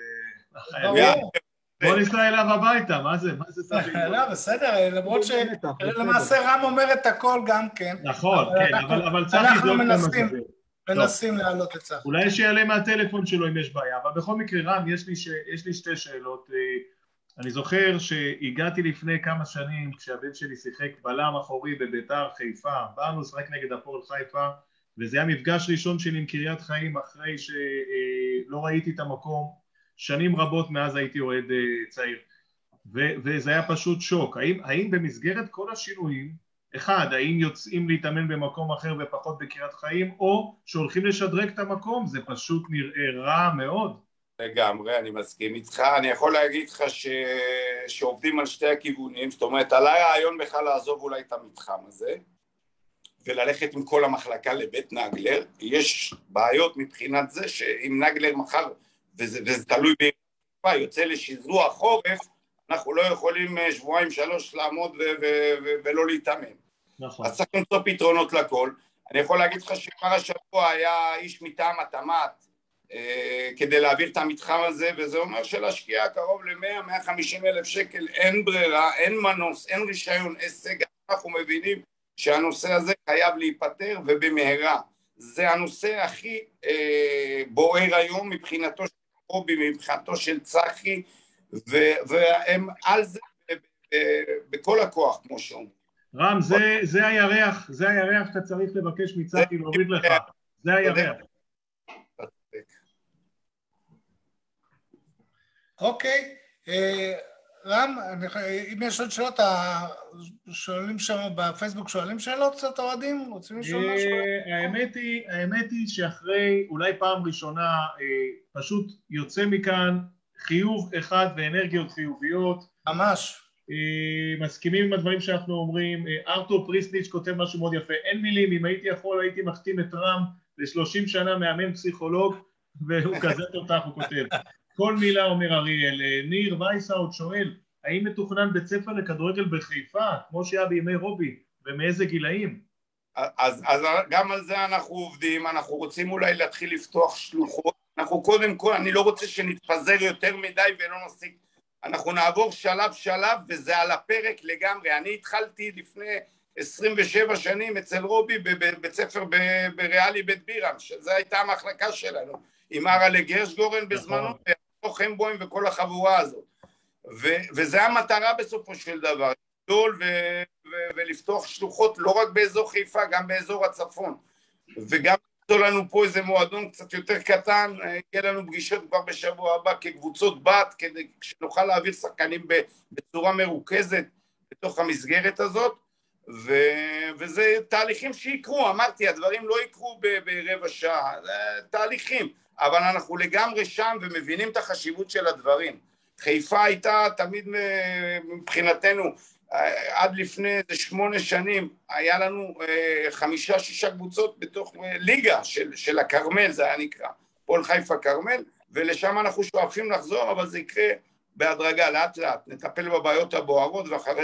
ברור. בוא ניסע אליו הביתה, מה זה צחי? לא, בסדר, למרות שלמעשה רם אומר את הכל גם כן. נכון, כן, אבל צחי אנחנו מנסים להעלות את צחי. אולי שיעלה מהטלפון שלו אם יש בעיה, אבל בכל מקרה רם, יש לי 2 שאלות. אני זוכר שהגעתי לפני כמה שנים כשהבן שלי שיחק בלם אחורי בביתר חיפה, באנו לשחק נגד הפועל חיפה, וזה היה מפגש ראשון שלי עם קריית חיים אחרי שלא ראיתי את המקום שנים רבות מאז הייתי אוהד צעיר, וזה היה פשוט שוק. האם במסגרת כל השינויים, אחד, האם יוצאים להתאמן במקום אחר ופחות בקריית חיים, או שהולכים לשדרג את המקום? זה פשוט נראה רע מאוד. לגמרי, אני מסכים איתך. אני יכול להגיד לך שעובדים על שתי הכיוונים, זאת אומרת, עליי הרעיון בכלל לעזוב אולי את המתחם הזה, וללכת עם כל המחלקה לבית נגלר. יש בעיות מבחינת זה שאם נגלר מחר, וזה תלוי ביפה, יוצא לשזרוע חורף, אנחנו לא יכולים 2-3 לעמוד ולא להתאמן. נכון. אז צריך למצוא פתרונות לכל. אני יכול להגיד לך שכבר השבוע היה איש מטעם התמ"ת, כדי להעביר את המתחם הזה, וזה אומר שלהשקיע קרוב ל-100-150 אלף שקל, אין ברירה, אין מנוס, אין רישיון עסק, אנחנו מבינים שהנושא הזה חייב להיפטר ובמהרה. זה הנושא הכי בוער היום מבחינתו של רובי, מבחינתו של צחי, והם על זה בכל הכוח, כמו שאומרים. רם, זה הירח שאתה צריך לבקש מצחי להוריד לך, זה הירח. אוקיי, רם, אם יש עוד שאלות, שואלים שם בפייסבוק, שואלים שאלות קצת אוהדים? רוצים לשאול משהו? האמת היא שאחרי אולי פעם ראשונה פשוט יוצא מכאן חיוב אחד ואנרגיות חיוביות. ממש. מסכימים עם הדברים שאנחנו אומרים. ארתור פריסניץ' כותב משהו מאוד יפה, אין מילים, אם הייתי יכול הייתי מחתים את רם ל-30 שנה מאמן פסיכולוג, והוא כזה תותח, הוא כותב. כל מילה אומר אריאל. ניר וייסאוט שואל, האם מתוכנן בית ספר לכדורגל בחיפה, כמו שהיה בימי רובי, ומאיזה גילאים? אז גם על זה אנחנו עובדים, אנחנו רוצים אולי להתחיל לפתוח שלוחות, אנחנו קודם כל, אני לא רוצה שנתפזר יותר מדי ולא נסיק, אנחנו נעבור שלב שלב וזה על הפרק לגמרי. אני התחלתי לפני 27 שנים אצל רובי בבית ספר בריאלי בית בירם, שזו הייתה המחלקה שלנו, עם ארלה גרשגורן בזמנו, חמבוים וכל החבורה הזאת, וזה המטרה בסופו של דבר, גדול ולפתוח שלוחות לא רק באזור חיפה, גם באזור הצפון, וגם נמצוא לנו פה איזה מועדון קצת יותר קטן, יהיה לנו פגישות כבר בשבוע הבא כקבוצות בת, כדי שנוכל להעביר שחקנים בצורה מרוכזת בתוך המסגרת הזאת, וזה תהליכים שיקרו, אמרתי, הדברים לא יקרו ברבע שעה, תהליכים, אבל אנחנו לגמרי שם ומבינים את החשיבות של הדברים. חיפה הייתה תמיד מבחינתנו, עד לפני 8 שנים, היה לנו 5-6 קבוצות בתוך ליגה של הכרמל, זה היה נקרא, פועל חיפה כרמל, ולשם אנחנו שואפים לחזור, אבל זה יקרה בהדרגה, לאט לאט, נטפל בבעיות הבוערות, ואחרי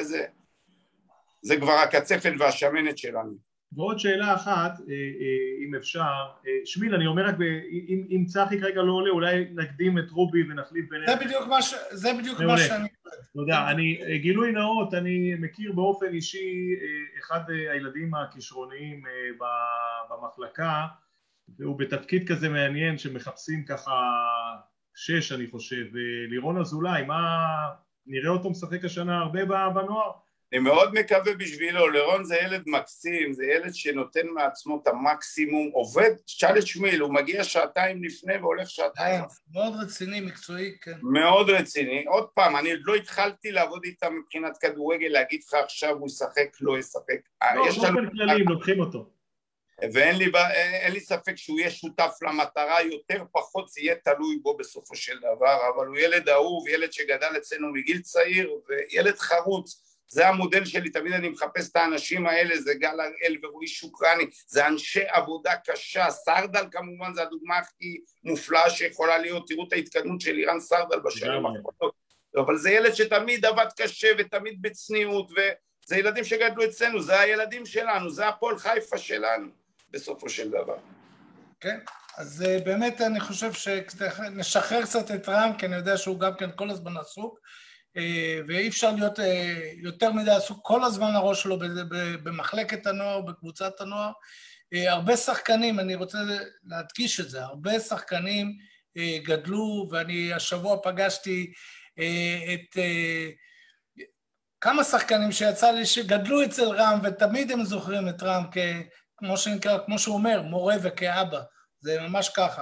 זה כבר הקצפת והשמנת שלנו. ועוד שאלה אחת, אם אפשר, שמיל, אני אומר רק, אם צחי כרגע לא עולה, אולי נקדים את רובי ונחליף ביניהם. זה בדיוק מה שאני... תודה, גילוי נאות, אני מכיר באופן אישי אחד הילדים הכישרוניים במחלקה, והוא בתפקיד כזה מעניין שמחפשים ככה 6, אני חושב, לירון אזולאי, מה, נראה אותו משחק השנה הרבה בנוער? אני מאוד מקווה בשבילו, לירון זה ילד מקסים, זה ילד שנותן מעצמו את המקסימום, עובד, שאל את שמיל, הוא מגיע 2 שעתיים לפני והולך 2 שעתיים. מאוד רציני, מקצועי, כן. מאוד רציני, עוד פעם, אני עוד לא התחלתי לעבוד איתה מבחינת כדורגל, להגיד לך עכשיו הוא ישחק, לא ישחק. לא, באופן כללי, לוקחים אותו. ואין לי ספק שהוא יהיה שותף למטרה, יותר פחות זה יהיה תלוי בו בסופו של דבר, אבל הוא ילד אהוב, ילד שגדל אצלנו מגיל צעיר, וילד חרוץ. זה המודל שלי, תמיד אני מחפש את האנשים האלה, זה גל הראל ורועי שוקרני, זה אנשי עבודה קשה, סרדל כמובן זה הדוגמה הכי מופלאה שיכולה להיות, תראו את ההתקדמות של אירן סרדל בשנים האחרונות, אבל זה ילד שתמיד עבד קשה ותמיד בצניעות, וזה ילדים שגדלו אצלנו, זה הילדים שלנו, זה הפועל חיפה שלנו, בסופו של דבר. כן, אז באמת אני חושב שנשחרר קצת את רם, כי אני יודע שהוא גם כן כל הזמן עסוק, ואי אפשר להיות יותר מדי עסוק כל הזמן הראש שלו במחלקת הנוער, בקבוצת הנוער. הרבה שחקנים, אני רוצה להדגיש את זה, הרבה שחקנים גדלו, ואני השבוע פגשתי את כמה שחקנים שיצא לי שגדלו אצל רם, ותמיד הם זוכרים את רם כמו שנקרא, כמו שהוא אומר, מורה וכאבא, זה ממש ככה.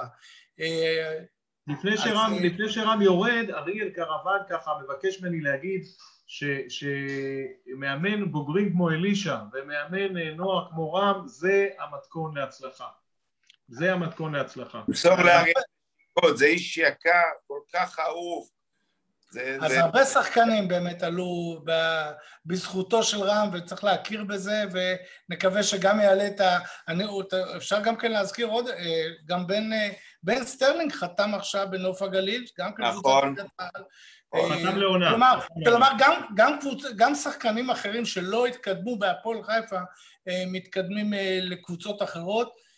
לפני שרם יורד, אריאל קרוון ככה מבקש ממני להגיד שמאמן בוגרים כמו אלישה ומאמן נוער כמו רם, זה המתכון להצלחה. זה המתכון להצלחה. בסוף לאריאל, זה איש יקר, כל כך אהוב. אז הרבה שחקנים באמת עלו בזכותו של רם, וצריך להכיר בזה, ונקווה שגם יעלה את אפשר גם כן להזכיר עוד, גם בן סטרלינג חתם עכשיו בנוף הגליל, גם כן נכון. חתם לעונה. כלומר, גם שחקנים אחרים שלא התקדמו בהפועל חיפה, מתקדמים לקבוצות אחרות,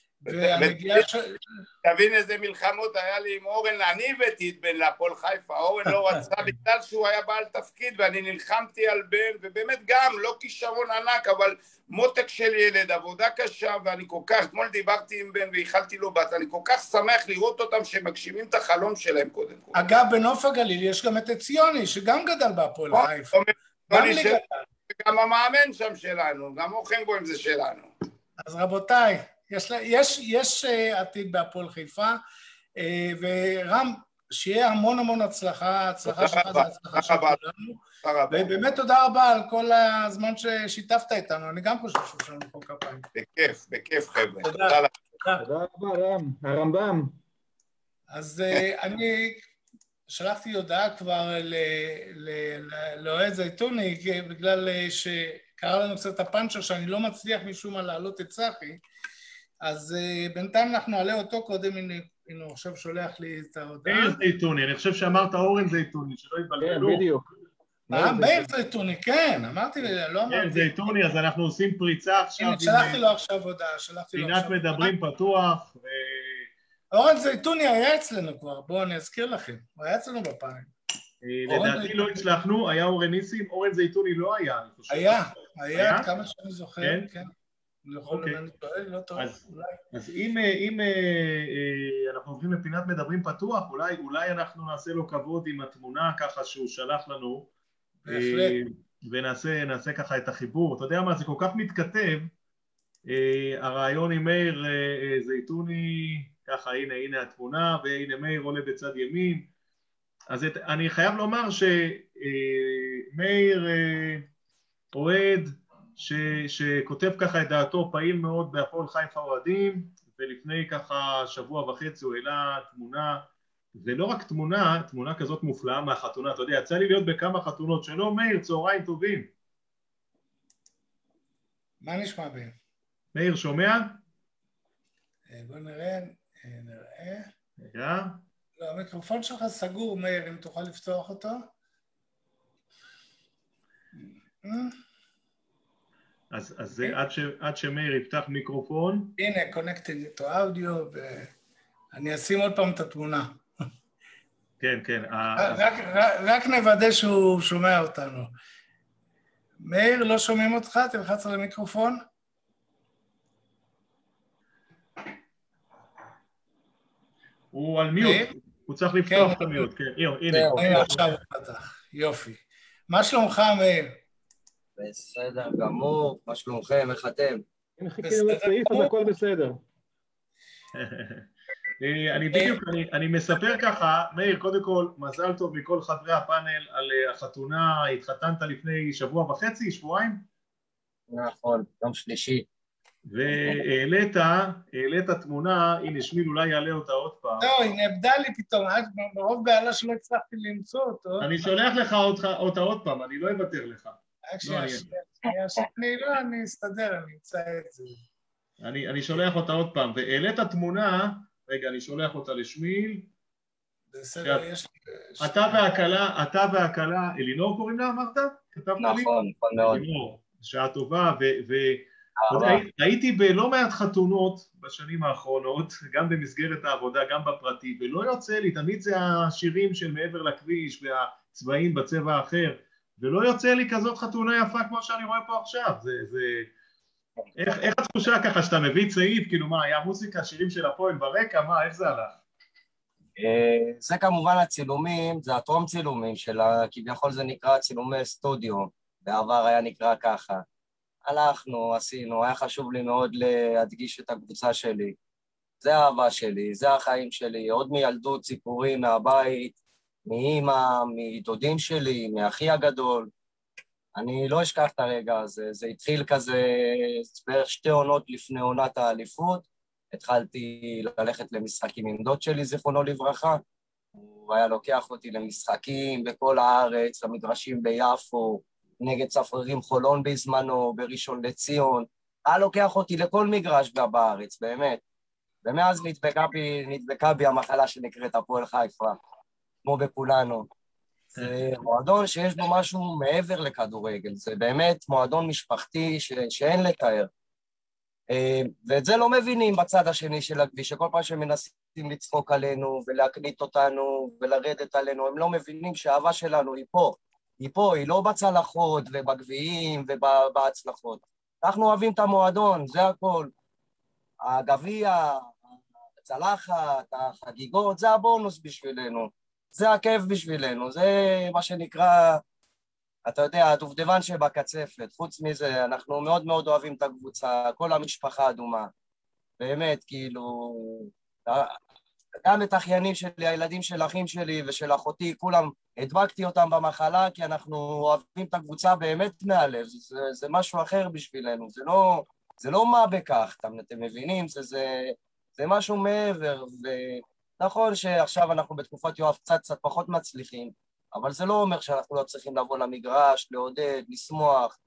תבין איזה מלחמות היה לי עם אורן, אני הבאתי את בן להפועל חיפה, אורן לא רצה בגלל שהוא היה בעל תפקיד ואני נלחמתי על בן, ובאמת גם לא כישרון ענק, אבל מותק של ילד, עבודה קשה, ואני כל כך, אתמול דיברתי עם בן ואיחלתי לו בת, אני כל כך שמח לראות אותם שמגשימים את החלום שלהם קודם כל. אגב, בנוף הגליל יש גם את ציוני שגם גדל בהפועל חיפה, גם המאמן שם שלנו, גם אוכנבוים זה שלנו. אז רבותיי, יש עתיד בהפועל חיפה, ורם, שיהיה המון המון הצלחה, הצלחה שלך זה הצלחה של כולנו, ובאמת תודה רבה על כל הזמן ששיתפת איתנו, אני גם חושב שיש לנו פה כפיים. בכיף חבר'ה. תודה רבה רם, הרמב"ם. אז אני שלחתי הודעה כבר לאוהד זייתוני, בגלל שקרה לנו קצת הפאנצ'ר שאני לא מצליח משום מה להעלות את צחי, אז בינתיים אנחנו נעלה אותו קודם, הנה הוא עכשיו שולח לי את ההודעה. מאיר זייתוני, אני חושב שאמרת אורן זייתוני, שלא יתבלבלו. כן, בדיוק. מאיר זייתוני, כן, אמרתי לי, לא אמרתי. מאיר זייתוני, אז אנחנו עושים פריצה עכשיו. הנה, שלחתי לו עכשיו הודעה, פינת מדברים פתוח. אורן זייתוני היה אצלנו כבר, בואו אני אזכיר לכם, הוא היה אצלנו בפעם. לדעתי לא הצלחנו, היה אורן ניסים, אורן זייתוני לא היה, אני חושב. היה, כמה שאני זוכר, כן. אז אם אנחנו עוברים לפינת מדברים פתוח, אולי אנחנו נעשה לו כבוד עם התמונה ככה שהוא שלח לנו, ונעשה ככה את החיבור. אתה יודע מה, זה כל כך מתכתב, הרעיון עם מאיר זייתוני, ככה הנה התמונה, והנה מאיר עולה בצד ימין. אז אני חייב לומר שמאיר אוהד, שכותב ככה את דעתו, פעיל מאוד בהפועל חיפה אוהדים, ולפני ככה שבוע וחצי הוא העלה תמונה, ולא רק תמונה כזאת מופלאה מהחתונה, אתה יודע, יצא לי להיות בכמה חתונות שלו. מאיר, צהריים טובים. מה נשמע בהם? מאיר, שומע? בוא נראה. לא, המיקרופון שלך סגור, מאיר, אם תוכל לפתוח אותו. אז זה עד שמאיר יפתח מיקרופון. הנה, connected to audio, ואני אשים עוד פעם את התמונה. כן. רק נוודא שהוא שומע אותנו. מאיר, לא שומעים אותך? תלחץ על המיקרופון. הוא על מיוט, הוא צריך לפתוח את המיוט, כן, הנה. עכשיו הוא פתח, יופי. מה שלומך, מאיר? בסדר גמור, מה שלומכם, איך אתם? אם חיכינו לסעיף, אז הכל בסדר. אני מספר ככה, מאיר, קודם כל, מזל טוב מכל חברי הפאנל על החתונה, התחתנת לפני שבוע וחצי, שבועיים? נכון, יום שלישי. והעלית תמונה, הנה שמיל אולי יעלה אותה עוד פעם. לא, היא נאבדה לי פתאום, ברוב בעלה שלא הצלחתי למצוא אותו. אני שולח לך אותה עוד פעם, אני לא אוותר לך. אני אסתדר, אני אמצא את זה. אני שולח אותה עוד פעם, והעלית תמונה, רגע, אני שולח אותה לשמיל. בסדר, יש לי... אתה והקלה, אלינור קוראים לה, אמרת? כתבת לי? נכון, נכון מאוד. אלינור, שעה טובה, והייתי בלא מעט חתונות בשנים האחרונות, גם במסגרת העבודה, גם בפרטי, ולא יוצא לי, תמיד זה השירים של מעבר לכביש והצבעים בצבע האחר, ולא יוצא לי כזאת חתונה יפה כמו שאני רואה פה עכשיו. איך התחושה ככה שאתה מביא צעיד, כאילו מה, היה מוזיקה, שירים של הפועל ברקע, מה, איך זה הלך? זה כמובן הצילומים, זה הטרום צילומים של כביכול זה נקרא צילומי סטודיו, בעבר היה נקרא ככה. הלכנו, עשינו, היה חשוב לי מאוד להדגיש את הקבוצה שלי. זה האהבה שלי, זה החיים שלי, עוד מילדות סיפורים מהבית, מאמא, מדודים שלי, מאחי הגדול. אני לא אשכח את הרגע הזה, זה התחיל כזה בערך 2 עונות לפני עונת האליפות, התחלתי ללכת למשחקים עם דוד שלי, זיכרונו לברכה, הוא היה לוקח אותי למשחקים בכל הארץ, למדרשים ביפו, נגד צפרירים חולון בזמנו, בראשון לציון, היה לוקח אותי לכל מגרש בארץ, באמת. ומאז נדבקה בי המחלה שנקראת הפועל חיפה, כמו בכולנו. זה מועדון שיש בו משהו מעבר לכדורגל, זה באמת מועדון משפחתי שאין לתאר. ואת זה לא מבינים בצד השני של הכביש, שכל פעם שמנסים לצחוק עלינו ולהקניט אותנו ולרדת עלינו, הם לא מבינים שהאהבה שלנו היא פה. היא פה, היא לא בצלחות ובגביעים ובהצלחות. אנחנו אוהבים את המועדון, זה הכל. הגביע, הצלחת, החגיגות, זה הבונוס בשבילנו. זה הכיף בשבילנו, זה מה שנקרא, אתה יודע, הדובדבן שבקצפת. חוץ מזה, אנחנו מאוד מאוד אוהבים את הקבוצה, כל המשפחה אדומה. באמת, כאילו, גם את האחיינים שלי, הילדים של אחים שלי ושל אחותי, כולם הדבקתי אותם במחלה, כי אנחנו אוהבים את הקבוצה באמת מהלב, זה משהו אחר בשבילנו, זה לא מה בכך, אתם מבינים? זה משהו מעבר, ונכון שעכשיו אנחנו בתקופת יואב קצת פחות מצליחים, אבל זה לא אומר שאנחנו לא צריכים לבוא למגרש, לעודד, לשמוח.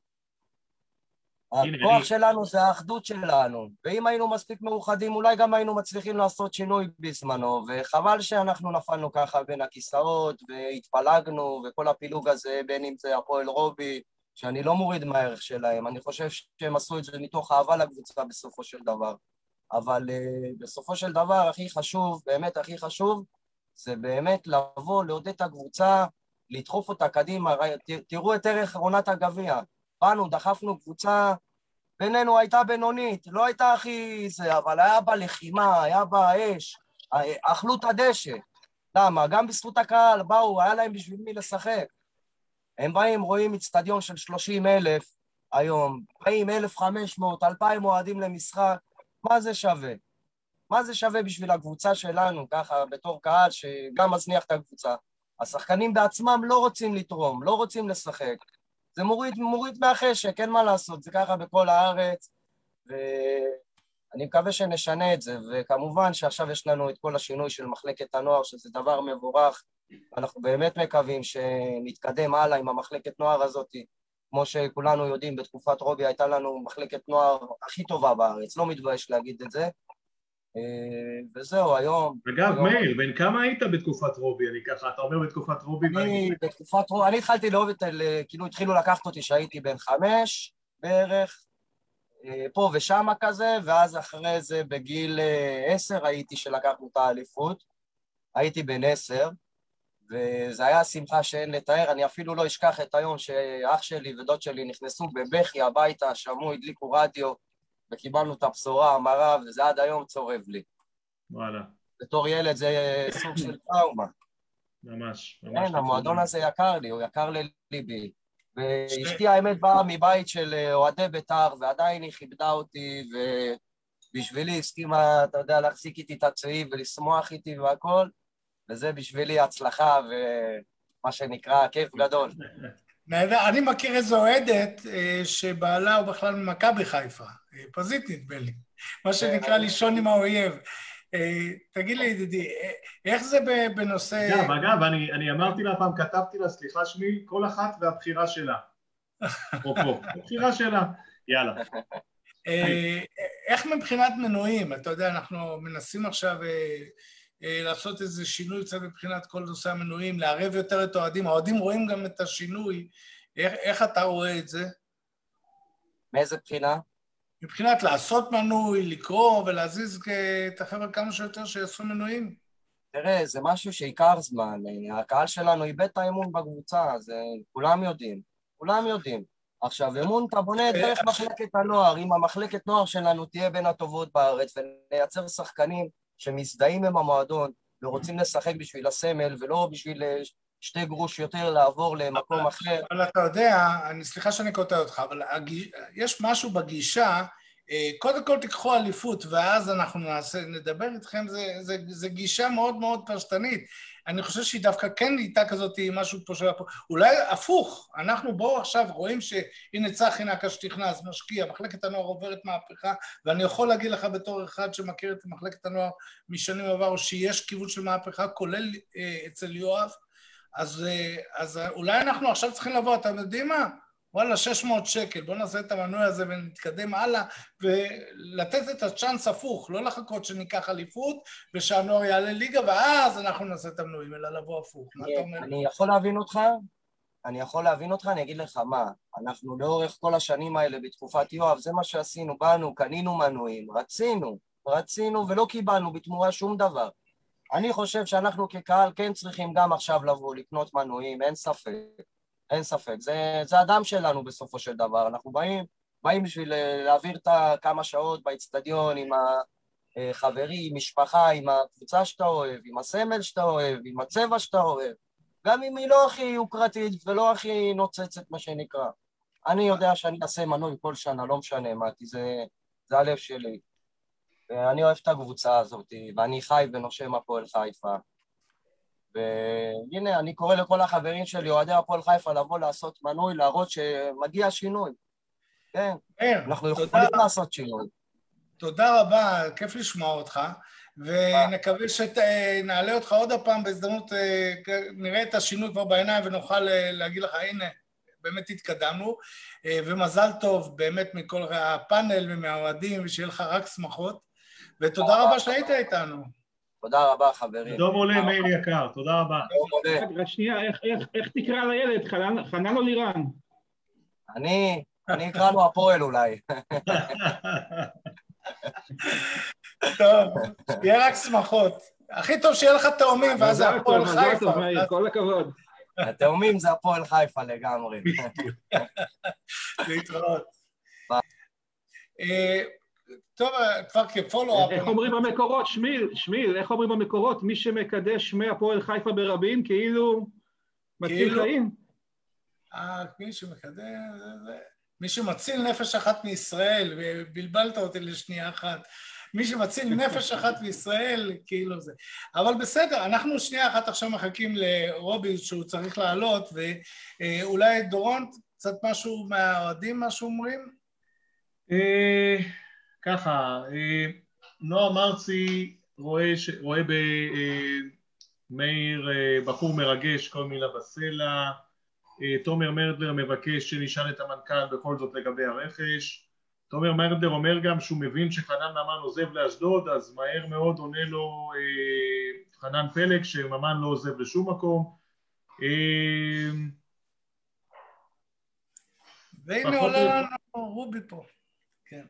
הכוח שלנו זה האחדות שלנו, ואם היינו מספיק מאוחדים, אולי גם היינו מצליחים לעשות שינוי בזמנו, וחבל שאנחנו נפלנו ככה בין הכיסאות, והתפלגנו, וכל הפילוג הזה, בין אם זה הפועל רובי, שאני לא מוריד מהערך שלהם, אני חושב שהם עשו את זה מתוך אהבה לקבוצה בסופו של דבר, אבל בסופו של דבר הכי חשוב, באמת הכי חשוב, זה באמת לבוא, לעודד את הקבוצה, לדחוף אותה קדימה, תראו את ערך עונת הגביע, באנו, דחפנו קבוצה, בינינו הייתה בינונית, לא הייתה הכי זה, אבל היה בה לחימה, היה בה אש, אכלו את הדשא. למה? גם בזכות הקהל, באו, היה להם בשביל מי לשחק. הם באים, רואים אצטדיון של 30,000 היום, באים 1,500, 2,000 אוהדים למשחק, מה זה שווה? מה זה שווה בשביל הקבוצה שלנו, ככה, בתור קהל שגם מזניח את הקבוצה? השחקנים בעצמם לא רוצים לתרום, לא רוצים לשחק. זה מוריד מהחשק, אין מה לעשות, זה ככה בכל הארץ, ואני מקווה שנשנה את זה, וכמובן שעכשיו יש לנו את כל השינוי של מחלקת הנוער, שזה דבר מבורך, אנחנו באמת מקווים שנתקדם הלאה עם המחלקת נוער הזאת, כמו שכולנו יודעים, בתקופת רובי הייתה לנו מחלקת נוער הכי טובה בארץ, לא מתבייש להגיד את זה, וזהו, היום... אגב, מאיר, בין כמה היית בתקופת רובי? אני ככה, אתה אומר בתקופת רובי... אני התחלתי לאהוב את... כאילו התחילו לקחת אותי שהייתי בן 5 בערך, פה ושמה כזה, ואז אחרי זה בגיל 10 הייתי שלקחנו את האליפות, הייתי בן 10, וזה היה שמחה שאין לתאר, אני אפילו לא אשכח את היום שאח שלי ודוד שלי נכנסו בבכי הביתה, שמעו, הדליקו רדיו, וקיבלנו את הבשורה המרה, וזה עד היום צורב לי. וואלה. בתור ילד זה סוג של טראומה. ממש. כן, המועדון הזה יקר לי, הוא יקר לליבי. ואשתי האמת באה מבית של אוהדי בית"ר, ועדיין היא כיבדה אותי, ובשבילי הסכימה, אתה יודע, להחזיק איתי את הצעיב ולשמוח איתי והכל, וזה בשבילי הצלחה ומה שנקרא כיף גדול. אני מכיר איזו אוהדת שבעלה הוא בכלל ממכבי חיפה. פזית נדמה לי, מה שנקרא לישון עם האויב. תגיד לי ידידי, איך זה בנושא... אגב, אני אמרתי לה פעם, כתבתי לה, סליחה שמי, כל אחת והבחירה שלה. הבחירה שלה, יאללה. איך מבחינת מנויים? אתה יודע, אנחנו מנסים עכשיו לעשות איזה שינוי קצת מבחינת כל נושא המנויים, לערב יותר את האוהדים. האוהדים רואים גם את השינוי. איך אתה רואה את זה? מאיזה בחינה? מבחינת לעשות מנוי, לקרוא ולהזיז את החבר'ה כמה שיותר שיעשו מנויים. תראה, זה משהו שעיקר זמן. הקהל שלנו איבד את האמון בקבוצה, זה כולם יודעים. כולם יודעים. עכשיו, אמון אתה בונה דרך מחלקת הנוער. אם המחלקת נוער שלנו תהיה בין הטובות בארץ, ונייצר שחקנים שמזדהים עם המועדון, ורוצים לשחק בשביל הסמל, ולא בשביל 2 גרוש יותר לעבור למקום אחר. אבל אתה יודע, סליחה שאני קוטע אותך, אבל יש משהו בגישה, קודם כל תיקחו אליפות, ואז אנחנו נדבר איתכם, זה גישה מאוד מאוד פשטנית. אני חושב שהיא דווקא כן נהייתה כזאת, משהו פה של... אולי הפוך, אנחנו בואו עכשיו רואים שהנה צחי נקש נכנס, משקיע, מחלקת הנוער עוברת מהפכה, ואני יכול להגיד לך בתור אחד שמכיר את מחלקת הנוער משנים עברו, שיש כיוון של מהפכה, כולל אצל יואב, אז אולי אנחנו עכשיו צריכים לבוא, אתם יודעים מה? וואלה, 600 שקל, בואו נעשה את המנוי הזה ונתקדם הלאה, ולתת את הצ'אנס הפוך, לא לחכות שניקח אליפות, ושהנוער יעלה ליגה, ואז אנחנו נעשה את המנויים, אלא לבוא הפוך. מה אתה אומר? אני יכול להבין אותך? אני אגיד לך מה, אנחנו לאורך כל השנים האלה בתקופת יואב, זה מה שעשינו, באנו, קנינו מנויים, רצינו ולא קיבלנו בתמורה שום דבר. אני חושב שאנחנו כקהל כן צריכים גם עכשיו לבוא, לקנות מנויים, אין ספק. זה הדם שלנו בסופו של דבר. אנחנו באים בשביל להעביר את כמה שעות באצטדיון עם החברים, משפחה, עם הקבוצה שאתה אוהב, עם הסמל שאתה אוהב, עם הצבע שאתה אוהב. גם אם היא לא הכי יוקרתית ולא הכי נוצצת, מה שנקרא. אני יודע שאני אעשה מנוי כל שנה, לא משנה מה, כי זה הלב שלי. ואני אוהב את הקבוצה הזאת, ואני חי ונושם הפועל חיפה. והנה, אני קורא לכל החברים שלי, אוהדי הפועל חיפה, לבוא לעשות מנוי, להראות שמגיע שינוי. כן, אנחנו יכולים לעשות שינוי. תודה רבה, כיף לשמוע אותך, ונקווה שנעלה אותך עוד הפעם בהזדמנות, נראה את השינוי כבר בעיניים ונוכל להגיד לך, הנה, באמת התקדמנו, ומזל טוב באמת מכל הפאנל ומהאוהדים, ושיהיה לך רק שמחות, ותודה רבה שהיית איתנו. תודה רבה, חברים. דום עולה, מאיר יקר, תודה רבה. רק שנייה, איך תקרא לילד, חנן או לירן? אני אקרא לו הפועל אולי. טוב, יהיה רק שמחות. הכי טוב שיהיה לך תאומים, ואז זה הפועל חיפה. כל הכבוד. התאומים זה הפועל חיפה לגמרי. להתראות. טוב, כבר כפולו-אפ. איך אומרים במקורות, שמיל, איך אומרים במקורות, מי שמקדש שמי הפועל חיפה ברבים, כאילו מציל חיים? מי שמקדש, מי שמציל נפש אחת מישראל, ובלבלת אותי לשנייה אחת, מי שמציל נפש אחת מישראל, כאילו זה. אבל בסדר, אנחנו שנייה אחת עכשיו מחכים לרובי שהוא צריך לעלות, ואולי דורון, קצת משהו מהאוהדים, מה שאומרים? ככה, נועם ארצי רואה במאיר בחור מרגש, כל מילה בסלע, תומר מרדלר מבקש שנשאל את המנכ"ל בכל זאת לגבי הרכש, תומר מרדלר אומר גם שהוא מבין שחנן ממן עוזב לאשדוד, אז מהר מאוד עונה לו חנן פלג שממן לא עוזב לשום מקום. והנה עולה לנו רובי פה. כן.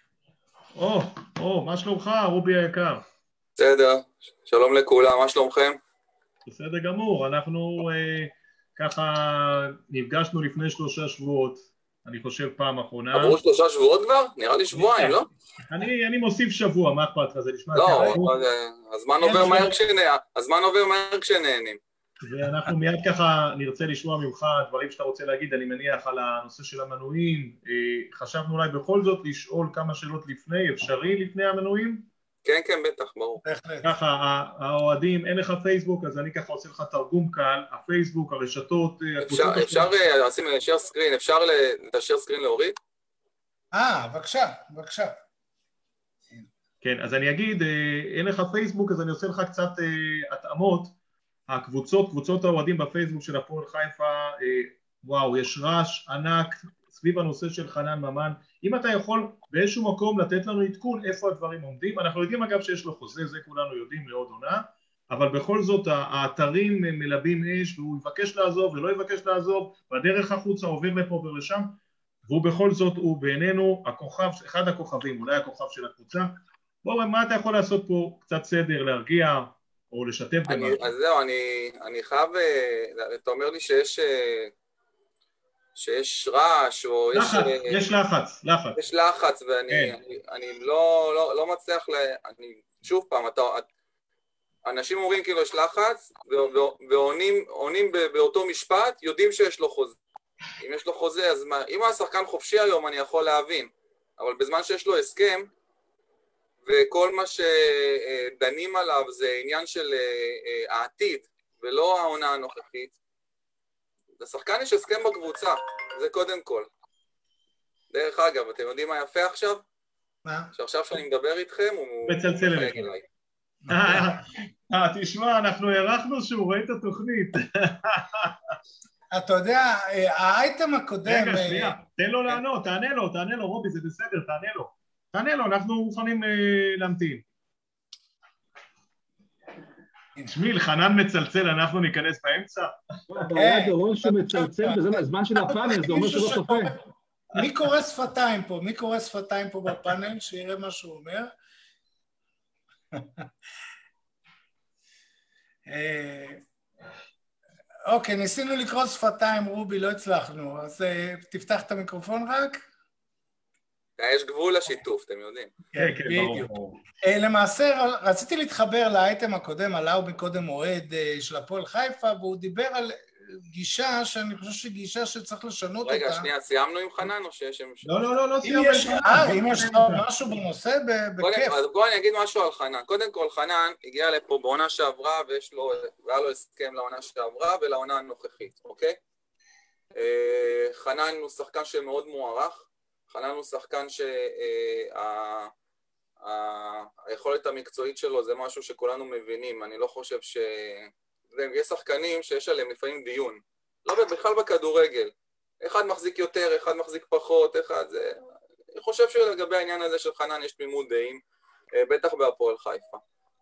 מה שלומך רובי היקר? בסדר, שלום לכולם, מה שלומכם? בסדר גמור, אנחנו ככה נפגשנו לפני 3 שבועות, אני חושב פעם אחרונה. עברו 3 שבועות כבר? נראה לי שבועיים, לא? אני מוסיף שבוע, מה אכפת לך? זה נשמע... לא, הזמן עובר מהר כשנהנים. ואנחנו מיד ככה נרצה לשמוע ממך דברים שאתה רוצה להגיד, אני מניח על הנושא של המנויים. חשבנו אולי בכל זאת לשאול כמה שאלות לפני, אפשרי לפני המנויים? כן, בטח, ברור. ככה, האוהדים, אין לך פייסבוק, אז אני ככה עושה לך תרגום קל, הפייסבוק, הרשתות... אפשר לשים share screen, אפשר את ה-share screen להוריד? בבקשה, בבקשה. כן, אז אני אגיד, אין לך פייסבוק, אז אני עושה לך קצת התאמות. קבוצות האוהדים בפייסבוק של הפועל חיפה, וואו, יש רעש ענק סביב הנושא של חנן ממן. אם אתה יכול באיזשהו מקום לתת לנו עדכון איפה הדברים עומדים, אנחנו יודעים אגב שיש לו חוזה, זה כולנו יודעים, לעוד עונה, אבל בכל זאת האתרים מלבים אש, והוא יבקש לעזוב ולא יבקש לעזוב, והדרך החוצה עובר לפה ולשם, והוא בכל זאת, הוא בעינינו הכוכב, אחד הכוכבים, אולי הכוכב של הקבוצה. בואו, מה אתה יכול לעשות פה? קצת סדר, להרגיע או לשתף במשהו? אז זהו, אני חייב, אתה אומר לי שיש רעש, או יש לחץ. יש לחץ, ואני לא מצליח, שוב פעם, אנשים אומרים כאילו יש לחץ, ועונים באותו משפט, יודעים שיש לו חוזה. אם יש לו חוזה, אז מה, אם הוא השחקן חופשי היום, אני יכול להבין, אבל בזמן שיש לו הסכם, וכל מה שדנים עליו זה עניין של העתיד, ולא העונה הנוכחית, לשחקן יש הסכם בקבוצה, זה קודם כל. דרך אגב, אתם יודעים מה יפה עכשיו? מה? שעכשיו שאני מדבר איתכם, הוא מצלצל אליי. תשמע, אנחנו הערכנו שהוא רואה את התוכנית. אתה יודע, האייטם הקודם... רגע, שנייה, תן לו לענות, תענה לו, רובי, זה בסדר, תענה לו, אנחנו מוכנים להמתין. שמיל, חנן מצלצל, אנחנו ניכנס באמצע. הבעיה דורון שהוא מצלצל, וזה הזמן של הפאנל, זה אומר שהוא לא צופה. מי קורא שפתיים פה בפאנל, שיראה מה שהוא אומר? אוקיי, ניסינו לקרוא שפתיים, רובי, לא הצלחנו, אז תפתח את המיקרופון רק. יש גבול לשיתוף, אתם יודעים. כן, ברור. למעשה, רציתי להתחבר לאייטם הקודם, עליו מקודם אוהד של הפועל חיפה, והוא דיבר על גישה שאני חושב שהיא גישה שצריך לשנות אותה. רגע, שנייה, סיימנו עם חנן או שיש... לא סיימנו. אם יש משהו בנושא, בכיף. בואו אני אגיד משהו על חנן. קודם כל, חנן הגיע לפה בעונה שעברה, והיה לו הסכם לעונה שעברה ולעונה הנוכחית, אוקיי? חנן הוא שחקן שמאוד מוערך, חנן הוא שחקן שהיכולת המקצועית שלו זה משהו שכולנו מבינים, אני לא חושב יש שחקנים שיש עליהם לפעמים דיון, לא בכלל בכדורגל, אחד מחזיק יותר, אחד מחזיק פחות, אני חושב שלגבי העניין הזה של חנן יש תמימות דעים, בטח בהפועל חיפה,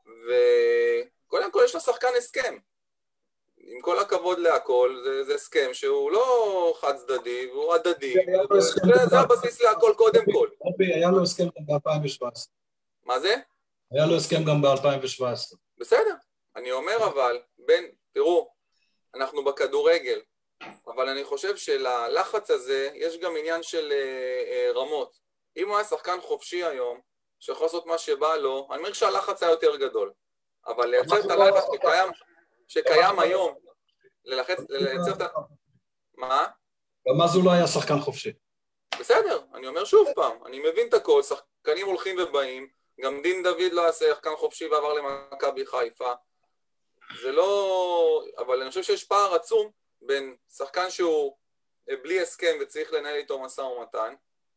וקודם כל יש לו שחקן הסכם, עם כל הכבוד להכל, זה הסכם שהוא לא חד צדדי, והוא הדדי, זה הבסיס להכל קודם כל. היה לו הסכם גם ב-2017. מה זה? היה לו הסכם גם ב-2017. בסדר, אני אומר אבל, תראו, אנחנו בכדורגל, אבל אני חושב שללחץ הזה יש גם עניין של רמות. אם הוא היה שחקן חופשי היום, שיכול לעשות מה שבא לו, אני אומר שהלחץ היה יותר גדול, אבל לייצר את הלחץ שקיים היום, לייצר את... מה? גם אז הוא לא היה שחקן חופשי. בסדר, אני אומר שוב פעם, אני מבין את הכל, שחקנים הולכים ובאים, גם דין דוד לא היה שחקן חופשי ועבר למכבי חיפה, זה לא... אבל אני חושב שיש פער עצום בין שחקן שהוא בלי הסכם וצריך לנהל איתו משא ומתן,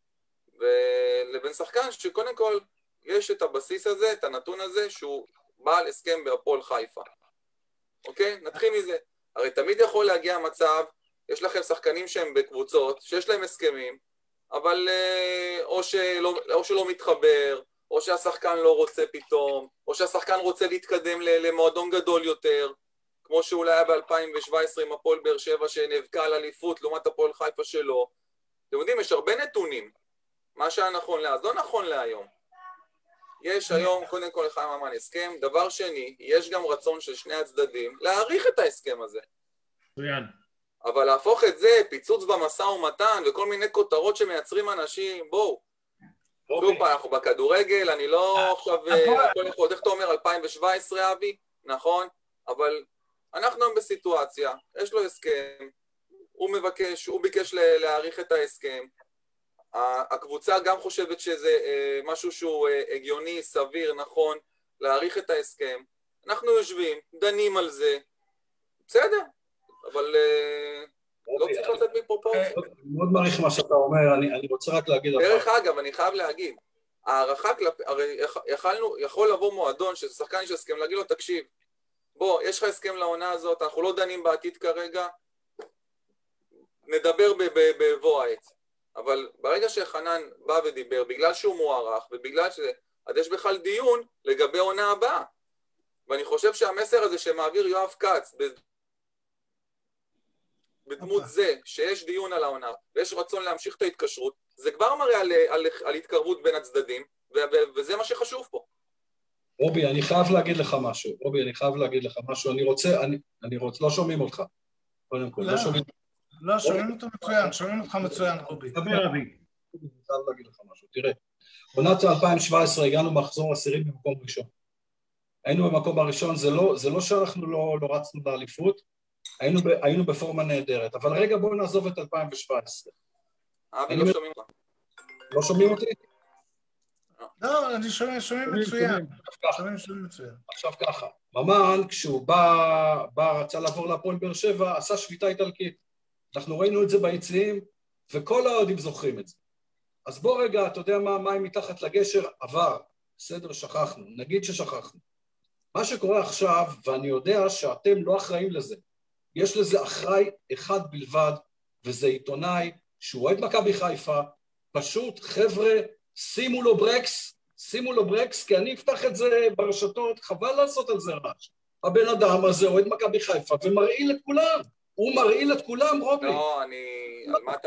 ולבין שחקן שקודם כל יש את הבסיס הזה, את הנתון הזה, שהוא בעל הסכם בהפועל חיפה. אוקיי? נתחיל מזה. הרי תמיד יכול להגיע מצב, יש לכם שחקנים שהם בקבוצות, שיש להם הסכמים, אבל או שלא מתחבר, או שהשחקן לא רוצה פתאום, או שהשחקן רוצה להתקדם למועדון גדול יותר, כמו שאולי היה ב-2017 עם הפועל באר שבע שנאבקה על אליפות לעומת הפועל חיפה שלו. אתם יודעים, יש הרבה נתונים. מה שהיה נכון אז לא נכון להיום. יש היום קודם כל לחיים ממן הסכם. דבר שני, יש גם רצון של שני הצדדים להאריך את ההסכם הזה. אבל להפוך את זה, פיצוץ במשא ומתן וכל מיני כותרות שמייצרים אנשים, בואו. שוב פעם, אנחנו בכדורגל, אני לא עכשיו, איך אתה אומר 2017 אבי, נכון? אבל אנחנו היום בסיטואציה, יש לו הסכם, הוא ביקש להאריך את ההסכם, הקבוצה גם חושבת שזה משהו שהוא הגיוני, סביר, נכון, להאריך את ההסכם, אנחנו יושבים, דנים על זה, בסדר, אבל לא צריך לצאת מפרופורציה. אני מאוד מעריך מה שאתה אומר, אני רוצה רק להגיד לך. דרך אגב, אני חייב להגיד, הערכה הרי יכול לבוא מועדון שזה שחקן יש הסכם, להגיד לו, תקשיב, בוא, יש לך הסכם לעונה הזאת, אנחנו לא דנים בעתיד כרגע, נדבר בבוא העת. אבל ברגע שחנן בא ודיבר, בגלל שהוא מוערך, ובגלל אז יש בכלל דיון לגבי עונה הבאה. ואני חושב שהמסר הזה שמעביר יואב כץ, בדמות זה שיש דיון על העונה, ויש רצון להמשיך את ההתקשרות, זה כבר מראה על התקרבות בין הצדדים, וזה מה שחשוב פה. רובי, אני חייב להגיד לך משהו. אני רוצה, לא שומעים אותך. קודם כל, לא שומעים. לא, שומעים אותך מצוין, רובי. דבר, אבי. אני חייב להגיד לך משהו, תראה. עונת 2017 הגענו מחזור עשירי במקום ראשון. היינו במקום הראשון, זה לא שאנחנו לא רצנו לאליפות, היינו בפורמה נהדרת, אבל רגע בואו נעזוב את 2017. אבי, לא שומעים אותך. לא שומעים אותי? לא, אני שומעים מצוין. עכשיו ככה, ממן כשהוא רצה לעבור להפועל באר שבע, עשה שביתה איטלקית. אנחנו ראינו את זה ביציעים, וכל האוהדים זוכרים את זה. אז בוא רגע, אתה יודע מה, מים מתחת לגשר עבר, בסדר, שכחנו, נגיד ששכחנו. מה שקורה עכשיו, ואני יודע שאתם לא אחראים לזה, יש לזה אחראי אחד בלבד, וזה עיתונאי שהוא אוהד מכבי חיפה, פשוט חבר'ה, שימו לו ברקס, כי אני אפתח את זה ברשתות, חבל לעשות על זה רעש. הבן אדם הזה אוהד מכבי חיפה, ומרעיל את כולם, הוא מרעיל את כולם, רובי. לא, על מה אתה...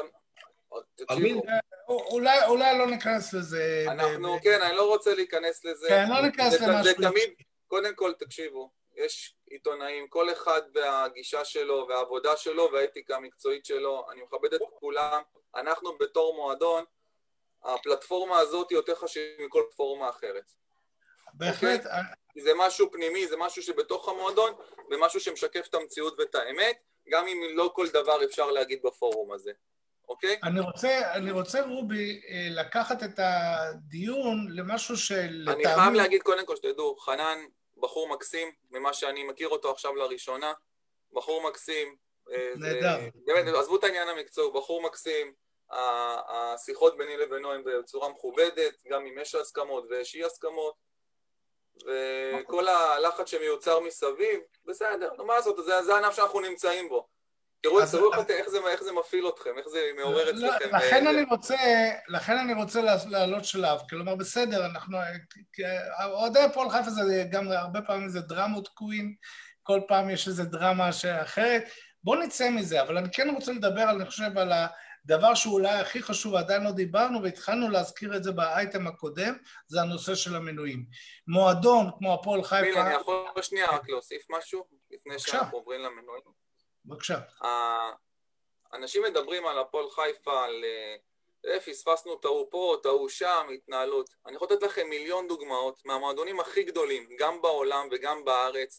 אולי לא ניכנס לזה. כן, אני לא רוצה להיכנס לזה. כן, לא ניכנס למשהו. זה תמיד, קודם כל תקשיבו, יש עיתונאים, כל אחד והגישה שלו והעבודה שלו והאתיקה המקצועית שלו, אני מכבד את כולם, אנחנו בתור מועדון, הפלטפורמה הזאת היא יותר חשובה מכל פלטפורמה אחרת. בהחלט. זה משהו פנימי, זה משהו שבתוך המועדון, ומשהו שמשקף את המציאות ואת האמת, גם אם לא כל דבר אפשר להגיד בפורום הזה. אוקיי? אני רוצה, רובי, לקחת את הדיון למשהו של... אני חייב להגיד קודם כל שתדעו, חנן בחור מקסים, ממה שאני מכיר אותו עכשיו לראשונה, בחור מקסים. נהדר. באמת, עזבו את העניין המקצועי, בחור מקסים, השיחות ביני לבינו הן בצורה מכובדת, גם אם יש הסכמות ויש אי הסכמות, וכל הלחץ שמיוצר מסביב, בסדר, מה לעשות, זה הענף שאנחנו נמצאים בו. תראו איך זה מפעיל אתכם, איך זה מעורר אצלכם. לכן אני רוצה לעלות שלב, כלומר בסדר, אנחנו, אוהדי הפועל חיפה זה גם הרבה פעמים זה דרמות קווין, כל פעם יש איזו דרמה אחרת, בואו נצא מזה, אבל אני כן רוצה לדבר, אני חושב, על הדבר שאולי הכי חשוב, עדיין לא דיברנו, והתחלנו להזכיר את זה באייטם הקודם, זה הנושא של המנויים. מועדון כמו הפועל חיפה... אני יכול שנייה רק להוסיף משהו, לפני שאנחנו עוברים למנויים. בבקשה. אנשים מדברים על הפועל חיפה, על פספסנו טעו פה, טעו שם, התנהלות. אני יכול לתת לכם מיליון דוגמאות מהמועדונים הכי גדולים, גם בעולם וגם בארץ,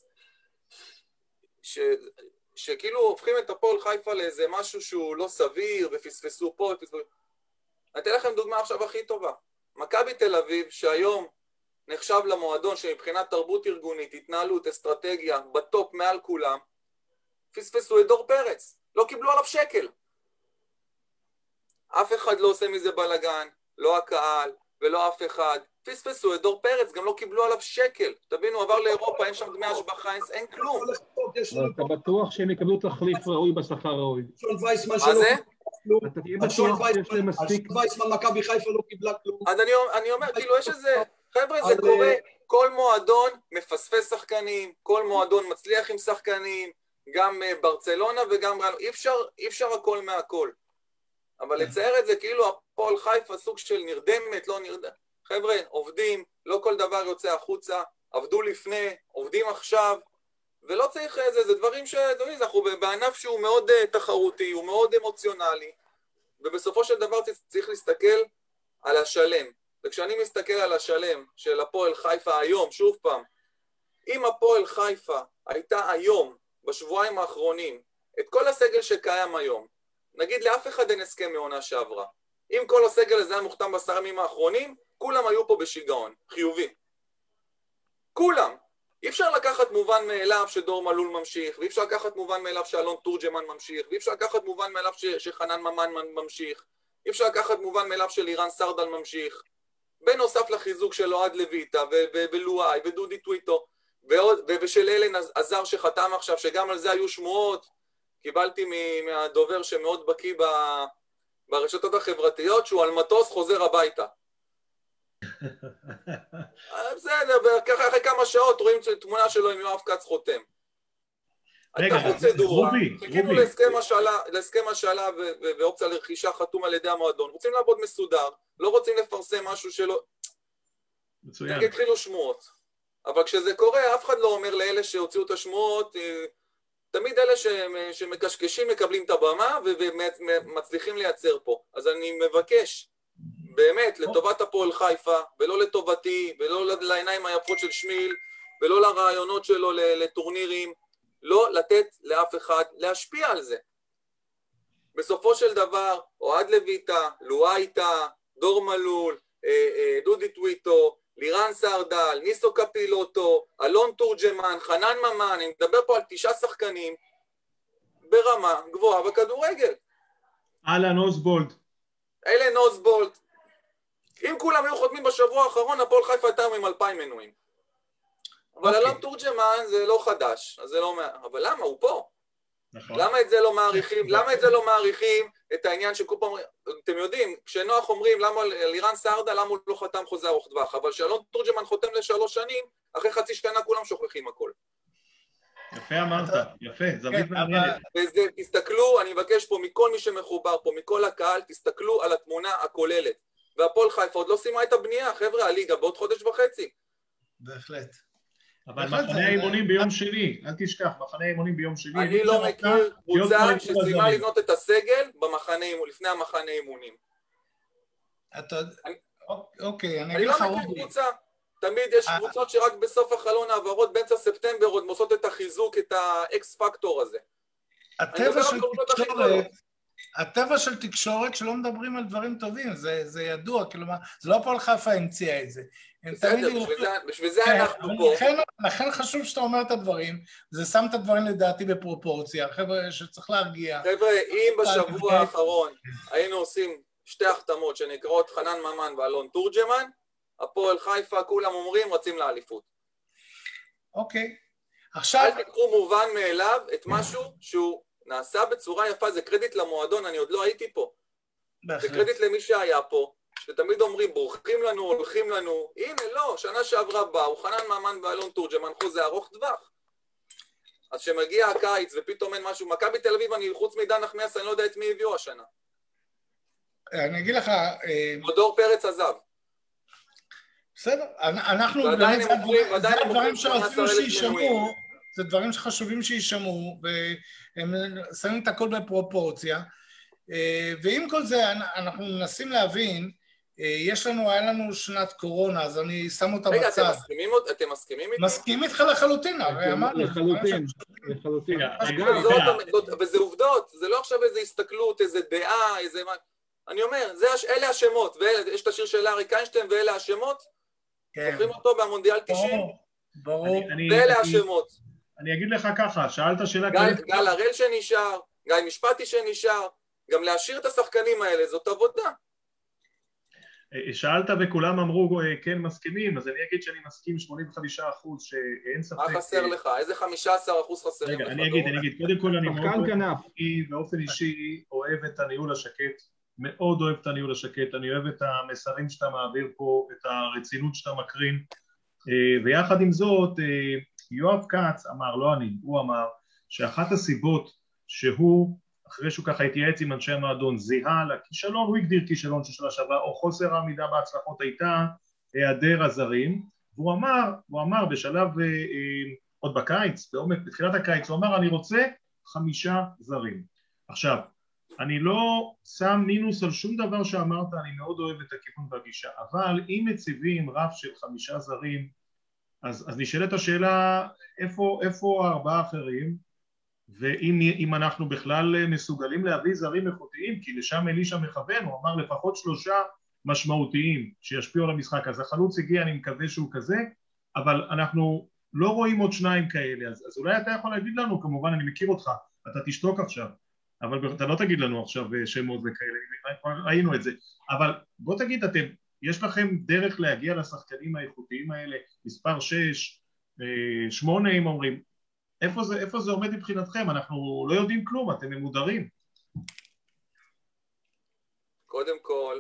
שכאילו הופכים את הפועל חיפה לאיזה משהו שהוא לא סביר, ופספסו פה, ופספסו... אני אתן לכם דוגמה עכשיו הכי טובה. מכבי תל אביב, שהיום נחשב למועדון שמבחינת תרבות ארגונית, התנהלות, אסטרטגיה, בטופ מעל כולם, פספסו את דור פרץ, לא קיבלו עליו שקל. אף אחד לא עושה מזה בלגן, לא הקהל ולא אף אחד. פספסו את דור פרץ, גם לא קיבלו עליו שקל. תבינו, עבר לאירופה, אין שם דמי השבחה, אין כלום. אתה בטוח שהם יקבלו תחליף ראוי בשכר ראוי. מה זה? אתה תהיה בטוח שיש להם מספיק... וייסמן מכבי חיפה לא קיבלה כלום. אז אני אומר, כאילו יש איזה... חבר'ה, זה קורה, כל מועדון מפספס שחקנים, כל מועדון מצליח עם שחקנים, גם ברצלונה וגם... אי אפשר הכל מהכל. אבל לצייר את זה כאילו הפועל חיפה סוג של נרדמת, לא נרדמת. חבר'ה, עובדים, לא כל דבר יוצא החוצה, עבדו לפני, עובדים עכשיו, ולא צריך איזה, זה דברים אנחנו בענף שהוא מאוד תחרותי, הוא מאוד אמוציונלי, ובסופו של דבר צריך להסתכל על השלם. וכשאני מסתכל על השלם של הפועל חיפה היום, שוב פעם, אם הפועל חיפה הייתה היום, בשבועיים האחרונים, את כל הסגל שקיים היום, נגיד לאף אחד אין הסכם מעונה שעברה. אם כל הסגל הזה היה מוכתם ב10 ימים האחרונים, כולם היו פה בשיגעון, חיובי. כולם. אי אפשר לקחת לקחת מובן מאליו שדור מלול ממשיך, ואי אפשר לקחת מובן מאליו שאלון תורג'מן ממשיך, ואי אפשר לקחת מובן מאליו שחנן ממן ממשיך, אי אפשר לקחת מובן מאליו שלירן סרדל ממשיך, בנוסף לחיזוק של אוהד לויטה ולואי ודודי טוויטו, ושל אלן עזר שחתם עכשיו, שגם על זה היו שמועות, קיבלתי מהדובר שמאוד בקיא ברשתות החברתיות, שהוא על מטוס חוזר הביתה. בסדר, וככה אחרי כמה שעות רואים תמונה שלו עם יואב כץ חותם. הייתה פרוצדורה, חיכינו להסכם השאלה ואופציה לרכישה חתום על ידי המועדון, רוצים לעבוד מסודר, לא רוצים לפרסם משהו שלא... מצוין. התחילו שמועות. אבל כשזה קורה, אף אחד לא אומר לאלה שהוציאו את השמועות, תמיד אלה שמקשקשים מקבלים את הבמה ומצליחים לייצר פה. אז אני מבקש, באמת, לטובת הפועל חיפה, ולא לטובתי, ולא לעיניים היפות של שמיל, ולא לרעיונות שלו לטורנירים, לא לתת לאף אחד להשפיע על זה. בסופו של דבר, אוהד לויטה, לואייטה, דור מלול, דודי טוויטו, לירן סרדל, ניסו קפילוטו, אלון תורג'מן, חנן ממן, אני מדבר פה על 9 שחקנים ברמה גבוהה בכדורגל. אלן אוסבולד. אם כולם היו חותמים בשבוע האחרון, הפועל חיפה הייתה עם 2,000 מנויים. אבל אלון תורג'מן זה לא חדש, אז זה לא... אבל למה? הוא פה. נכון. למה את זה לא מעריכים? למה את זה לא מעריכים את העניין שכל פעם... אתם יודעים, כשנוח אומרים למה לירן סרדל, למה הוא לא חתם חוזה ארוך טווח, אבל שאלון תורג'מן חותם ל3 שנים, אחרי חצי שנה כולם שוכחים הכל. יפה אמרת, יפה, זווית מעניינת. תסתכלו, אני מבקש פה מכל מי שמחובר פה, מכל הקהל, תסתכלו על התמונה הכוללת. והפועל חיפה עוד לא סיימה את הבנייה, חבר'ה, הליגה בעוד חודש וחצי. בהחלט. אבל מחנה האימונים ביום שני, אל תשכח, מחנה האימונים ביום שני. אני לא מכיר קבוצה שסיימה לבנות את הסגל לפני המחנה האימונים. אוקיי, אני לא מכיר קבוצה. תמיד יש קבוצות שרק בסוף החלון העברות, באמצע ספטמבר, עוד מוצאות את החיזוק, את האקס פקטור הזה. הטבע של תקשורת שלא מדברים על דברים טובים, זה ידוע, כלומר, זה לא הפועל חיפה המציאה את זה. בסדר, בשביל זה אנחנו פה. לכן חשוב שאתה אומר את הדברים, זה שם את הדברים לדעתי בפרופורציה, חבר'ה שצריך להרגיע. חבר'ה, אם בשבוע האחרון היינו עושים 2 החתמות שנקראות חנן ממן ואלון תורג'מן, הפועל חיפה כולם אומרים רצים לאליפות. אוקיי. עכשיו... אל תקחו מובן מאליו את משהו שהוא נעשה בצורה יפה, זה קרדיט למועדון, אני עוד לא הייתי פה. זה קרדיט למי שהיה פה, שתמיד אומרים, בורחים לנו, הולכים לנו. הנה, לא, שנה שעברה באו, חנן ממן ואלון תורג'מן, חוזה ארוך טווח. אז שמגיע הקיץ ופתאום אין משהו, מכבי תל אביב, אני חוץ מדן נחמיאס, אני לא יודע את מי הביאו השנה. אני אגיד לך... דור פרץ עזב. בסדר, אנחנו... ועדיין הם מוכרים, זה הדברים שרצינו שישמעו, זה דברים שחשובים שישמעו, והם שמים את הכל בפרופורציה, ועם כל זה אנחנו מנסים להבין, היה לנו שנת קורונה, אז אני שם אותה בצד. רגע, אתם מסכימים איתי? מסכים איתך לחלוטין, הרי אמרנו. לחלוטין. וזה עובדות, זה לא עכשיו איזו הסתכלות, איזו דעה, איזה... אני אומר, אלה השמות, ויש את השיר של אריק איינשטיין, ואלה השמות, זוכרים אותו במונדיאל 90? ברור. ואלה השמות. אני אגיד לך ככה, שאלת שאלה... גל הראל שנשאר, גיא משפטי שנשאר, גם להשאיר את השחקנים האלה, זאת עבודה. שאלת וכולם אמרו כן מסכימים, אז אני אגיד שאני מסכים 85% שאין ספק... מה חסר לך? איזה 15% חסרים לך? רגע, אני אגיד, קודם כל אני מאוד באופן אישי אוהב את הניהול השקט, מאוד אוהב את הניהול השקט, אני אוהב את המסרים שאתה מעביר פה, את הרצינות שאתה מקרין, ויחד עם זאת, יואב כץ אמר, לא אני, הוא אמר שאחת הסיבות שהוא, אחרי שהוא ככה התייעץ עם אנשי המועדון, זיהה לכישלון, הוא הגדיר כישלון של שנה שעברה, או חוסר העמידה בהצלחות הייתה היעדר הזרים, והוא אמר בשלב, עוד בקיץ, בתחילת הקיץ, הוא אמר אני רוצה 5 זרים. עכשיו, אני לא שם מינוס על שום דבר שאמרת, אני מאוד אוהב את הכיוון והגישה, אבל אם מציבים רף של 5 זרים, אז נשאלת השאלה, איפה 4 אחרים, ואם אנחנו בכלל מסוגלים להביא זרים איכותיים, כי לשם אלישע מכוון, הוא אמר לפחות 3 משמעותיים שישפיעו על המשחק, אז החלוץ הגיע, אני מקווה שהוא כזה, אבל אנחנו לא רואים עוד שניים כאלה, אז אולי אתה יכול להגיד לנו, כמובן אני מכיר אותך, אתה תשתוק עכשיו, אבל אתה לא תגיד לנו עכשיו שמות וכאלה, ראינו את זה, אבל בוא תגיד, יש לכם דרך להגיע לשחקנים האיכותיים האלה, מספר 6, 8 אם אומרים, איפה זה עומד מבחינתכם? אנחנו לא יודעים כלום, אתם ממודרים. קודם כל,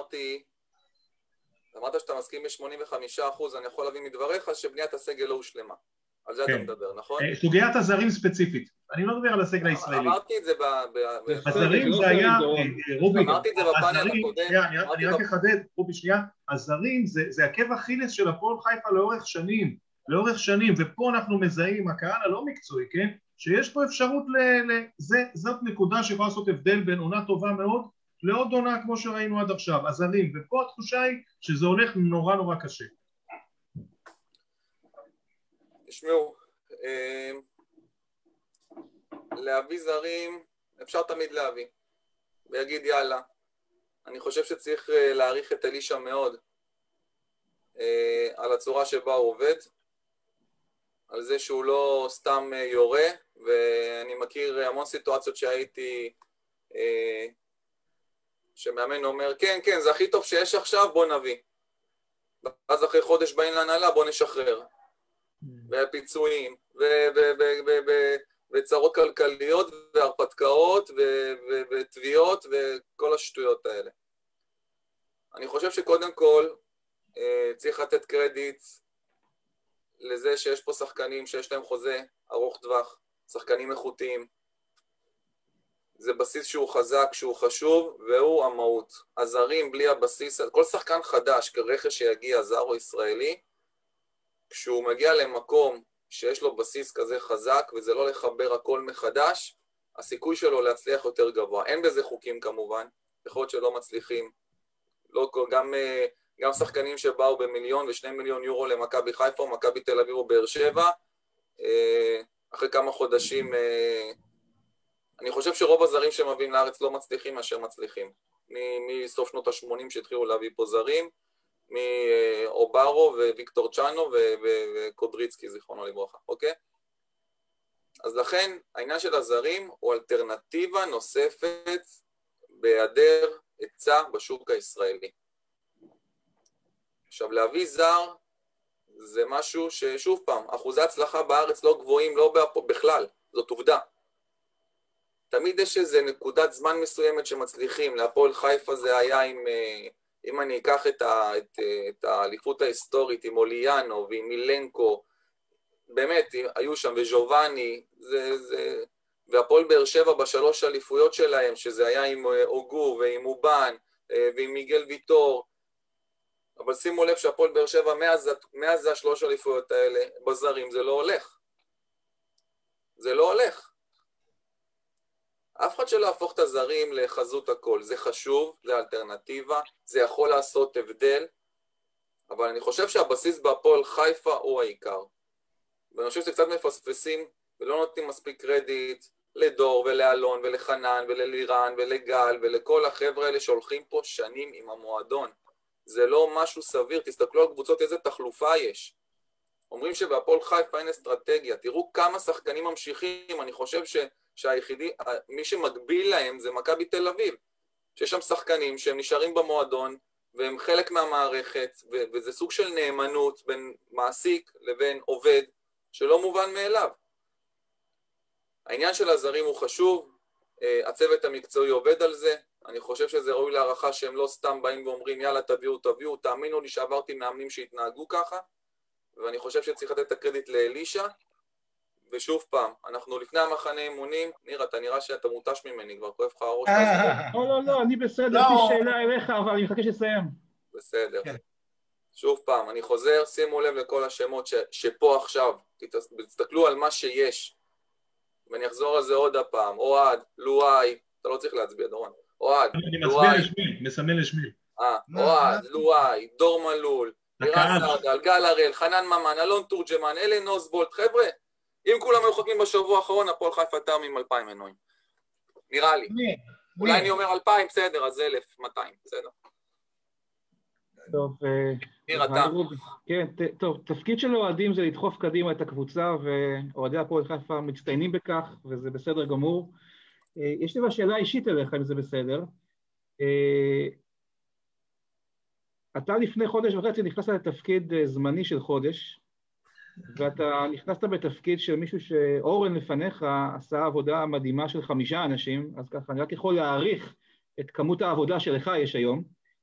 אמרת שאתה מסכים ב-85%, אני יכול להביא מדבריך שבניית הסגל לא הושלמה. על זה אתה מדבר, נכון? סוגיית הזרים ספציפית. אני לא מדבר על הסגל הישראלי. אמרתי את זה הזרים זה היה, רובי, אמרתי את זה בפאנל הקודם. אני רק אחדד, רובי שנייה, הזרים זה עקב אכילס של הפועל חיפה לאורך שנים, ופה אנחנו מזהים, הקהל הלא מקצועי, כן? שיש פה אפשרות זאת נקודה שיכולה לעשות הבדל בין עונה טובה מאוד לעוד עונה כמו שראינו עד עכשיו, הזרים, ופה התחושה היא שזה הולך נורא נורא קשה. תשמעו, להביא זרים, אפשר תמיד להביא, ויגיד יאללה, אני חושב שצריך להעריך את אלישה מאוד, על הצורה שבה הוא עובד, על זה שהוא לא סתם יורה, ואני מכיר המון סיטואציות שהייתי, שמאמן אומר, כן, כן, זה הכי טוב שיש עכשיו, בוא נביא. ואז אחרי חודש באים להנהלה, בוא נשחרר. ופיצויים, וצרות כלכליות, והרפתקאות, ותביעות, וכל השטויות האלה. אני חושב שקודם כל, צריך לתת קרדיט לזה שיש פה שחקנים שיש להם חוזה ארוך טווח, שחקנים איכותיים. זה בסיס שהוא חזק, שהוא חשוב, והוא המהות. הזרים בלי הבסיס, כל שחקן חדש, כרכש שיגיע, זר או ישראלי, כשהוא מגיע למקום שיש לו בסיס כזה חזק, וזה לא לחבר הכל מחדש, הסיכוי שלו להצליח יותר גבוה. אין בזה חוקים כמובן, יכול להיות שלא מצליחים. לא, גם שחקנים שבאו ב1,000,000 ו2 מיליון יורו למכבי חיפה, או מכבי תל אביב או באר שבע, אחרי כמה חודשים, אני חושב שרוב הזרים שמביאים לארץ לא מצליחים מאשר מצליחים. מסוף שנות ה-80 שהתחילו להביא פה זרים, מאוברו וויקטור צ'אנו וקודריצקי, זיכרונו לברכה, אוקיי? אז לכן, העניין של הזרים הוא אלטרנטיבה נוספת בהיעדר היצע בשוק הישראלי. עכשיו, להביא זר זה משהו ששוב פעם, אחוזי הצלחה בארץ לא גבוהים, לא בכלל, זאת עובדה. תמיד יש איזו נקודת זמן מסוימת שמצליחים, להפועל חיפה זה היה אם אני אקח את האליפות ההיסטורית עם אוליאנו ועם מילנקו, באמת, היו שם, וז'ובני, והפועל באר שבע בשלוש אליפויות שלהם, שזה היה עם אוגו ועם אובן ועם מיגל ויטור, אבל שימו לב שהפועל באר שבע, מאז השלוש אליפויות האלה, בזרים זה לא הולך. זה לא הולך. אף אחד שלא יהפוך את הזרים לחזות הכל. זה חשוב, זה אלטרנטיבה, זה יכול לעשות הבדל, אבל אני חושב שהבסיס בהפועל חיפה הוא העיקר. ואני חושב שקצת מפספסים ולא נותנים מספיק קרדיט לדור ולאלון ולחנן וללירן ולגל ולכל החבר'ה האלה שהולכים פה שנים עם המועדון. זה לא משהו סביר, תסתכלו על קבוצות איזה תחלופה יש. אומרים שבהפועל חיפה אין אסטרטגיה, תראו כמה שחקנים ממשיכים, אני חושב שהיחידי, מי שמקביל להם זה מכבי תל אביב, שיש שם שחקנים שהם נשארים במועדון, והם חלק מהמערכת, וזה סוג של נאמנות בין מעסיק לבין עובד, שלא מובן מאליו. העניין של הזרים הוא חשוב, הצוות המקצועי עובד על זה, אני חושב שזה ראוי להערכה שהם לא סתם באים ואומרים, יאללה תביאו, תאמינו לי שעברתי מאמנים שהתנהגו ככה, ואני חושב שצריך לתת את הקרדיט לאלישה, ושוב פעם, אנחנו לפני המחנה אימונים, ניר, אתה נראה שאתה מוטש ממני, כבר כואב לך הראש. לא, אני בסדר, יש לי שאלה אליך, אבל אני מחכה שתסיים. בסדר. שוב פעם, אני חוזר, שימו לב לכל השמות שפה עכשיו, תסתכלו על מה שיש, ואני אחזור על זה עוד הפעם, אוהד, לואי, אתה לא צריך להצביע, דורון, אוהד, לואי. אני מסמל לשמי. אוהד, לואי, דור מלול, לירן סרדל, גל הראל, חנן ממן, אלון תורג'מן, אלן נוסבולט, חבר'ה, אם כולם היו חותמים בשבוע האחרון, הפועל חיפה יותר מ-2,000 מנויים. נראה לי. אולי אני אומר 2,000, בסדר, אז 1,200, בסדר. טוב, ניר, אתה. כן, טוב, תפקיד של אוהדים זה לדחוף קדימה את הקבוצה, ואוהדי הפועל חיפה מצטיינים בכך, וזה בסדר גמור. יש לי שאלה אישית אליך, אם זה בסדר. אתה לפני חודש וחצי נכנסת לתפקיד זמני של חודש, ואתה נכנסת בתפקיד של מישהו שאורן לפניך עשה עבודה מדהימה של 5 אנשים, אז ככה אני רק יכול להעריך את כמות העבודה שלך יש היום.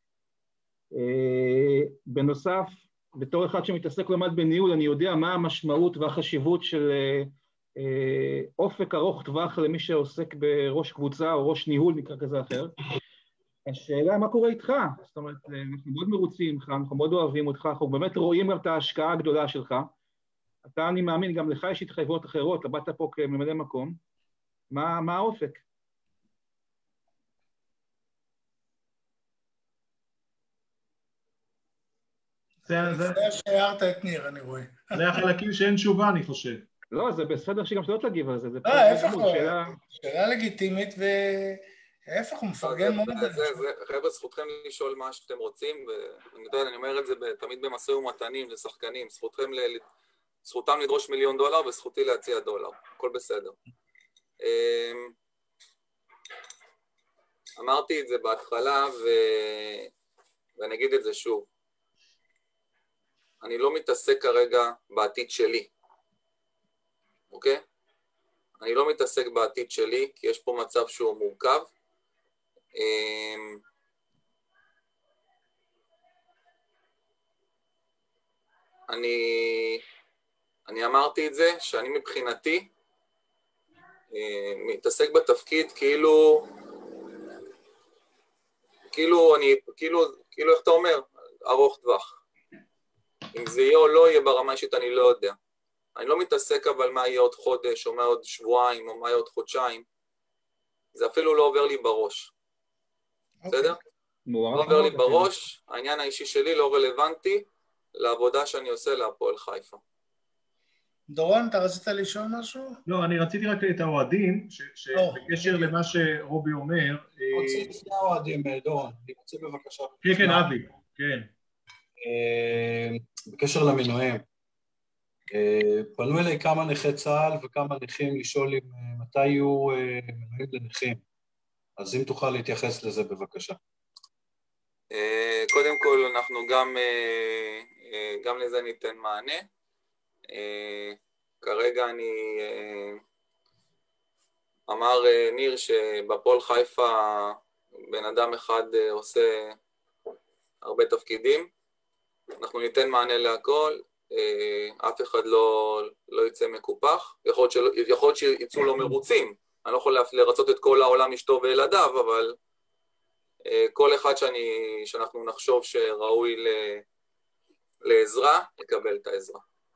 בנוסף, בתור אחד שמתעסק למד בניהול, אני יודע מה המשמעות והחשיבות של אופק ארוך טווח למי שעוסק בראש קבוצה או ראש ניהול, נקרא כזה אחר. השאלה מה קורה איתך? זאת אומרת, אנחנו מאוד מרוצים ממך, אנחנו מאוד אוהבים אותך, אנחנו באמת רואים את ההשקעה הגדולה שלך. אתה, אני מאמין, גם לך יש התחייבויות אחרות, אתה באת פה כממלא מקום. מה האופק? זה שהערת את ניר, אני רואה. זה החלקים שאין תשובה, אני חושב. לא, זה בסדר שגם שלא תגיב על זה. ההפך לא, שאלה לגיטימית וההפך, הוא מפרגן מאוד. חבר'ה, זכותכם לשאול מה שאתם רוצים, ואני אומר את זה תמיד במשא ומתנים לשחקנים, זכותם לדרוש $1,000,000 וזכותי להציע $1, הכל בסדר. אמרתי את זה בהתחלה ואני אגיד את זה שוב. אני לא מתעסק כרגע בעתיד שלי, אוקיי? אני לא מתעסק בעתיד שלי, כי יש פה מצב שהוא מורכב. אני אמרתי את זה, שאני מבחינתי מתעסק בתפקיד כאילו איך אתה אומר? ארוך טווח. אם זה יהיה או לא יהיה ברמה אישית, אני לא יודע. אני לא מתעסק אבל מה יהיה עוד חודש, או מה עוד שבועיים, או מה יהיה עוד חודשיים. זה אפילו לא עובר לי בראש. בסדר? לא עובר לי בראש, העניין האישי שלי לא רלוונטי לעבודה שאני עושה להפועל חיפה. דורון, אתה רצית לשאול משהו? לא, אני רציתי רק את האוהדים, שבקשר למה שרובי אומר... רוצה לפני האוהדים, דורון, אני רוצה בבקשה... כן, אבי, כן. בקשר למנויים, פנו אליי כמה נכי צה"ל וכמה נכים לשאול מתי יהיו מנויים לנכים, אז אם תוכל להתייחס לזה בבקשה. קודם כל אנחנו גם לזה ניתן מענה. כרגע אמר ניר שבפועל חיפה בן אדם אחד עושה הרבה תפקידים, אנחנו ניתן מענה להכל, אף אחד לא יצא מקופח, יכול להיות שיצאו לא מרוצים, אני לא יכול לרצות את כל העולם אשתו וילדיו, אבל כל אחד שאנחנו נחשוב שראוי לעזרה, יקבל את העזרה.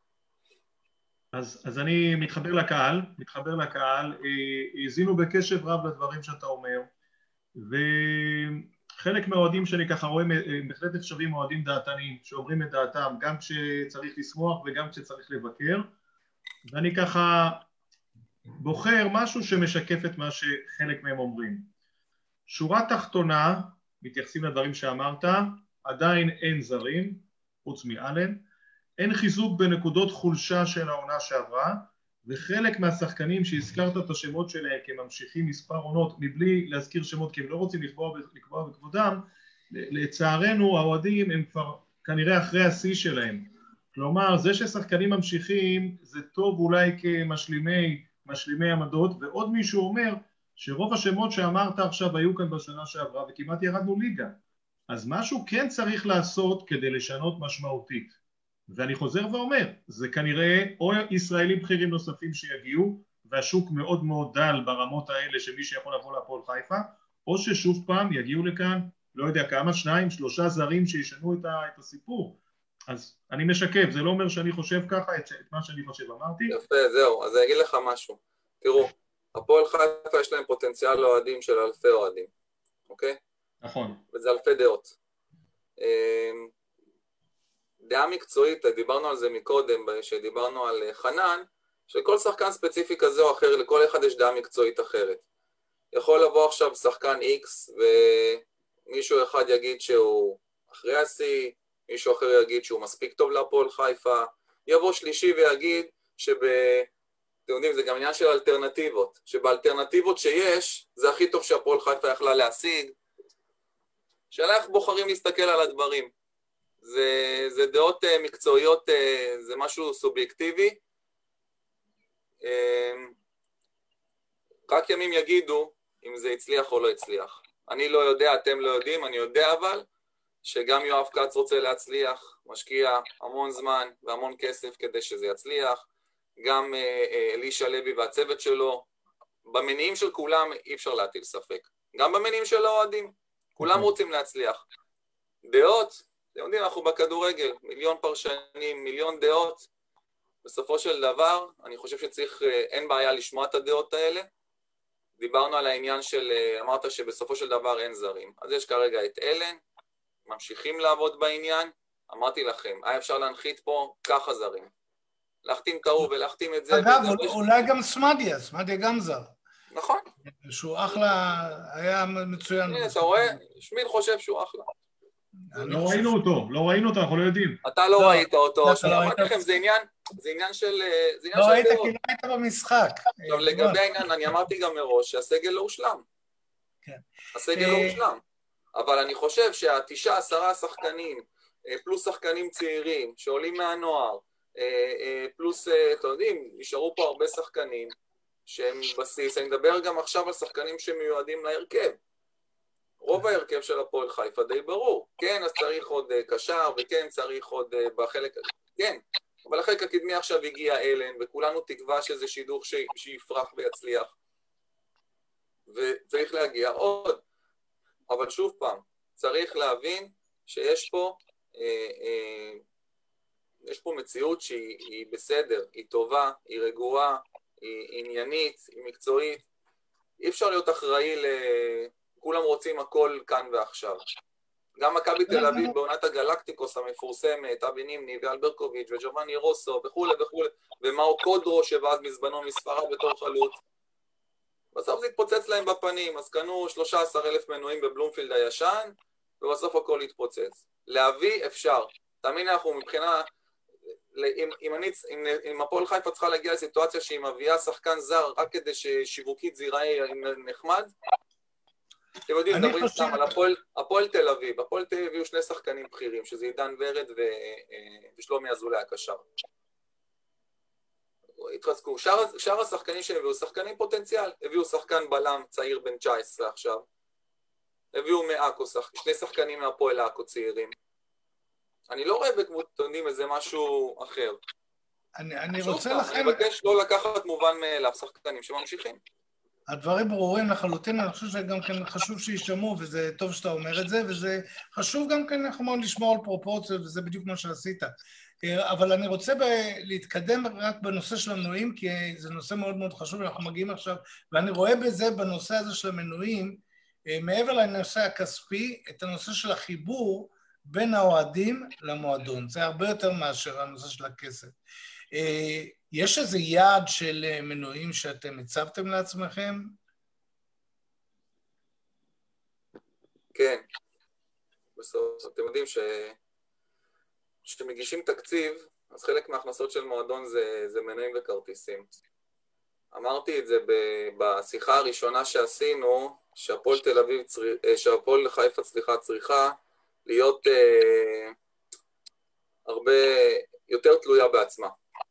אז אני מתחבר לקהל, הזינו בקשב רב לדברים שאתה אומר, וחלק מהאוהדים שאני ככה רואה, בהחלט נחשבים אוהדים דעתניים, שאומרים את דעתם, גם כשצריך לשמוח וגם כשצריך לבקר, ואני ככה בוחר משהו שמשקף את מה שחלק מהם אומרים. שורה תחתונה, מתייחסים לדברים שאמרת, עדיין אין זרים, חוץ מאלן, אין חיזוק בנקודות חולשה של העונה שעברה, וחלק מהשחקנים שהזכרת את השמות שלהם כממשיכים מספר עונות, מבלי להזכיר שמות כי הם לא רוצים לקבוע בכבודם, לצערנו האוהדים הם כבר כנראה אחרי השיא שלהם. כלומר, זה ששחקנים ממשיכים זה טוב אולי כמשלימי עמדות, ועוד מישהו אומר שרוב השמות שאמרת עכשיו היו כאן בשנה שעברה וכמעט ירדנו ליגה. אז משהו כן צריך לעשות כדי לשנות משמעותית. ואני חוזר ואומר, זה כנראה או ישראלים בכירים נוספים שיגיעו, והשוק מאוד מאוד דל ברמות האלה שמי שיכול לבוא להפועל חיפה, או ששוב פעם יגיעו לכאן, לא יודע כמה, 2-3 זרים שישנו את הסיפור. אז אני משקף, זה לא אומר שאני חושב ככה, את מה שאני חושב אמרתי. יפה, זהו, אז אני אגיד לך משהו. תראו, הפועל חיפה יש להם פוטנציאל לאוהדים של אלפי אוהדים, אוקיי? נכון. וזה אלפי דעות. דעה מקצועית, דיברנו על זה מקודם, שדיברנו על חנן, שכל שחקן ספציפי כזה או אחר, לכל אחד יש דעה מקצועית אחרת. יכול לבוא עכשיו שחקן X, ומישהו אחד יגיד שהוא אחרי השיא, מישהו אחר יגיד שהוא מספיק טוב להפועל חיפה, יבוא שלישי ויגיד אתם יודעים, זה גם עניין של אלטרנטיבות, שבאלטרנטיבות שיש, זה הכי טוב שהפועל חיפה יכלה להשיג. שאלה איך בוחרים להסתכל על הדברים. זה דעות מקצועיות, זה משהו סובייקטיבי. רק ימים יגידו אם זה הצליח או לא הצליח. אני לא יודע, אתם לא יודעים, אני יודע אבל שגם יואב קץ רוצה להצליח, משקיע המון זמן והמון כסף כדי שזה יצליח, גם אלישע לוי והצוות שלו, במניעים של כולם אי אפשר להטיל ספק, גם במניעים של האוהדים, כולם רוצים להצליח. דעות, אתם יודעים, אנחנו בכדורגל, מיליון פרשנים, מיליון דעות, בסופו של דבר, אני חושב שצריך, אין בעיה לשמוע את הדעות האלה, דיברנו על העניין של, אמרת שבסופו של דבר אין זרים, אז יש כרגע את אלן, ממשיכים לעבוד בעניין, אמרתי לכם, היה אפשר להנחית פה ככה זרים, להחתים קרוב ולהחתים את זה. אגב, אולי גם סמדיה גם זר. נכון. שהוא אחלה, היה מצוין. אתה רואה, שמיל חושב שהוא אחלה. לא ראינו אותו, אנחנו לא יודעים. אתה לא ראית אותו, אמרתי לכם, זה עניין של... לא ראית כי לא היית במשחק. עכשיו לגבי העניין, אני אמרתי גם מראש שהסגל לא הושלם. הסגל לא הושלם. אבל אני חושב שה9-10 שחקנים, פלוס שחקנים צעירים שעולים מהנוער, פלוס, אתם יודעים, נשארו פה הרבה שחקנים שהם בסיס, אני מדבר גם עכשיו על שחקנים שמיועדים להרכב. רוב ההרכב של הפועל חיפה די ברור. כן, אז צריך עוד קשר, וכן צריך עוד בחלק... כן, אבל החלק הקדמי עכשיו הגיע אלן, וכולנו תקווה שזה שידוך שיפרח ויצליח. וצריך להגיע עוד. אבל שוב פעם, צריך להבין שיש פה, יש פה מציאות שהיא בסדר, היא טובה, היא רגועה, היא עניינית, היא מקצועית. אי אפשר להיות אחראי כולם רוצים הכל כאן ועכשיו. גם מכבי תל אביב בעונת הגלקטיקוס המפורסמת, אבי נימני ואלברקוביץ' וג'ובאני רוסו וכו' וכו', ומאו קודרו שבאז מזבנו מספרד בתור חלוץ. בסוף זה התפוצץ להם בפנים, אז קנו 13,000 מנויים בבלומפילד הישן, ובסוף הכל התפוצץ. להביא אפשר. תאמין, אנחנו מבחינה, אם הפועל חיפה צריכה להגיע לסיטואציה שהיא מביאה שחקן זר רק כדי ששיווקית זה ייראה נחמד, אתם יודעים, מדברים סתם על הפועל תל אביב. הפועל תל אביב היו שני שחקנים בכירים, שזה עידן ורד ושלומי אזולאי הקשר. התחזקו. שאר השחקנים שהם הביאו, שחקנים פוטנציאל. הביאו שחקן בלם צעיר בן 19 עכשיו. הביאו מאקו, שני שחקנים מהפועל אקו צעירים. אני לא רואה בקבוצונים איזה משהו אחר. אני רוצה לכם... אני מבקש לא לקחת מובן מאליו שחקנים שממשיכים. הדברים ברורים לחלוטין, אני חושב שגם כן חשוב שישמעו, וזה טוב שאתה אומר את זה, וזה חשוב גם כן אנחנו לשמור על פרופורציות, וזה בדיוק מה שעשית. אבל אני רוצה להתקדם רק בנושא של המנויים, כי זה נושא מאוד מאוד חשוב, אנחנו מגיעים עכשיו, ואני רואה בזה, בנושא הזה של המנויים, מעבר לנושא הכספי, את הנושא של החיבור בין האוהדים למועדון. זה הרבה יותר מאשר הנושא של הכסף. יש איזה יעד של מנויים שאתם הצבתם לעצמכם? כן. בסוף, אתם יודעים כשמגישים תקציב, אז חלק מההכנסות של מועדון זה מנויים וכרטיסים. אמרתי את זה בשיחה הראשונה שעשינו, שהפועל חיפה צריכה להיות הרבה יותר תלויה בעצמה.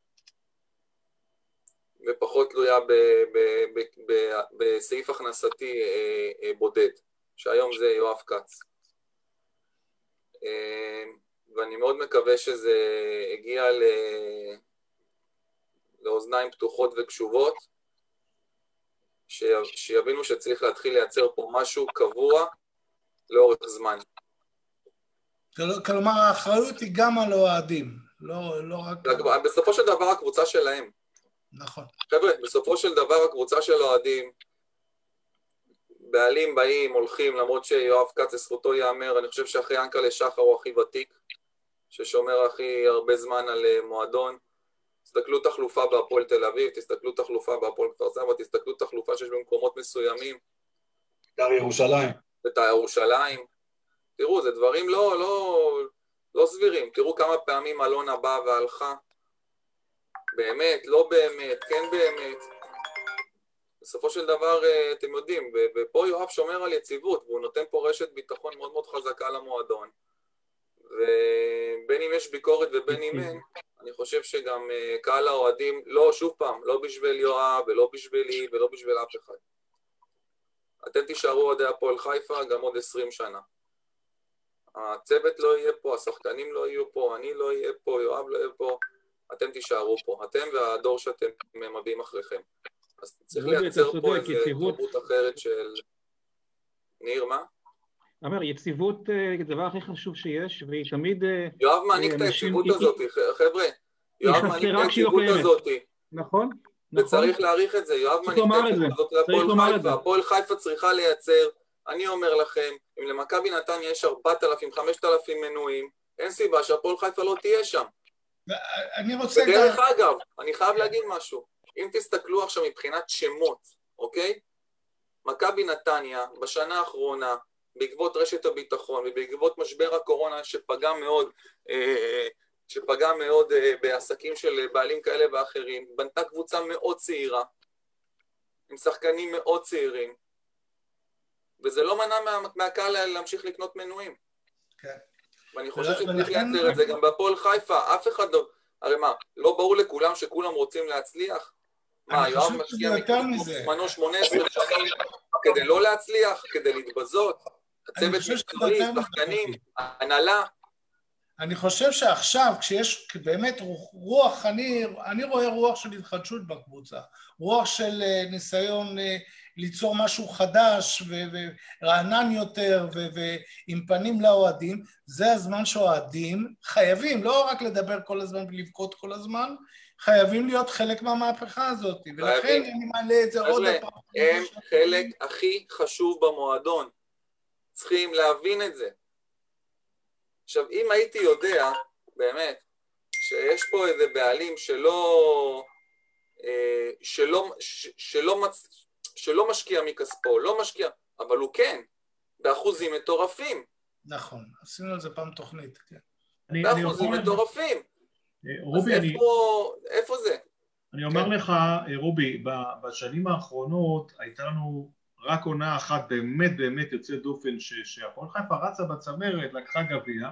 ופחות תלויה בסעיף הכנסתי בודד, שהיום זה יואב קץ. ואני מאוד מקווה שזה הגיע לאוזניים פתוחות וקשובות, שיבינו שצריך להתחיל לייצר פה משהו קבוע לאורך זמן. כלומר, האחריות היא גם על האוהדים, לא רק... בסופו של דבר הקבוצה שלהם. נכון. חבר'ה, בסופו של דבר הקבוצה של האוהדים, בעלים באים, הולכים, למרות שיואב קץ לזכותו יאמר, אני חושב שאחרי ינקלה שחר הוא הכי ותיק, ששומר הכי הרבה זמן על מועדון. תסתכלו תחלופה בהפועל תל אביב, תסתכלו תחלופה בהפועל כפר סבא, תסתכלו תחלופה שיש במקומות מסוימים. בית"ר ירושלים. בית"ר ירושלים. תראו, זה דברים לא לא סבירים. תראו כמה פעמים אלונה באה והלכה. באמת, לא באמת, כן באמת. בסופו של דבר, אתם יודעים, ופה יואב שומר על יציבות, והוא נותן פה רשת ביטחון מאוד מאוד חזקה למועדון. ובין אם יש ביקורת ובין אם אין, אני חושב שגם קהל האוהדים, לא, שוב פעם, לא בשביל יואב ולא בשבילי ולא בשביל אף אחד. אתם תישארו אוהדי הפועל חיפה גם עוד 20 שנה. הצוות לא יהיה פה, השחקנים לא יהיו פה, אני לא אהיה פה, יואב לא יהיה פה, אתם תישארו פה, אתם והדור שאתם מביאים אחריכם. אז צריך לייצר פה איזו תרבות אחרת של... ניר, מה? אמר, יציבות זה הדבר הכי חשוב שיש, והיא תמיד... יואב מעניק את היציבות הזאת, חבר'ה. יואב מעניק את היציבות הזאת. נכון. וצריך להעריך את זה. יואב מעניק את היציבות הזאת לפועל חיפה. הפועל חיפה צריכה לייצר, אני אומר לכם, אם למכבי נתניה יש 4,000, 5,000 מנויים, אין סיבה שהפועל חיפה לא תהיה שם. בדרך אגב, אני חייב להגיד משהו. אם תסתכלו עכשיו מבחינת שמות, אוקיי? מכבי נתניה בשנה האחרונה, בעקבות רשת הביטחון ובעקבות משבר הקורונה שפגע מאוד בעסקים של בעלים כאלה ואחרים, בנתה קבוצה מאוד צעירה, עם שחקנים מאוד צעירים, וזה לא מנע מהקהל להמשיך לקנות מנויים. כן. ואני חושב שצריך לייצר את זה גם בהפועל חיפה, אף אחד לא, הרי מה, לא ברור לכולם שכולם רוצים להצליח? מה, יואב משקיע זמנו 18 שנים כדי לא להצליח, כדי להתבזות? הצוות מקצועי, שחקנים, הנהלה. אני חושב שעכשיו, כשיש באמת רוח, אני רואה רוח של התחדשות בקבוצה, רוח של ניסיון ליצור משהו חדש ורענן יותר ועם פנים לאוהדים, זה הזמן שאוהדים חייבים, לא רק לדבר כל הזמן ולבכות כל הזמן, חייבים להיות חלק מהמהפכה הזאת, ולכן אני מעלה את זה עוד פעם. הם חלק הכי חשוב במועדון. צריכים להבין את זה. עכשיו, אם הייתי יודע, באמת, שיש פה איזה בעלים שלא משקיע מכספו, לא משקיע, אבל הוא כן, באחוזים מטורפים. נכון, עשינו על זה פעם תוכנית, כן. באחוזים מטורפים. רובי, אז איפה זה? אני אומר לך, רובי, בשנים האחרונות הייתה לנו רק עונה אחת באמת באמת יוצאת דופן שהפועל חיפה רצה בצמרת, לקחה גביע,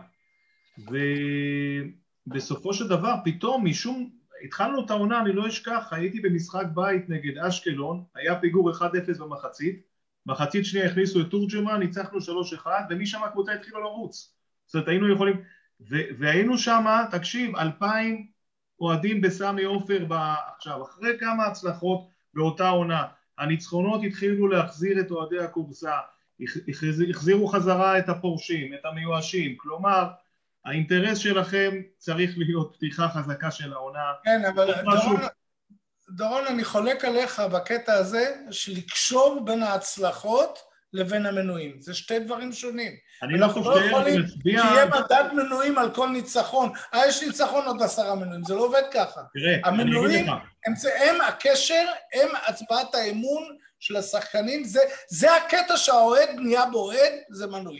ובסופו של דבר פתאום משום, התחלנו את העונה, אני לא אשכח, הייתי במשחק בית נגד אשקלון, היה פיגור 1-0 במחצית, מחצית שנייה הכניסו את תורג'מן, ניצחנו 3-1, ומשם הקבוצה התחילה לרוץ, זאת אומרת היינו יכולים, והיינו שם, תקשיב, 2,000 אוהדים בסמי עופר עכשיו, אחרי כמה הצלחות באותה עונה, הניצחונות התחילו להחזיר את אוהדי הקורסה, החזירו חזרה את הפורשים, את המיואשים, כלומר, האינטרס שלכם צריך להיות פתיחה חזקה של העונה. כן, אבל דורון, אני חולק עליך בקטע הזה, של לקשור בין ההצלחות לבין המנויים. זה שתי דברים שונים. אני לא חושב, אני מצביע... שיהיה מדד מנויים על כל ניצחון. יש ניצחון עוד 10 מנויים, זה לא עובד ככה. תראה, המנויים, הם הקשר, הם הצבעת האמון של השחקנים, זה הקטע שהאוהד נהיה באוהד, זה מנוי.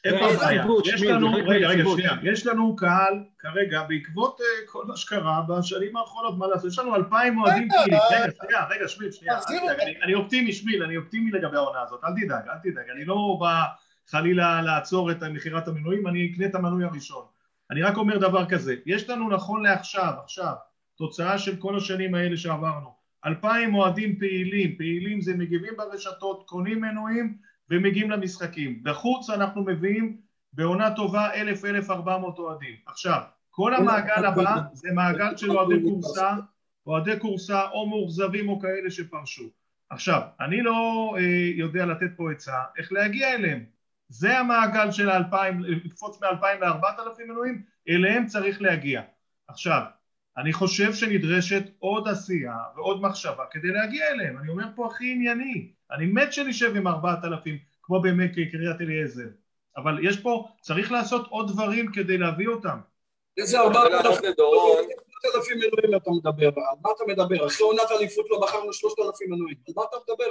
יש לנו קהל כרגע בעקבות כל מה שקרה בשנים האחרונות, מה לעשות? יש לנו 2,000 אוהדים פעילים. רגע, שנייה. אני אופטימי לגבי העונה הזאת, אל תדאג. אני לא בא חלילה לעצור את מחירת המנויים, אני אקנה את המנוי הראשון. אני רק אומר דבר כזה, יש לנו נכון לעכשיו, תוצאה של כל השנים האלה שעברנו, 2,000 אוהדים פעילים זה מגיבים ברשתות, קונים מנויים, ומגיעים למשחקים. בחוץ אנחנו מביאים בעונה טובה 1,000-1,400 אוהדים. עכשיו, כל המעגל הבא זה מעגל של אוהדי קורסה או מאוכזבים או כאלה שפרשו. עכשיו, אני לא יודע לתת פה עצה איך להגיע אליהם. זה המעגל של 2,000, לקפוץ מ-2,000 ל-4,000 מנויים, אליהם צריך להגיע. עכשיו, אני חושב שנדרשת עוד עשייה ועוד מחשבה כדי להגיע אליהם. אני אומר פה הכי ענייני. אני מת שנשב עם 4,000, כמו באמת קריית אליעזר. אבל יש פה, צריך לעשות עוד דברים כדי להביא אותם. איזה 4,000 מנויים אתה מדבר? על מה אתה מדבר? אחרי עונת אליפות לא בחרנו 3,000 מנויים. על מה אתה מדבר?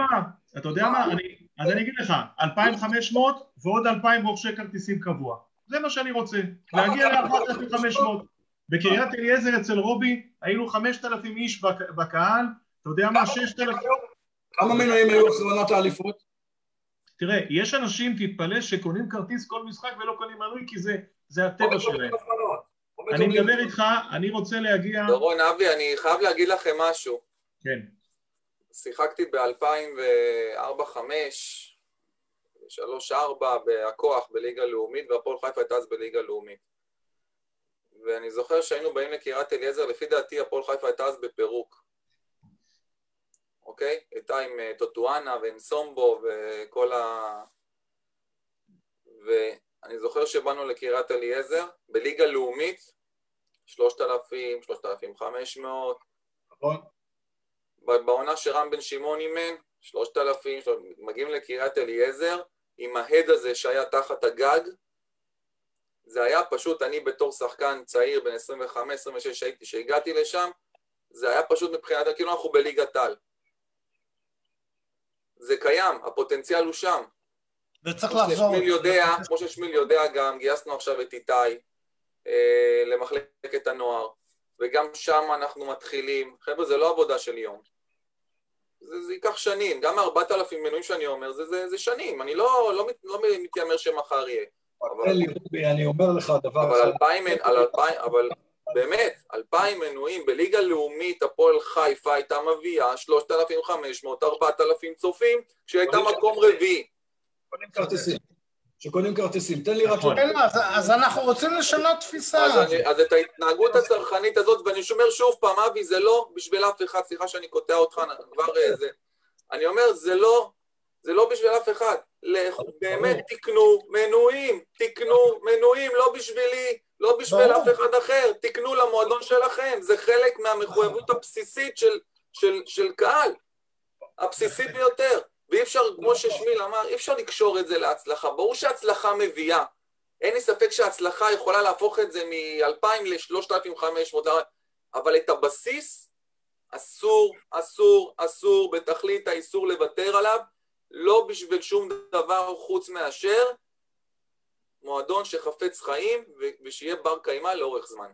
אתה יודע מה? אז אני אגיד לך, 2,500 ועוד 2,000 רוכשי כרטיסים קבוע. זה מה שאני רוצה, להגיע ל-4,500. בקריית אליעזר אצל רובי היינו 5,000 איש בקהל, אתה יודע מה? 6,000... כמה מנויים היו אחרונת האליפות? תראה, יש אנשים, תתפלא, שקונים כרטיס כל משחק ולא קונים מנוי, כי זה הטבע שלהם. אני מדבר איתך, אני רוצה להגיע... דורון, אבי, אני חייב להגיד לכם משהו. כן. שיחקתי ב-2004-2005, 3-4 בהכוח בליגה לאומית, והפועל חיפה הייתה אז בליגה לאומית. ואני זוכר שהיינו באים לקריית אליעזר, לפי דעתי הפועל חיפה הייתה אז בפירוק. אוקיי? הייתה עם טוטואנה ועם סומבו וכל ואני זוכר שבאנו לקריית אליעזר, בליגה לאומית, 3,000, 3,500. נכון. בעונה שרם בן שמעון אימן, 3,000, מגיעים לקריית אליעזר, עם ההד הזה שהיה תחת הגג, זה היה פשוט, אני בתור שחקן צעיר, בן 25-26 שהגעתי לשם, זה היה פשוט מבחינת, כאילו אנחנו בליגת העל. זה קיים, הפוטנציאל הוא שם. וצריך לחזור. כמו ששמיל יודע גם, גייסנו עכשיו את איתי למחלקת הנוער, וגם שם אנחנו מתחילים. חבר'ה, זה לא עבודה של יום. זה ייקח שנים, גם 4,000 מנויים שאני אומר, זה שנים, אני לא מתיימר שמחר יהיה. אני אומר לך דבר אבל באמת, 2,000 מנויים בליגה לאומית, הפועל חיפה הייתה מביאה 3,500, 4,000 צופים, כשהיא הייתה מקום רביעי. שקונים כרטיסים, תן לי רק... אז אנחנו רוצים לשנות תפיסה. אז את ההתנהגות הצרכנית הזאת, ואני שומר שוב פעם, אבי, זה לא בשביל אף אחד, סליחה שאני קוטע אותך, כבר זה. אני אומר, זה לא בשביל אף אחד. באמת תקנו מנויים, לא בשבילי, לא בשביל אף אחד אחר, תקנו למועדון שלכם, זה חלק מהמחויבות הבסיסית של קהל, הבסיסית ביותר. ואי אפשר, כמו ששמיל אמר, אי אפשר לקשור את זה להצלחה. ברור שההצלחה מביאה. אין לי ספק שההצלחה יכולה להפוך את זה מ-2,000 ל-3,500, אבל את הבסיס אסור בתכלית האיסור לוותר עליו, לא בשביל שום דבר חוץ מאשר מועדון שחפץ חיים ושיהיה בר קיימה לאורך זמן.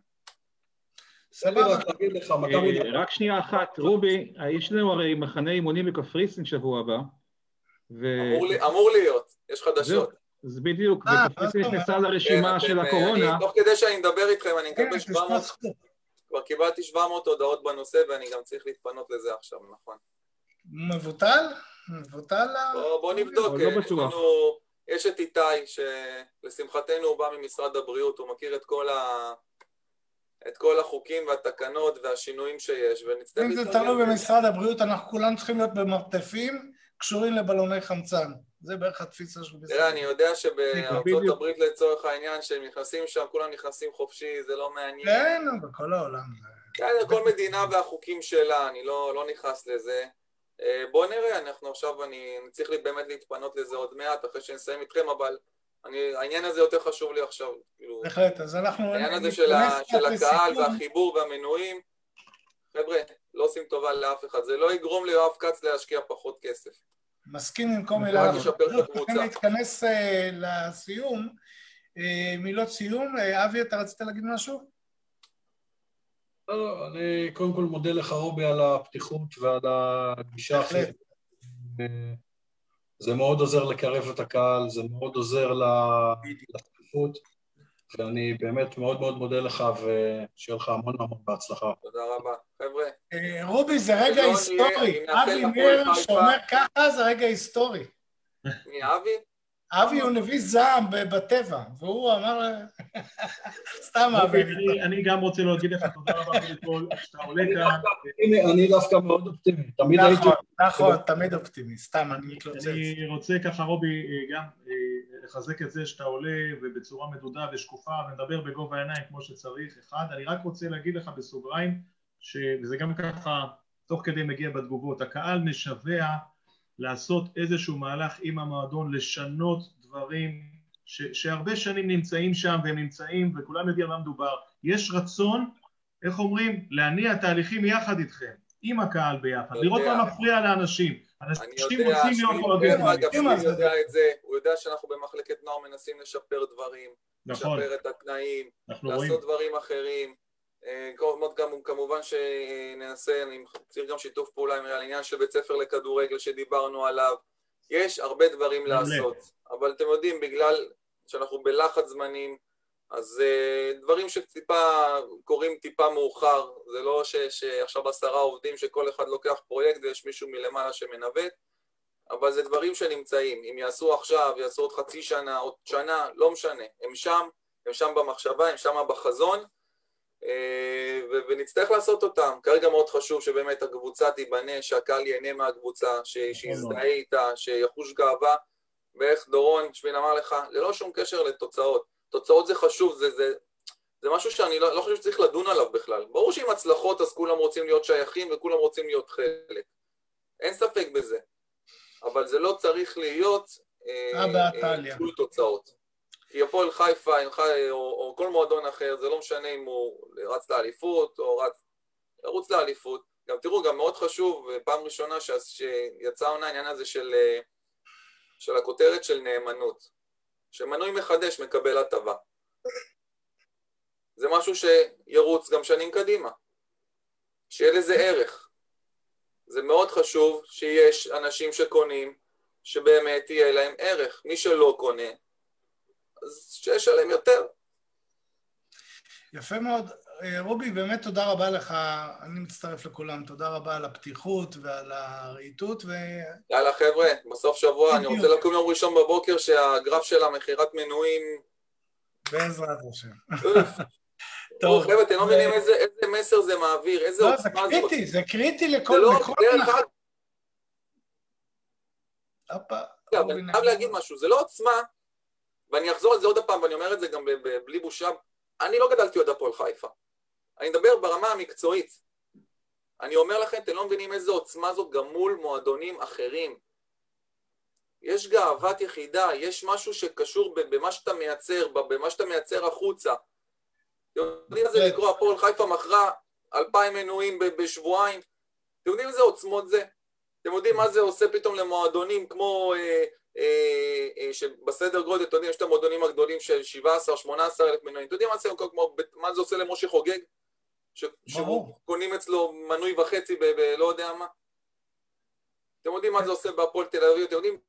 רק שנייה אחת, רובי, יש לנו הרי מחנה אימונים בקפריסין שבוע הבא. אמור להיות, יש חדשות. אז בדיוק, וקפריסין נכנסה לרשימה של הקורונה. תוך כדי שאני מדבר איתכם, אני מקבל 700, כבר קיבלתי 700 הודעות בנושא, ואני גם צריך להתפנות לזה עכשיו, נכון. מבוטל? בוא נבדוק, יש את איתי, שלשמחתנו הוא בא ממשרד הבריאות, הוא מכיר את כל החוקים והתקנות והשינויים שיש, ונצטרך... אם זה תלוי במשרד הבריאות, אנחנו כולם צריכים להיות במרתפים, קשורים לבלוני חמצן. זה בערך התפיסה של משרד. תראה, אני יודע שבארצות הברית לצורך העניין, שהם נכנסים שם, כולם נכנסים חופשי, זה לא מעניין. כן, בכל העולם. כן, כל מדינה והחוקים שלה, אני לא נכנס לזה. בואו נראה, אנחנו עכשיו, אני צריך באמת להתפנות לזה עוד מעט, אחרי שנסיים איתכם, אבל העניין הזה יותר חשוב לי עכשיו. בהחלט, אז אנחנו... העניין הזה של הקהל והחיבור והמנויים, חבר'ה, לא עושים טובה לאף אחד, זה לא יגרום ליואב כץ להשקיע פחות כסף. מסכים עם כל מילה. צריכים להתכנס לסיום. מילות סיום. אבי, אתה רצית להגיד משהו? לא, אני קודם כל מודה לך רובי על הפתיחות ועל הגישה. זה מאוד עוזר לקרב את הקהל, זה מאוד עוזר לפתיחות, ואני באמת מאוד מאוד מודה לך, ושיהיה לך המון המון בהצלחה. תודה רבה. חבר'ה. רובי, זה רגע היסטורי. אבי ניר שאומר ככה, זה רגע היסטורי. מי, אבי? אבי הוא נביא זעם בטבע, והוא אמר... סתם אבי. אני גם רוצה להגיד לך תודה רבה בכל שאתה עולה כאן. אני דווקא מאוד אופטימי. נכון, תמיד אופטימי. סתם, אני מתלוצץ. אני רוצה ככה, רובי, גם לחזק את זה שאתה עולה ובצורה מדודה ושקופה ומדבר בגובה העיניים כמו שצריך. אחד, אני רק רוצה להגיד לך בסוגריים, וזה גם ככה תוך כדי מגיע בתגובות, הקהל משווע לעשות איזשהו מהלך עם המועדון, לשנות דברים שהרבה שנים נמצאים שם והם נמצאים וכולם יודעים מה מדובר. יש רצון, איך אומרים, להניע תהליכים יחד איתכם. עם הקהל ביחד, לראות מה מפריע לאנשים. אנשים רוצים להיות אוהדים. שמיל יודע את זה, הוא יודע שאנחנו במחלקת נוער מנסים לשפר דברים, לשפר את התנאים, לעשות דברים אחרים. כמובן שננסה, אני צריך גם שיתוף פעולה עם העניין של בית ספר לכדורגל שדיברנו עליו. יש הרבה דברים לעשות, אבל אתם יודעים, בגלל שאנחנו בלחץ זמנים, אז דברים שטיפה קוראים טיפה מאוחר, זה לא שעכשיו 10 עובדים שכל אחד לוקח פרויקט ויש מישהו מלמעלה שמנווט, אבל זה דברים שנמצאים, אם יעשו עכשיו, יעשו עוד חצי שנה, עוד שנה, לא משנה, הם שם במחשבה, הם שם בחזון, ונצטרך לעשות אותם. כרגע מאוד חשוב שבאמת הקבוצה תיבנה, שהקהל ייהנה מהקבוצה, שיזדהה איתה, שיחוש גאווה, ואיך דורון, שמיל אמר לך, ללא שום קשר לתוצאות. תוצאות זה חשוב, זה משהו שאני לא חושב שצריך לדון עליו בכלל. ברור שעם הצלחות אז כולם רוצים להיות שייכים וכולם רוצים להיות חלק. אין ספק בזה. אבל זה לא צריך להיות תלוי תוצאות. כי הפועל חיפה או כל מועדון אחר, זה לא משנה אם הוא רץ לאליפות או ירוץ לאליפות. גם תראו, גם מאוד חשוב, פעם ראשונה שיצא העניין הזה של הכותרת של נאמנות. שמנוי מחדש מקבל הטבה. זה משהו שירוץ גם שנים קדימה. שיהיה לזה ערך. זה מאוד חשוב שיש אנשים שקונים, שבאמת יהיה להם ערך. מי שלא קונה, אז שיש עליהם יותר. יפה מאוד. רובי, באמת תודה רבה לך. אני מצטרף לכולם. תודה רבה על הפתיחות ועל הרהיטות. יאללה חבר'ה, בסוף שבוע אני רוצה לקום יום ראשון בבוקר שהגרף של המחירת מנויים... בעזרת השם. טוב. חבר'ה, אתם לא מבינים איזה מסר זה מעביר, איזה עוצמה זאת. לא, זה קריטי לכל... אני חייב להגיד משהו, זה לא עוצמה, ואני אחזור על זה עוד הפעם, ואני אומר את זה גם בלי בושה, אני לא גדלתי עוד הפועל חיפה. אני מדבר ברמה המקצועית. אני אומר לכם, אתם לא מבינים איזה עוצמה זאת גם מול מועדונים אחרים. יש גאוות יחידה, יש משהו שקשור במה שאתה מייצר, במה שאתה מייצר החוצה. אתם יודעים מה זה לקרוא, הפועל חיפה מכרה 2,000 מנויים בשבועיים. אתם יודעים איזה עוצמות זה? אתם יודעים מה זה עושה פתאום למועדונים כמו... שבסדר גודל, אתם יודעים, יש את המועדונים הגדולים של 17-18 אלף מנויים. אתם יודעים מה זה עושה למשה חוגג? שקונים אצלו מנוי וחצי בלא יודע מה? אתם יודעים מה זה עושה בהפועל תל אביב? אתם יודעים?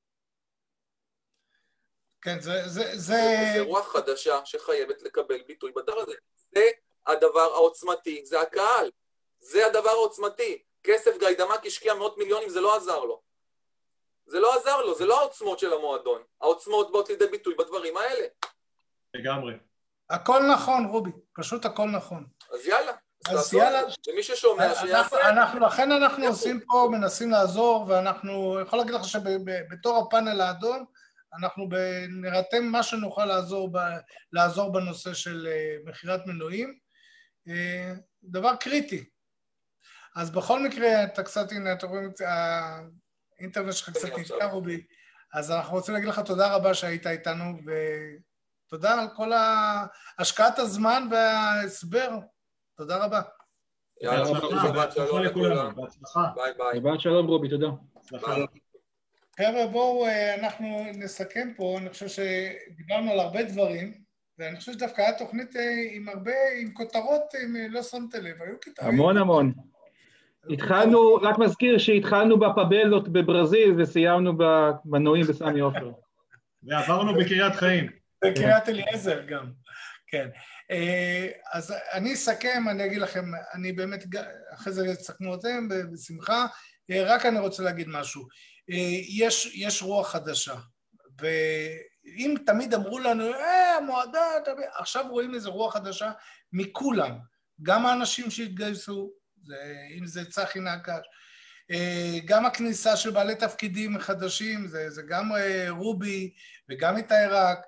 כן, זה רוח חדשה שחייבת לקבל ביטוי בדבר הזה. זה הדבר העוצמתי, זה הקהל. זה הדבר העוצמתי. כסף גיידמק השקיע 100 מיליונים, זה לא עזר לו. זה לא עזר לו, זה לא העוצמות של המועדון. העוצמות באות לידי ביטוי בדברים האלה. לגמרי. הכל נכון, רובי. פשוט הכל נכון. אז יאללה. אז יאללה. למי ששומע שיעשה. לכן אנחנו עושים פה, מנסים לעזור, ואנחנו, יכול להגיד לך שבתור הפאנל האדום, אנחנו נרתם מה שנוכל לעזור בנושא של מחירת מנויים. דבר קריטי. אז בכל מקרה, אתה קצת, הנה, אתה רואים, האינטרנט שלך קצת נתקע, רובי, אז אנחנו רוצים להגיד לך תודה רבה שהיית איתנו, ותודה על כל השקעת הזמן וההסבר. תודה רבה. יאללה, שבת שלום לכולם. ביי ביי. שבת שלום רובי, תודה. חבר'ה, בואו, אנחנו נסכם פה, אני חושב שדיברנו על הרבה דברים, ואני חושב שדווקא היה תוכנית עם כותרות, אם לא שמת לב, היו כתרים. המון. התחלנו, רק מזכיר שהתחלנו בפאבלות בברזיל וסיימנו במנועים בסמי עופר. ועברנו בקריית חיים. בקריית אליעזר גם, כן. אז אני אסכם, אני אגיד לכם, אני באמת, אחרי זה תסכמו אותם בשמחה, רק אני רוצה להגיד משהו. יש רוח חדשה, ואם תמיד אמרו לנו, המועדון, עכשיו רואים איזו רוח חדשה מכולם, גם האנשים שהתגייסו, אם זה צחי נקש, גם הכניסה של בעלי תפקידים חדשים, זה גם רובי וגם איתי רק,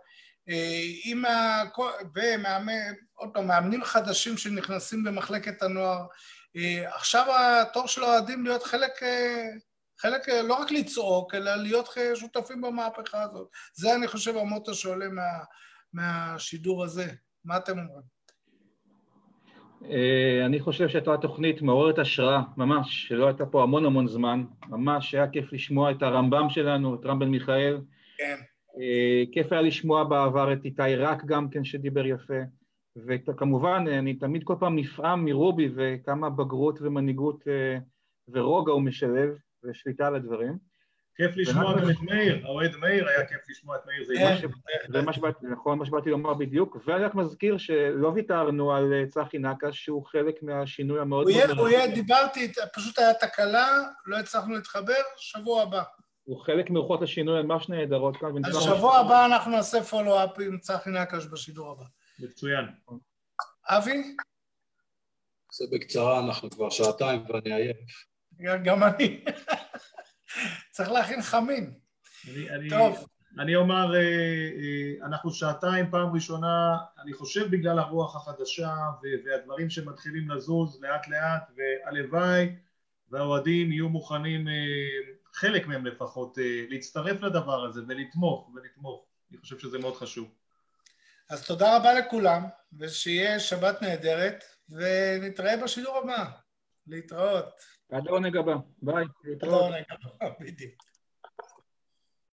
ומאמנים חדשים שנכנסים במחלקת הנוער, עכשיו התור של האוהדים להיות חלק לא רק לצעוק, אלא להיות שותפים במהפכה הזאת. זה אני חושב המוטו שעולה מהשידור הזה. מה אתם אומרים? אני חושב שהייתה תוכנית מעוררת השראה, ממש, שלא הייתה פה המון זמן, ממש היה כיף לשמוע את הרמב"ם שלנו, את רם בן מיכאל. כן. כיף היה לשמוע בעבר את איתי רק גם כן שדיבר יפה, וכמובן אני תמיד כל פעם נפעם מרובי וכמה בגרות ומנהיגות ורוגע הוא משלב ושליטה על הדברים. כיף לשמוע גם את מאיר, האוהד מאיר, היה כיף לשמוע את מאיר, זה מה שבאתי לומר בדיוק, ואני רק מזכיר שלא ויתרנו על צחי נקש, שהוא חלק מהשינוי המאוד הוא יהיה, דיברתי, פשוט היה תקלה, לא הצלחנו להתחבר, שבוע הבא. הוא חלק מרוחות השינוי, ממש נהדרות כאן. אז שבוע הבא אנחנו נעשה פולו-אפ עם צחי נקש בשידור הבא. מצוין. אבי? זה בקצרה, אנחנו כבר שעתיים ואני עייף. גם אני. צריך להכין חמין. טוב. אני אומר, אנחנו שעתיים פעם ראשונה, אני חושב בגלל הרוח החדשה והדברים שמתחילים לזוז לאט לאט, והלוואי והאוהדים יהיו מוכנים, חלק מהם לפחות, להצטרף לדבר הזה ולתמוך. אני חושב שזה מאוד חשוב. אז תודה רבה לכולם, ושיהיה שבת נהדרת, ונתראה בשידור הבא. להתראות. עד העונג הבא. ביי. עד העונג הבא, בדיוק.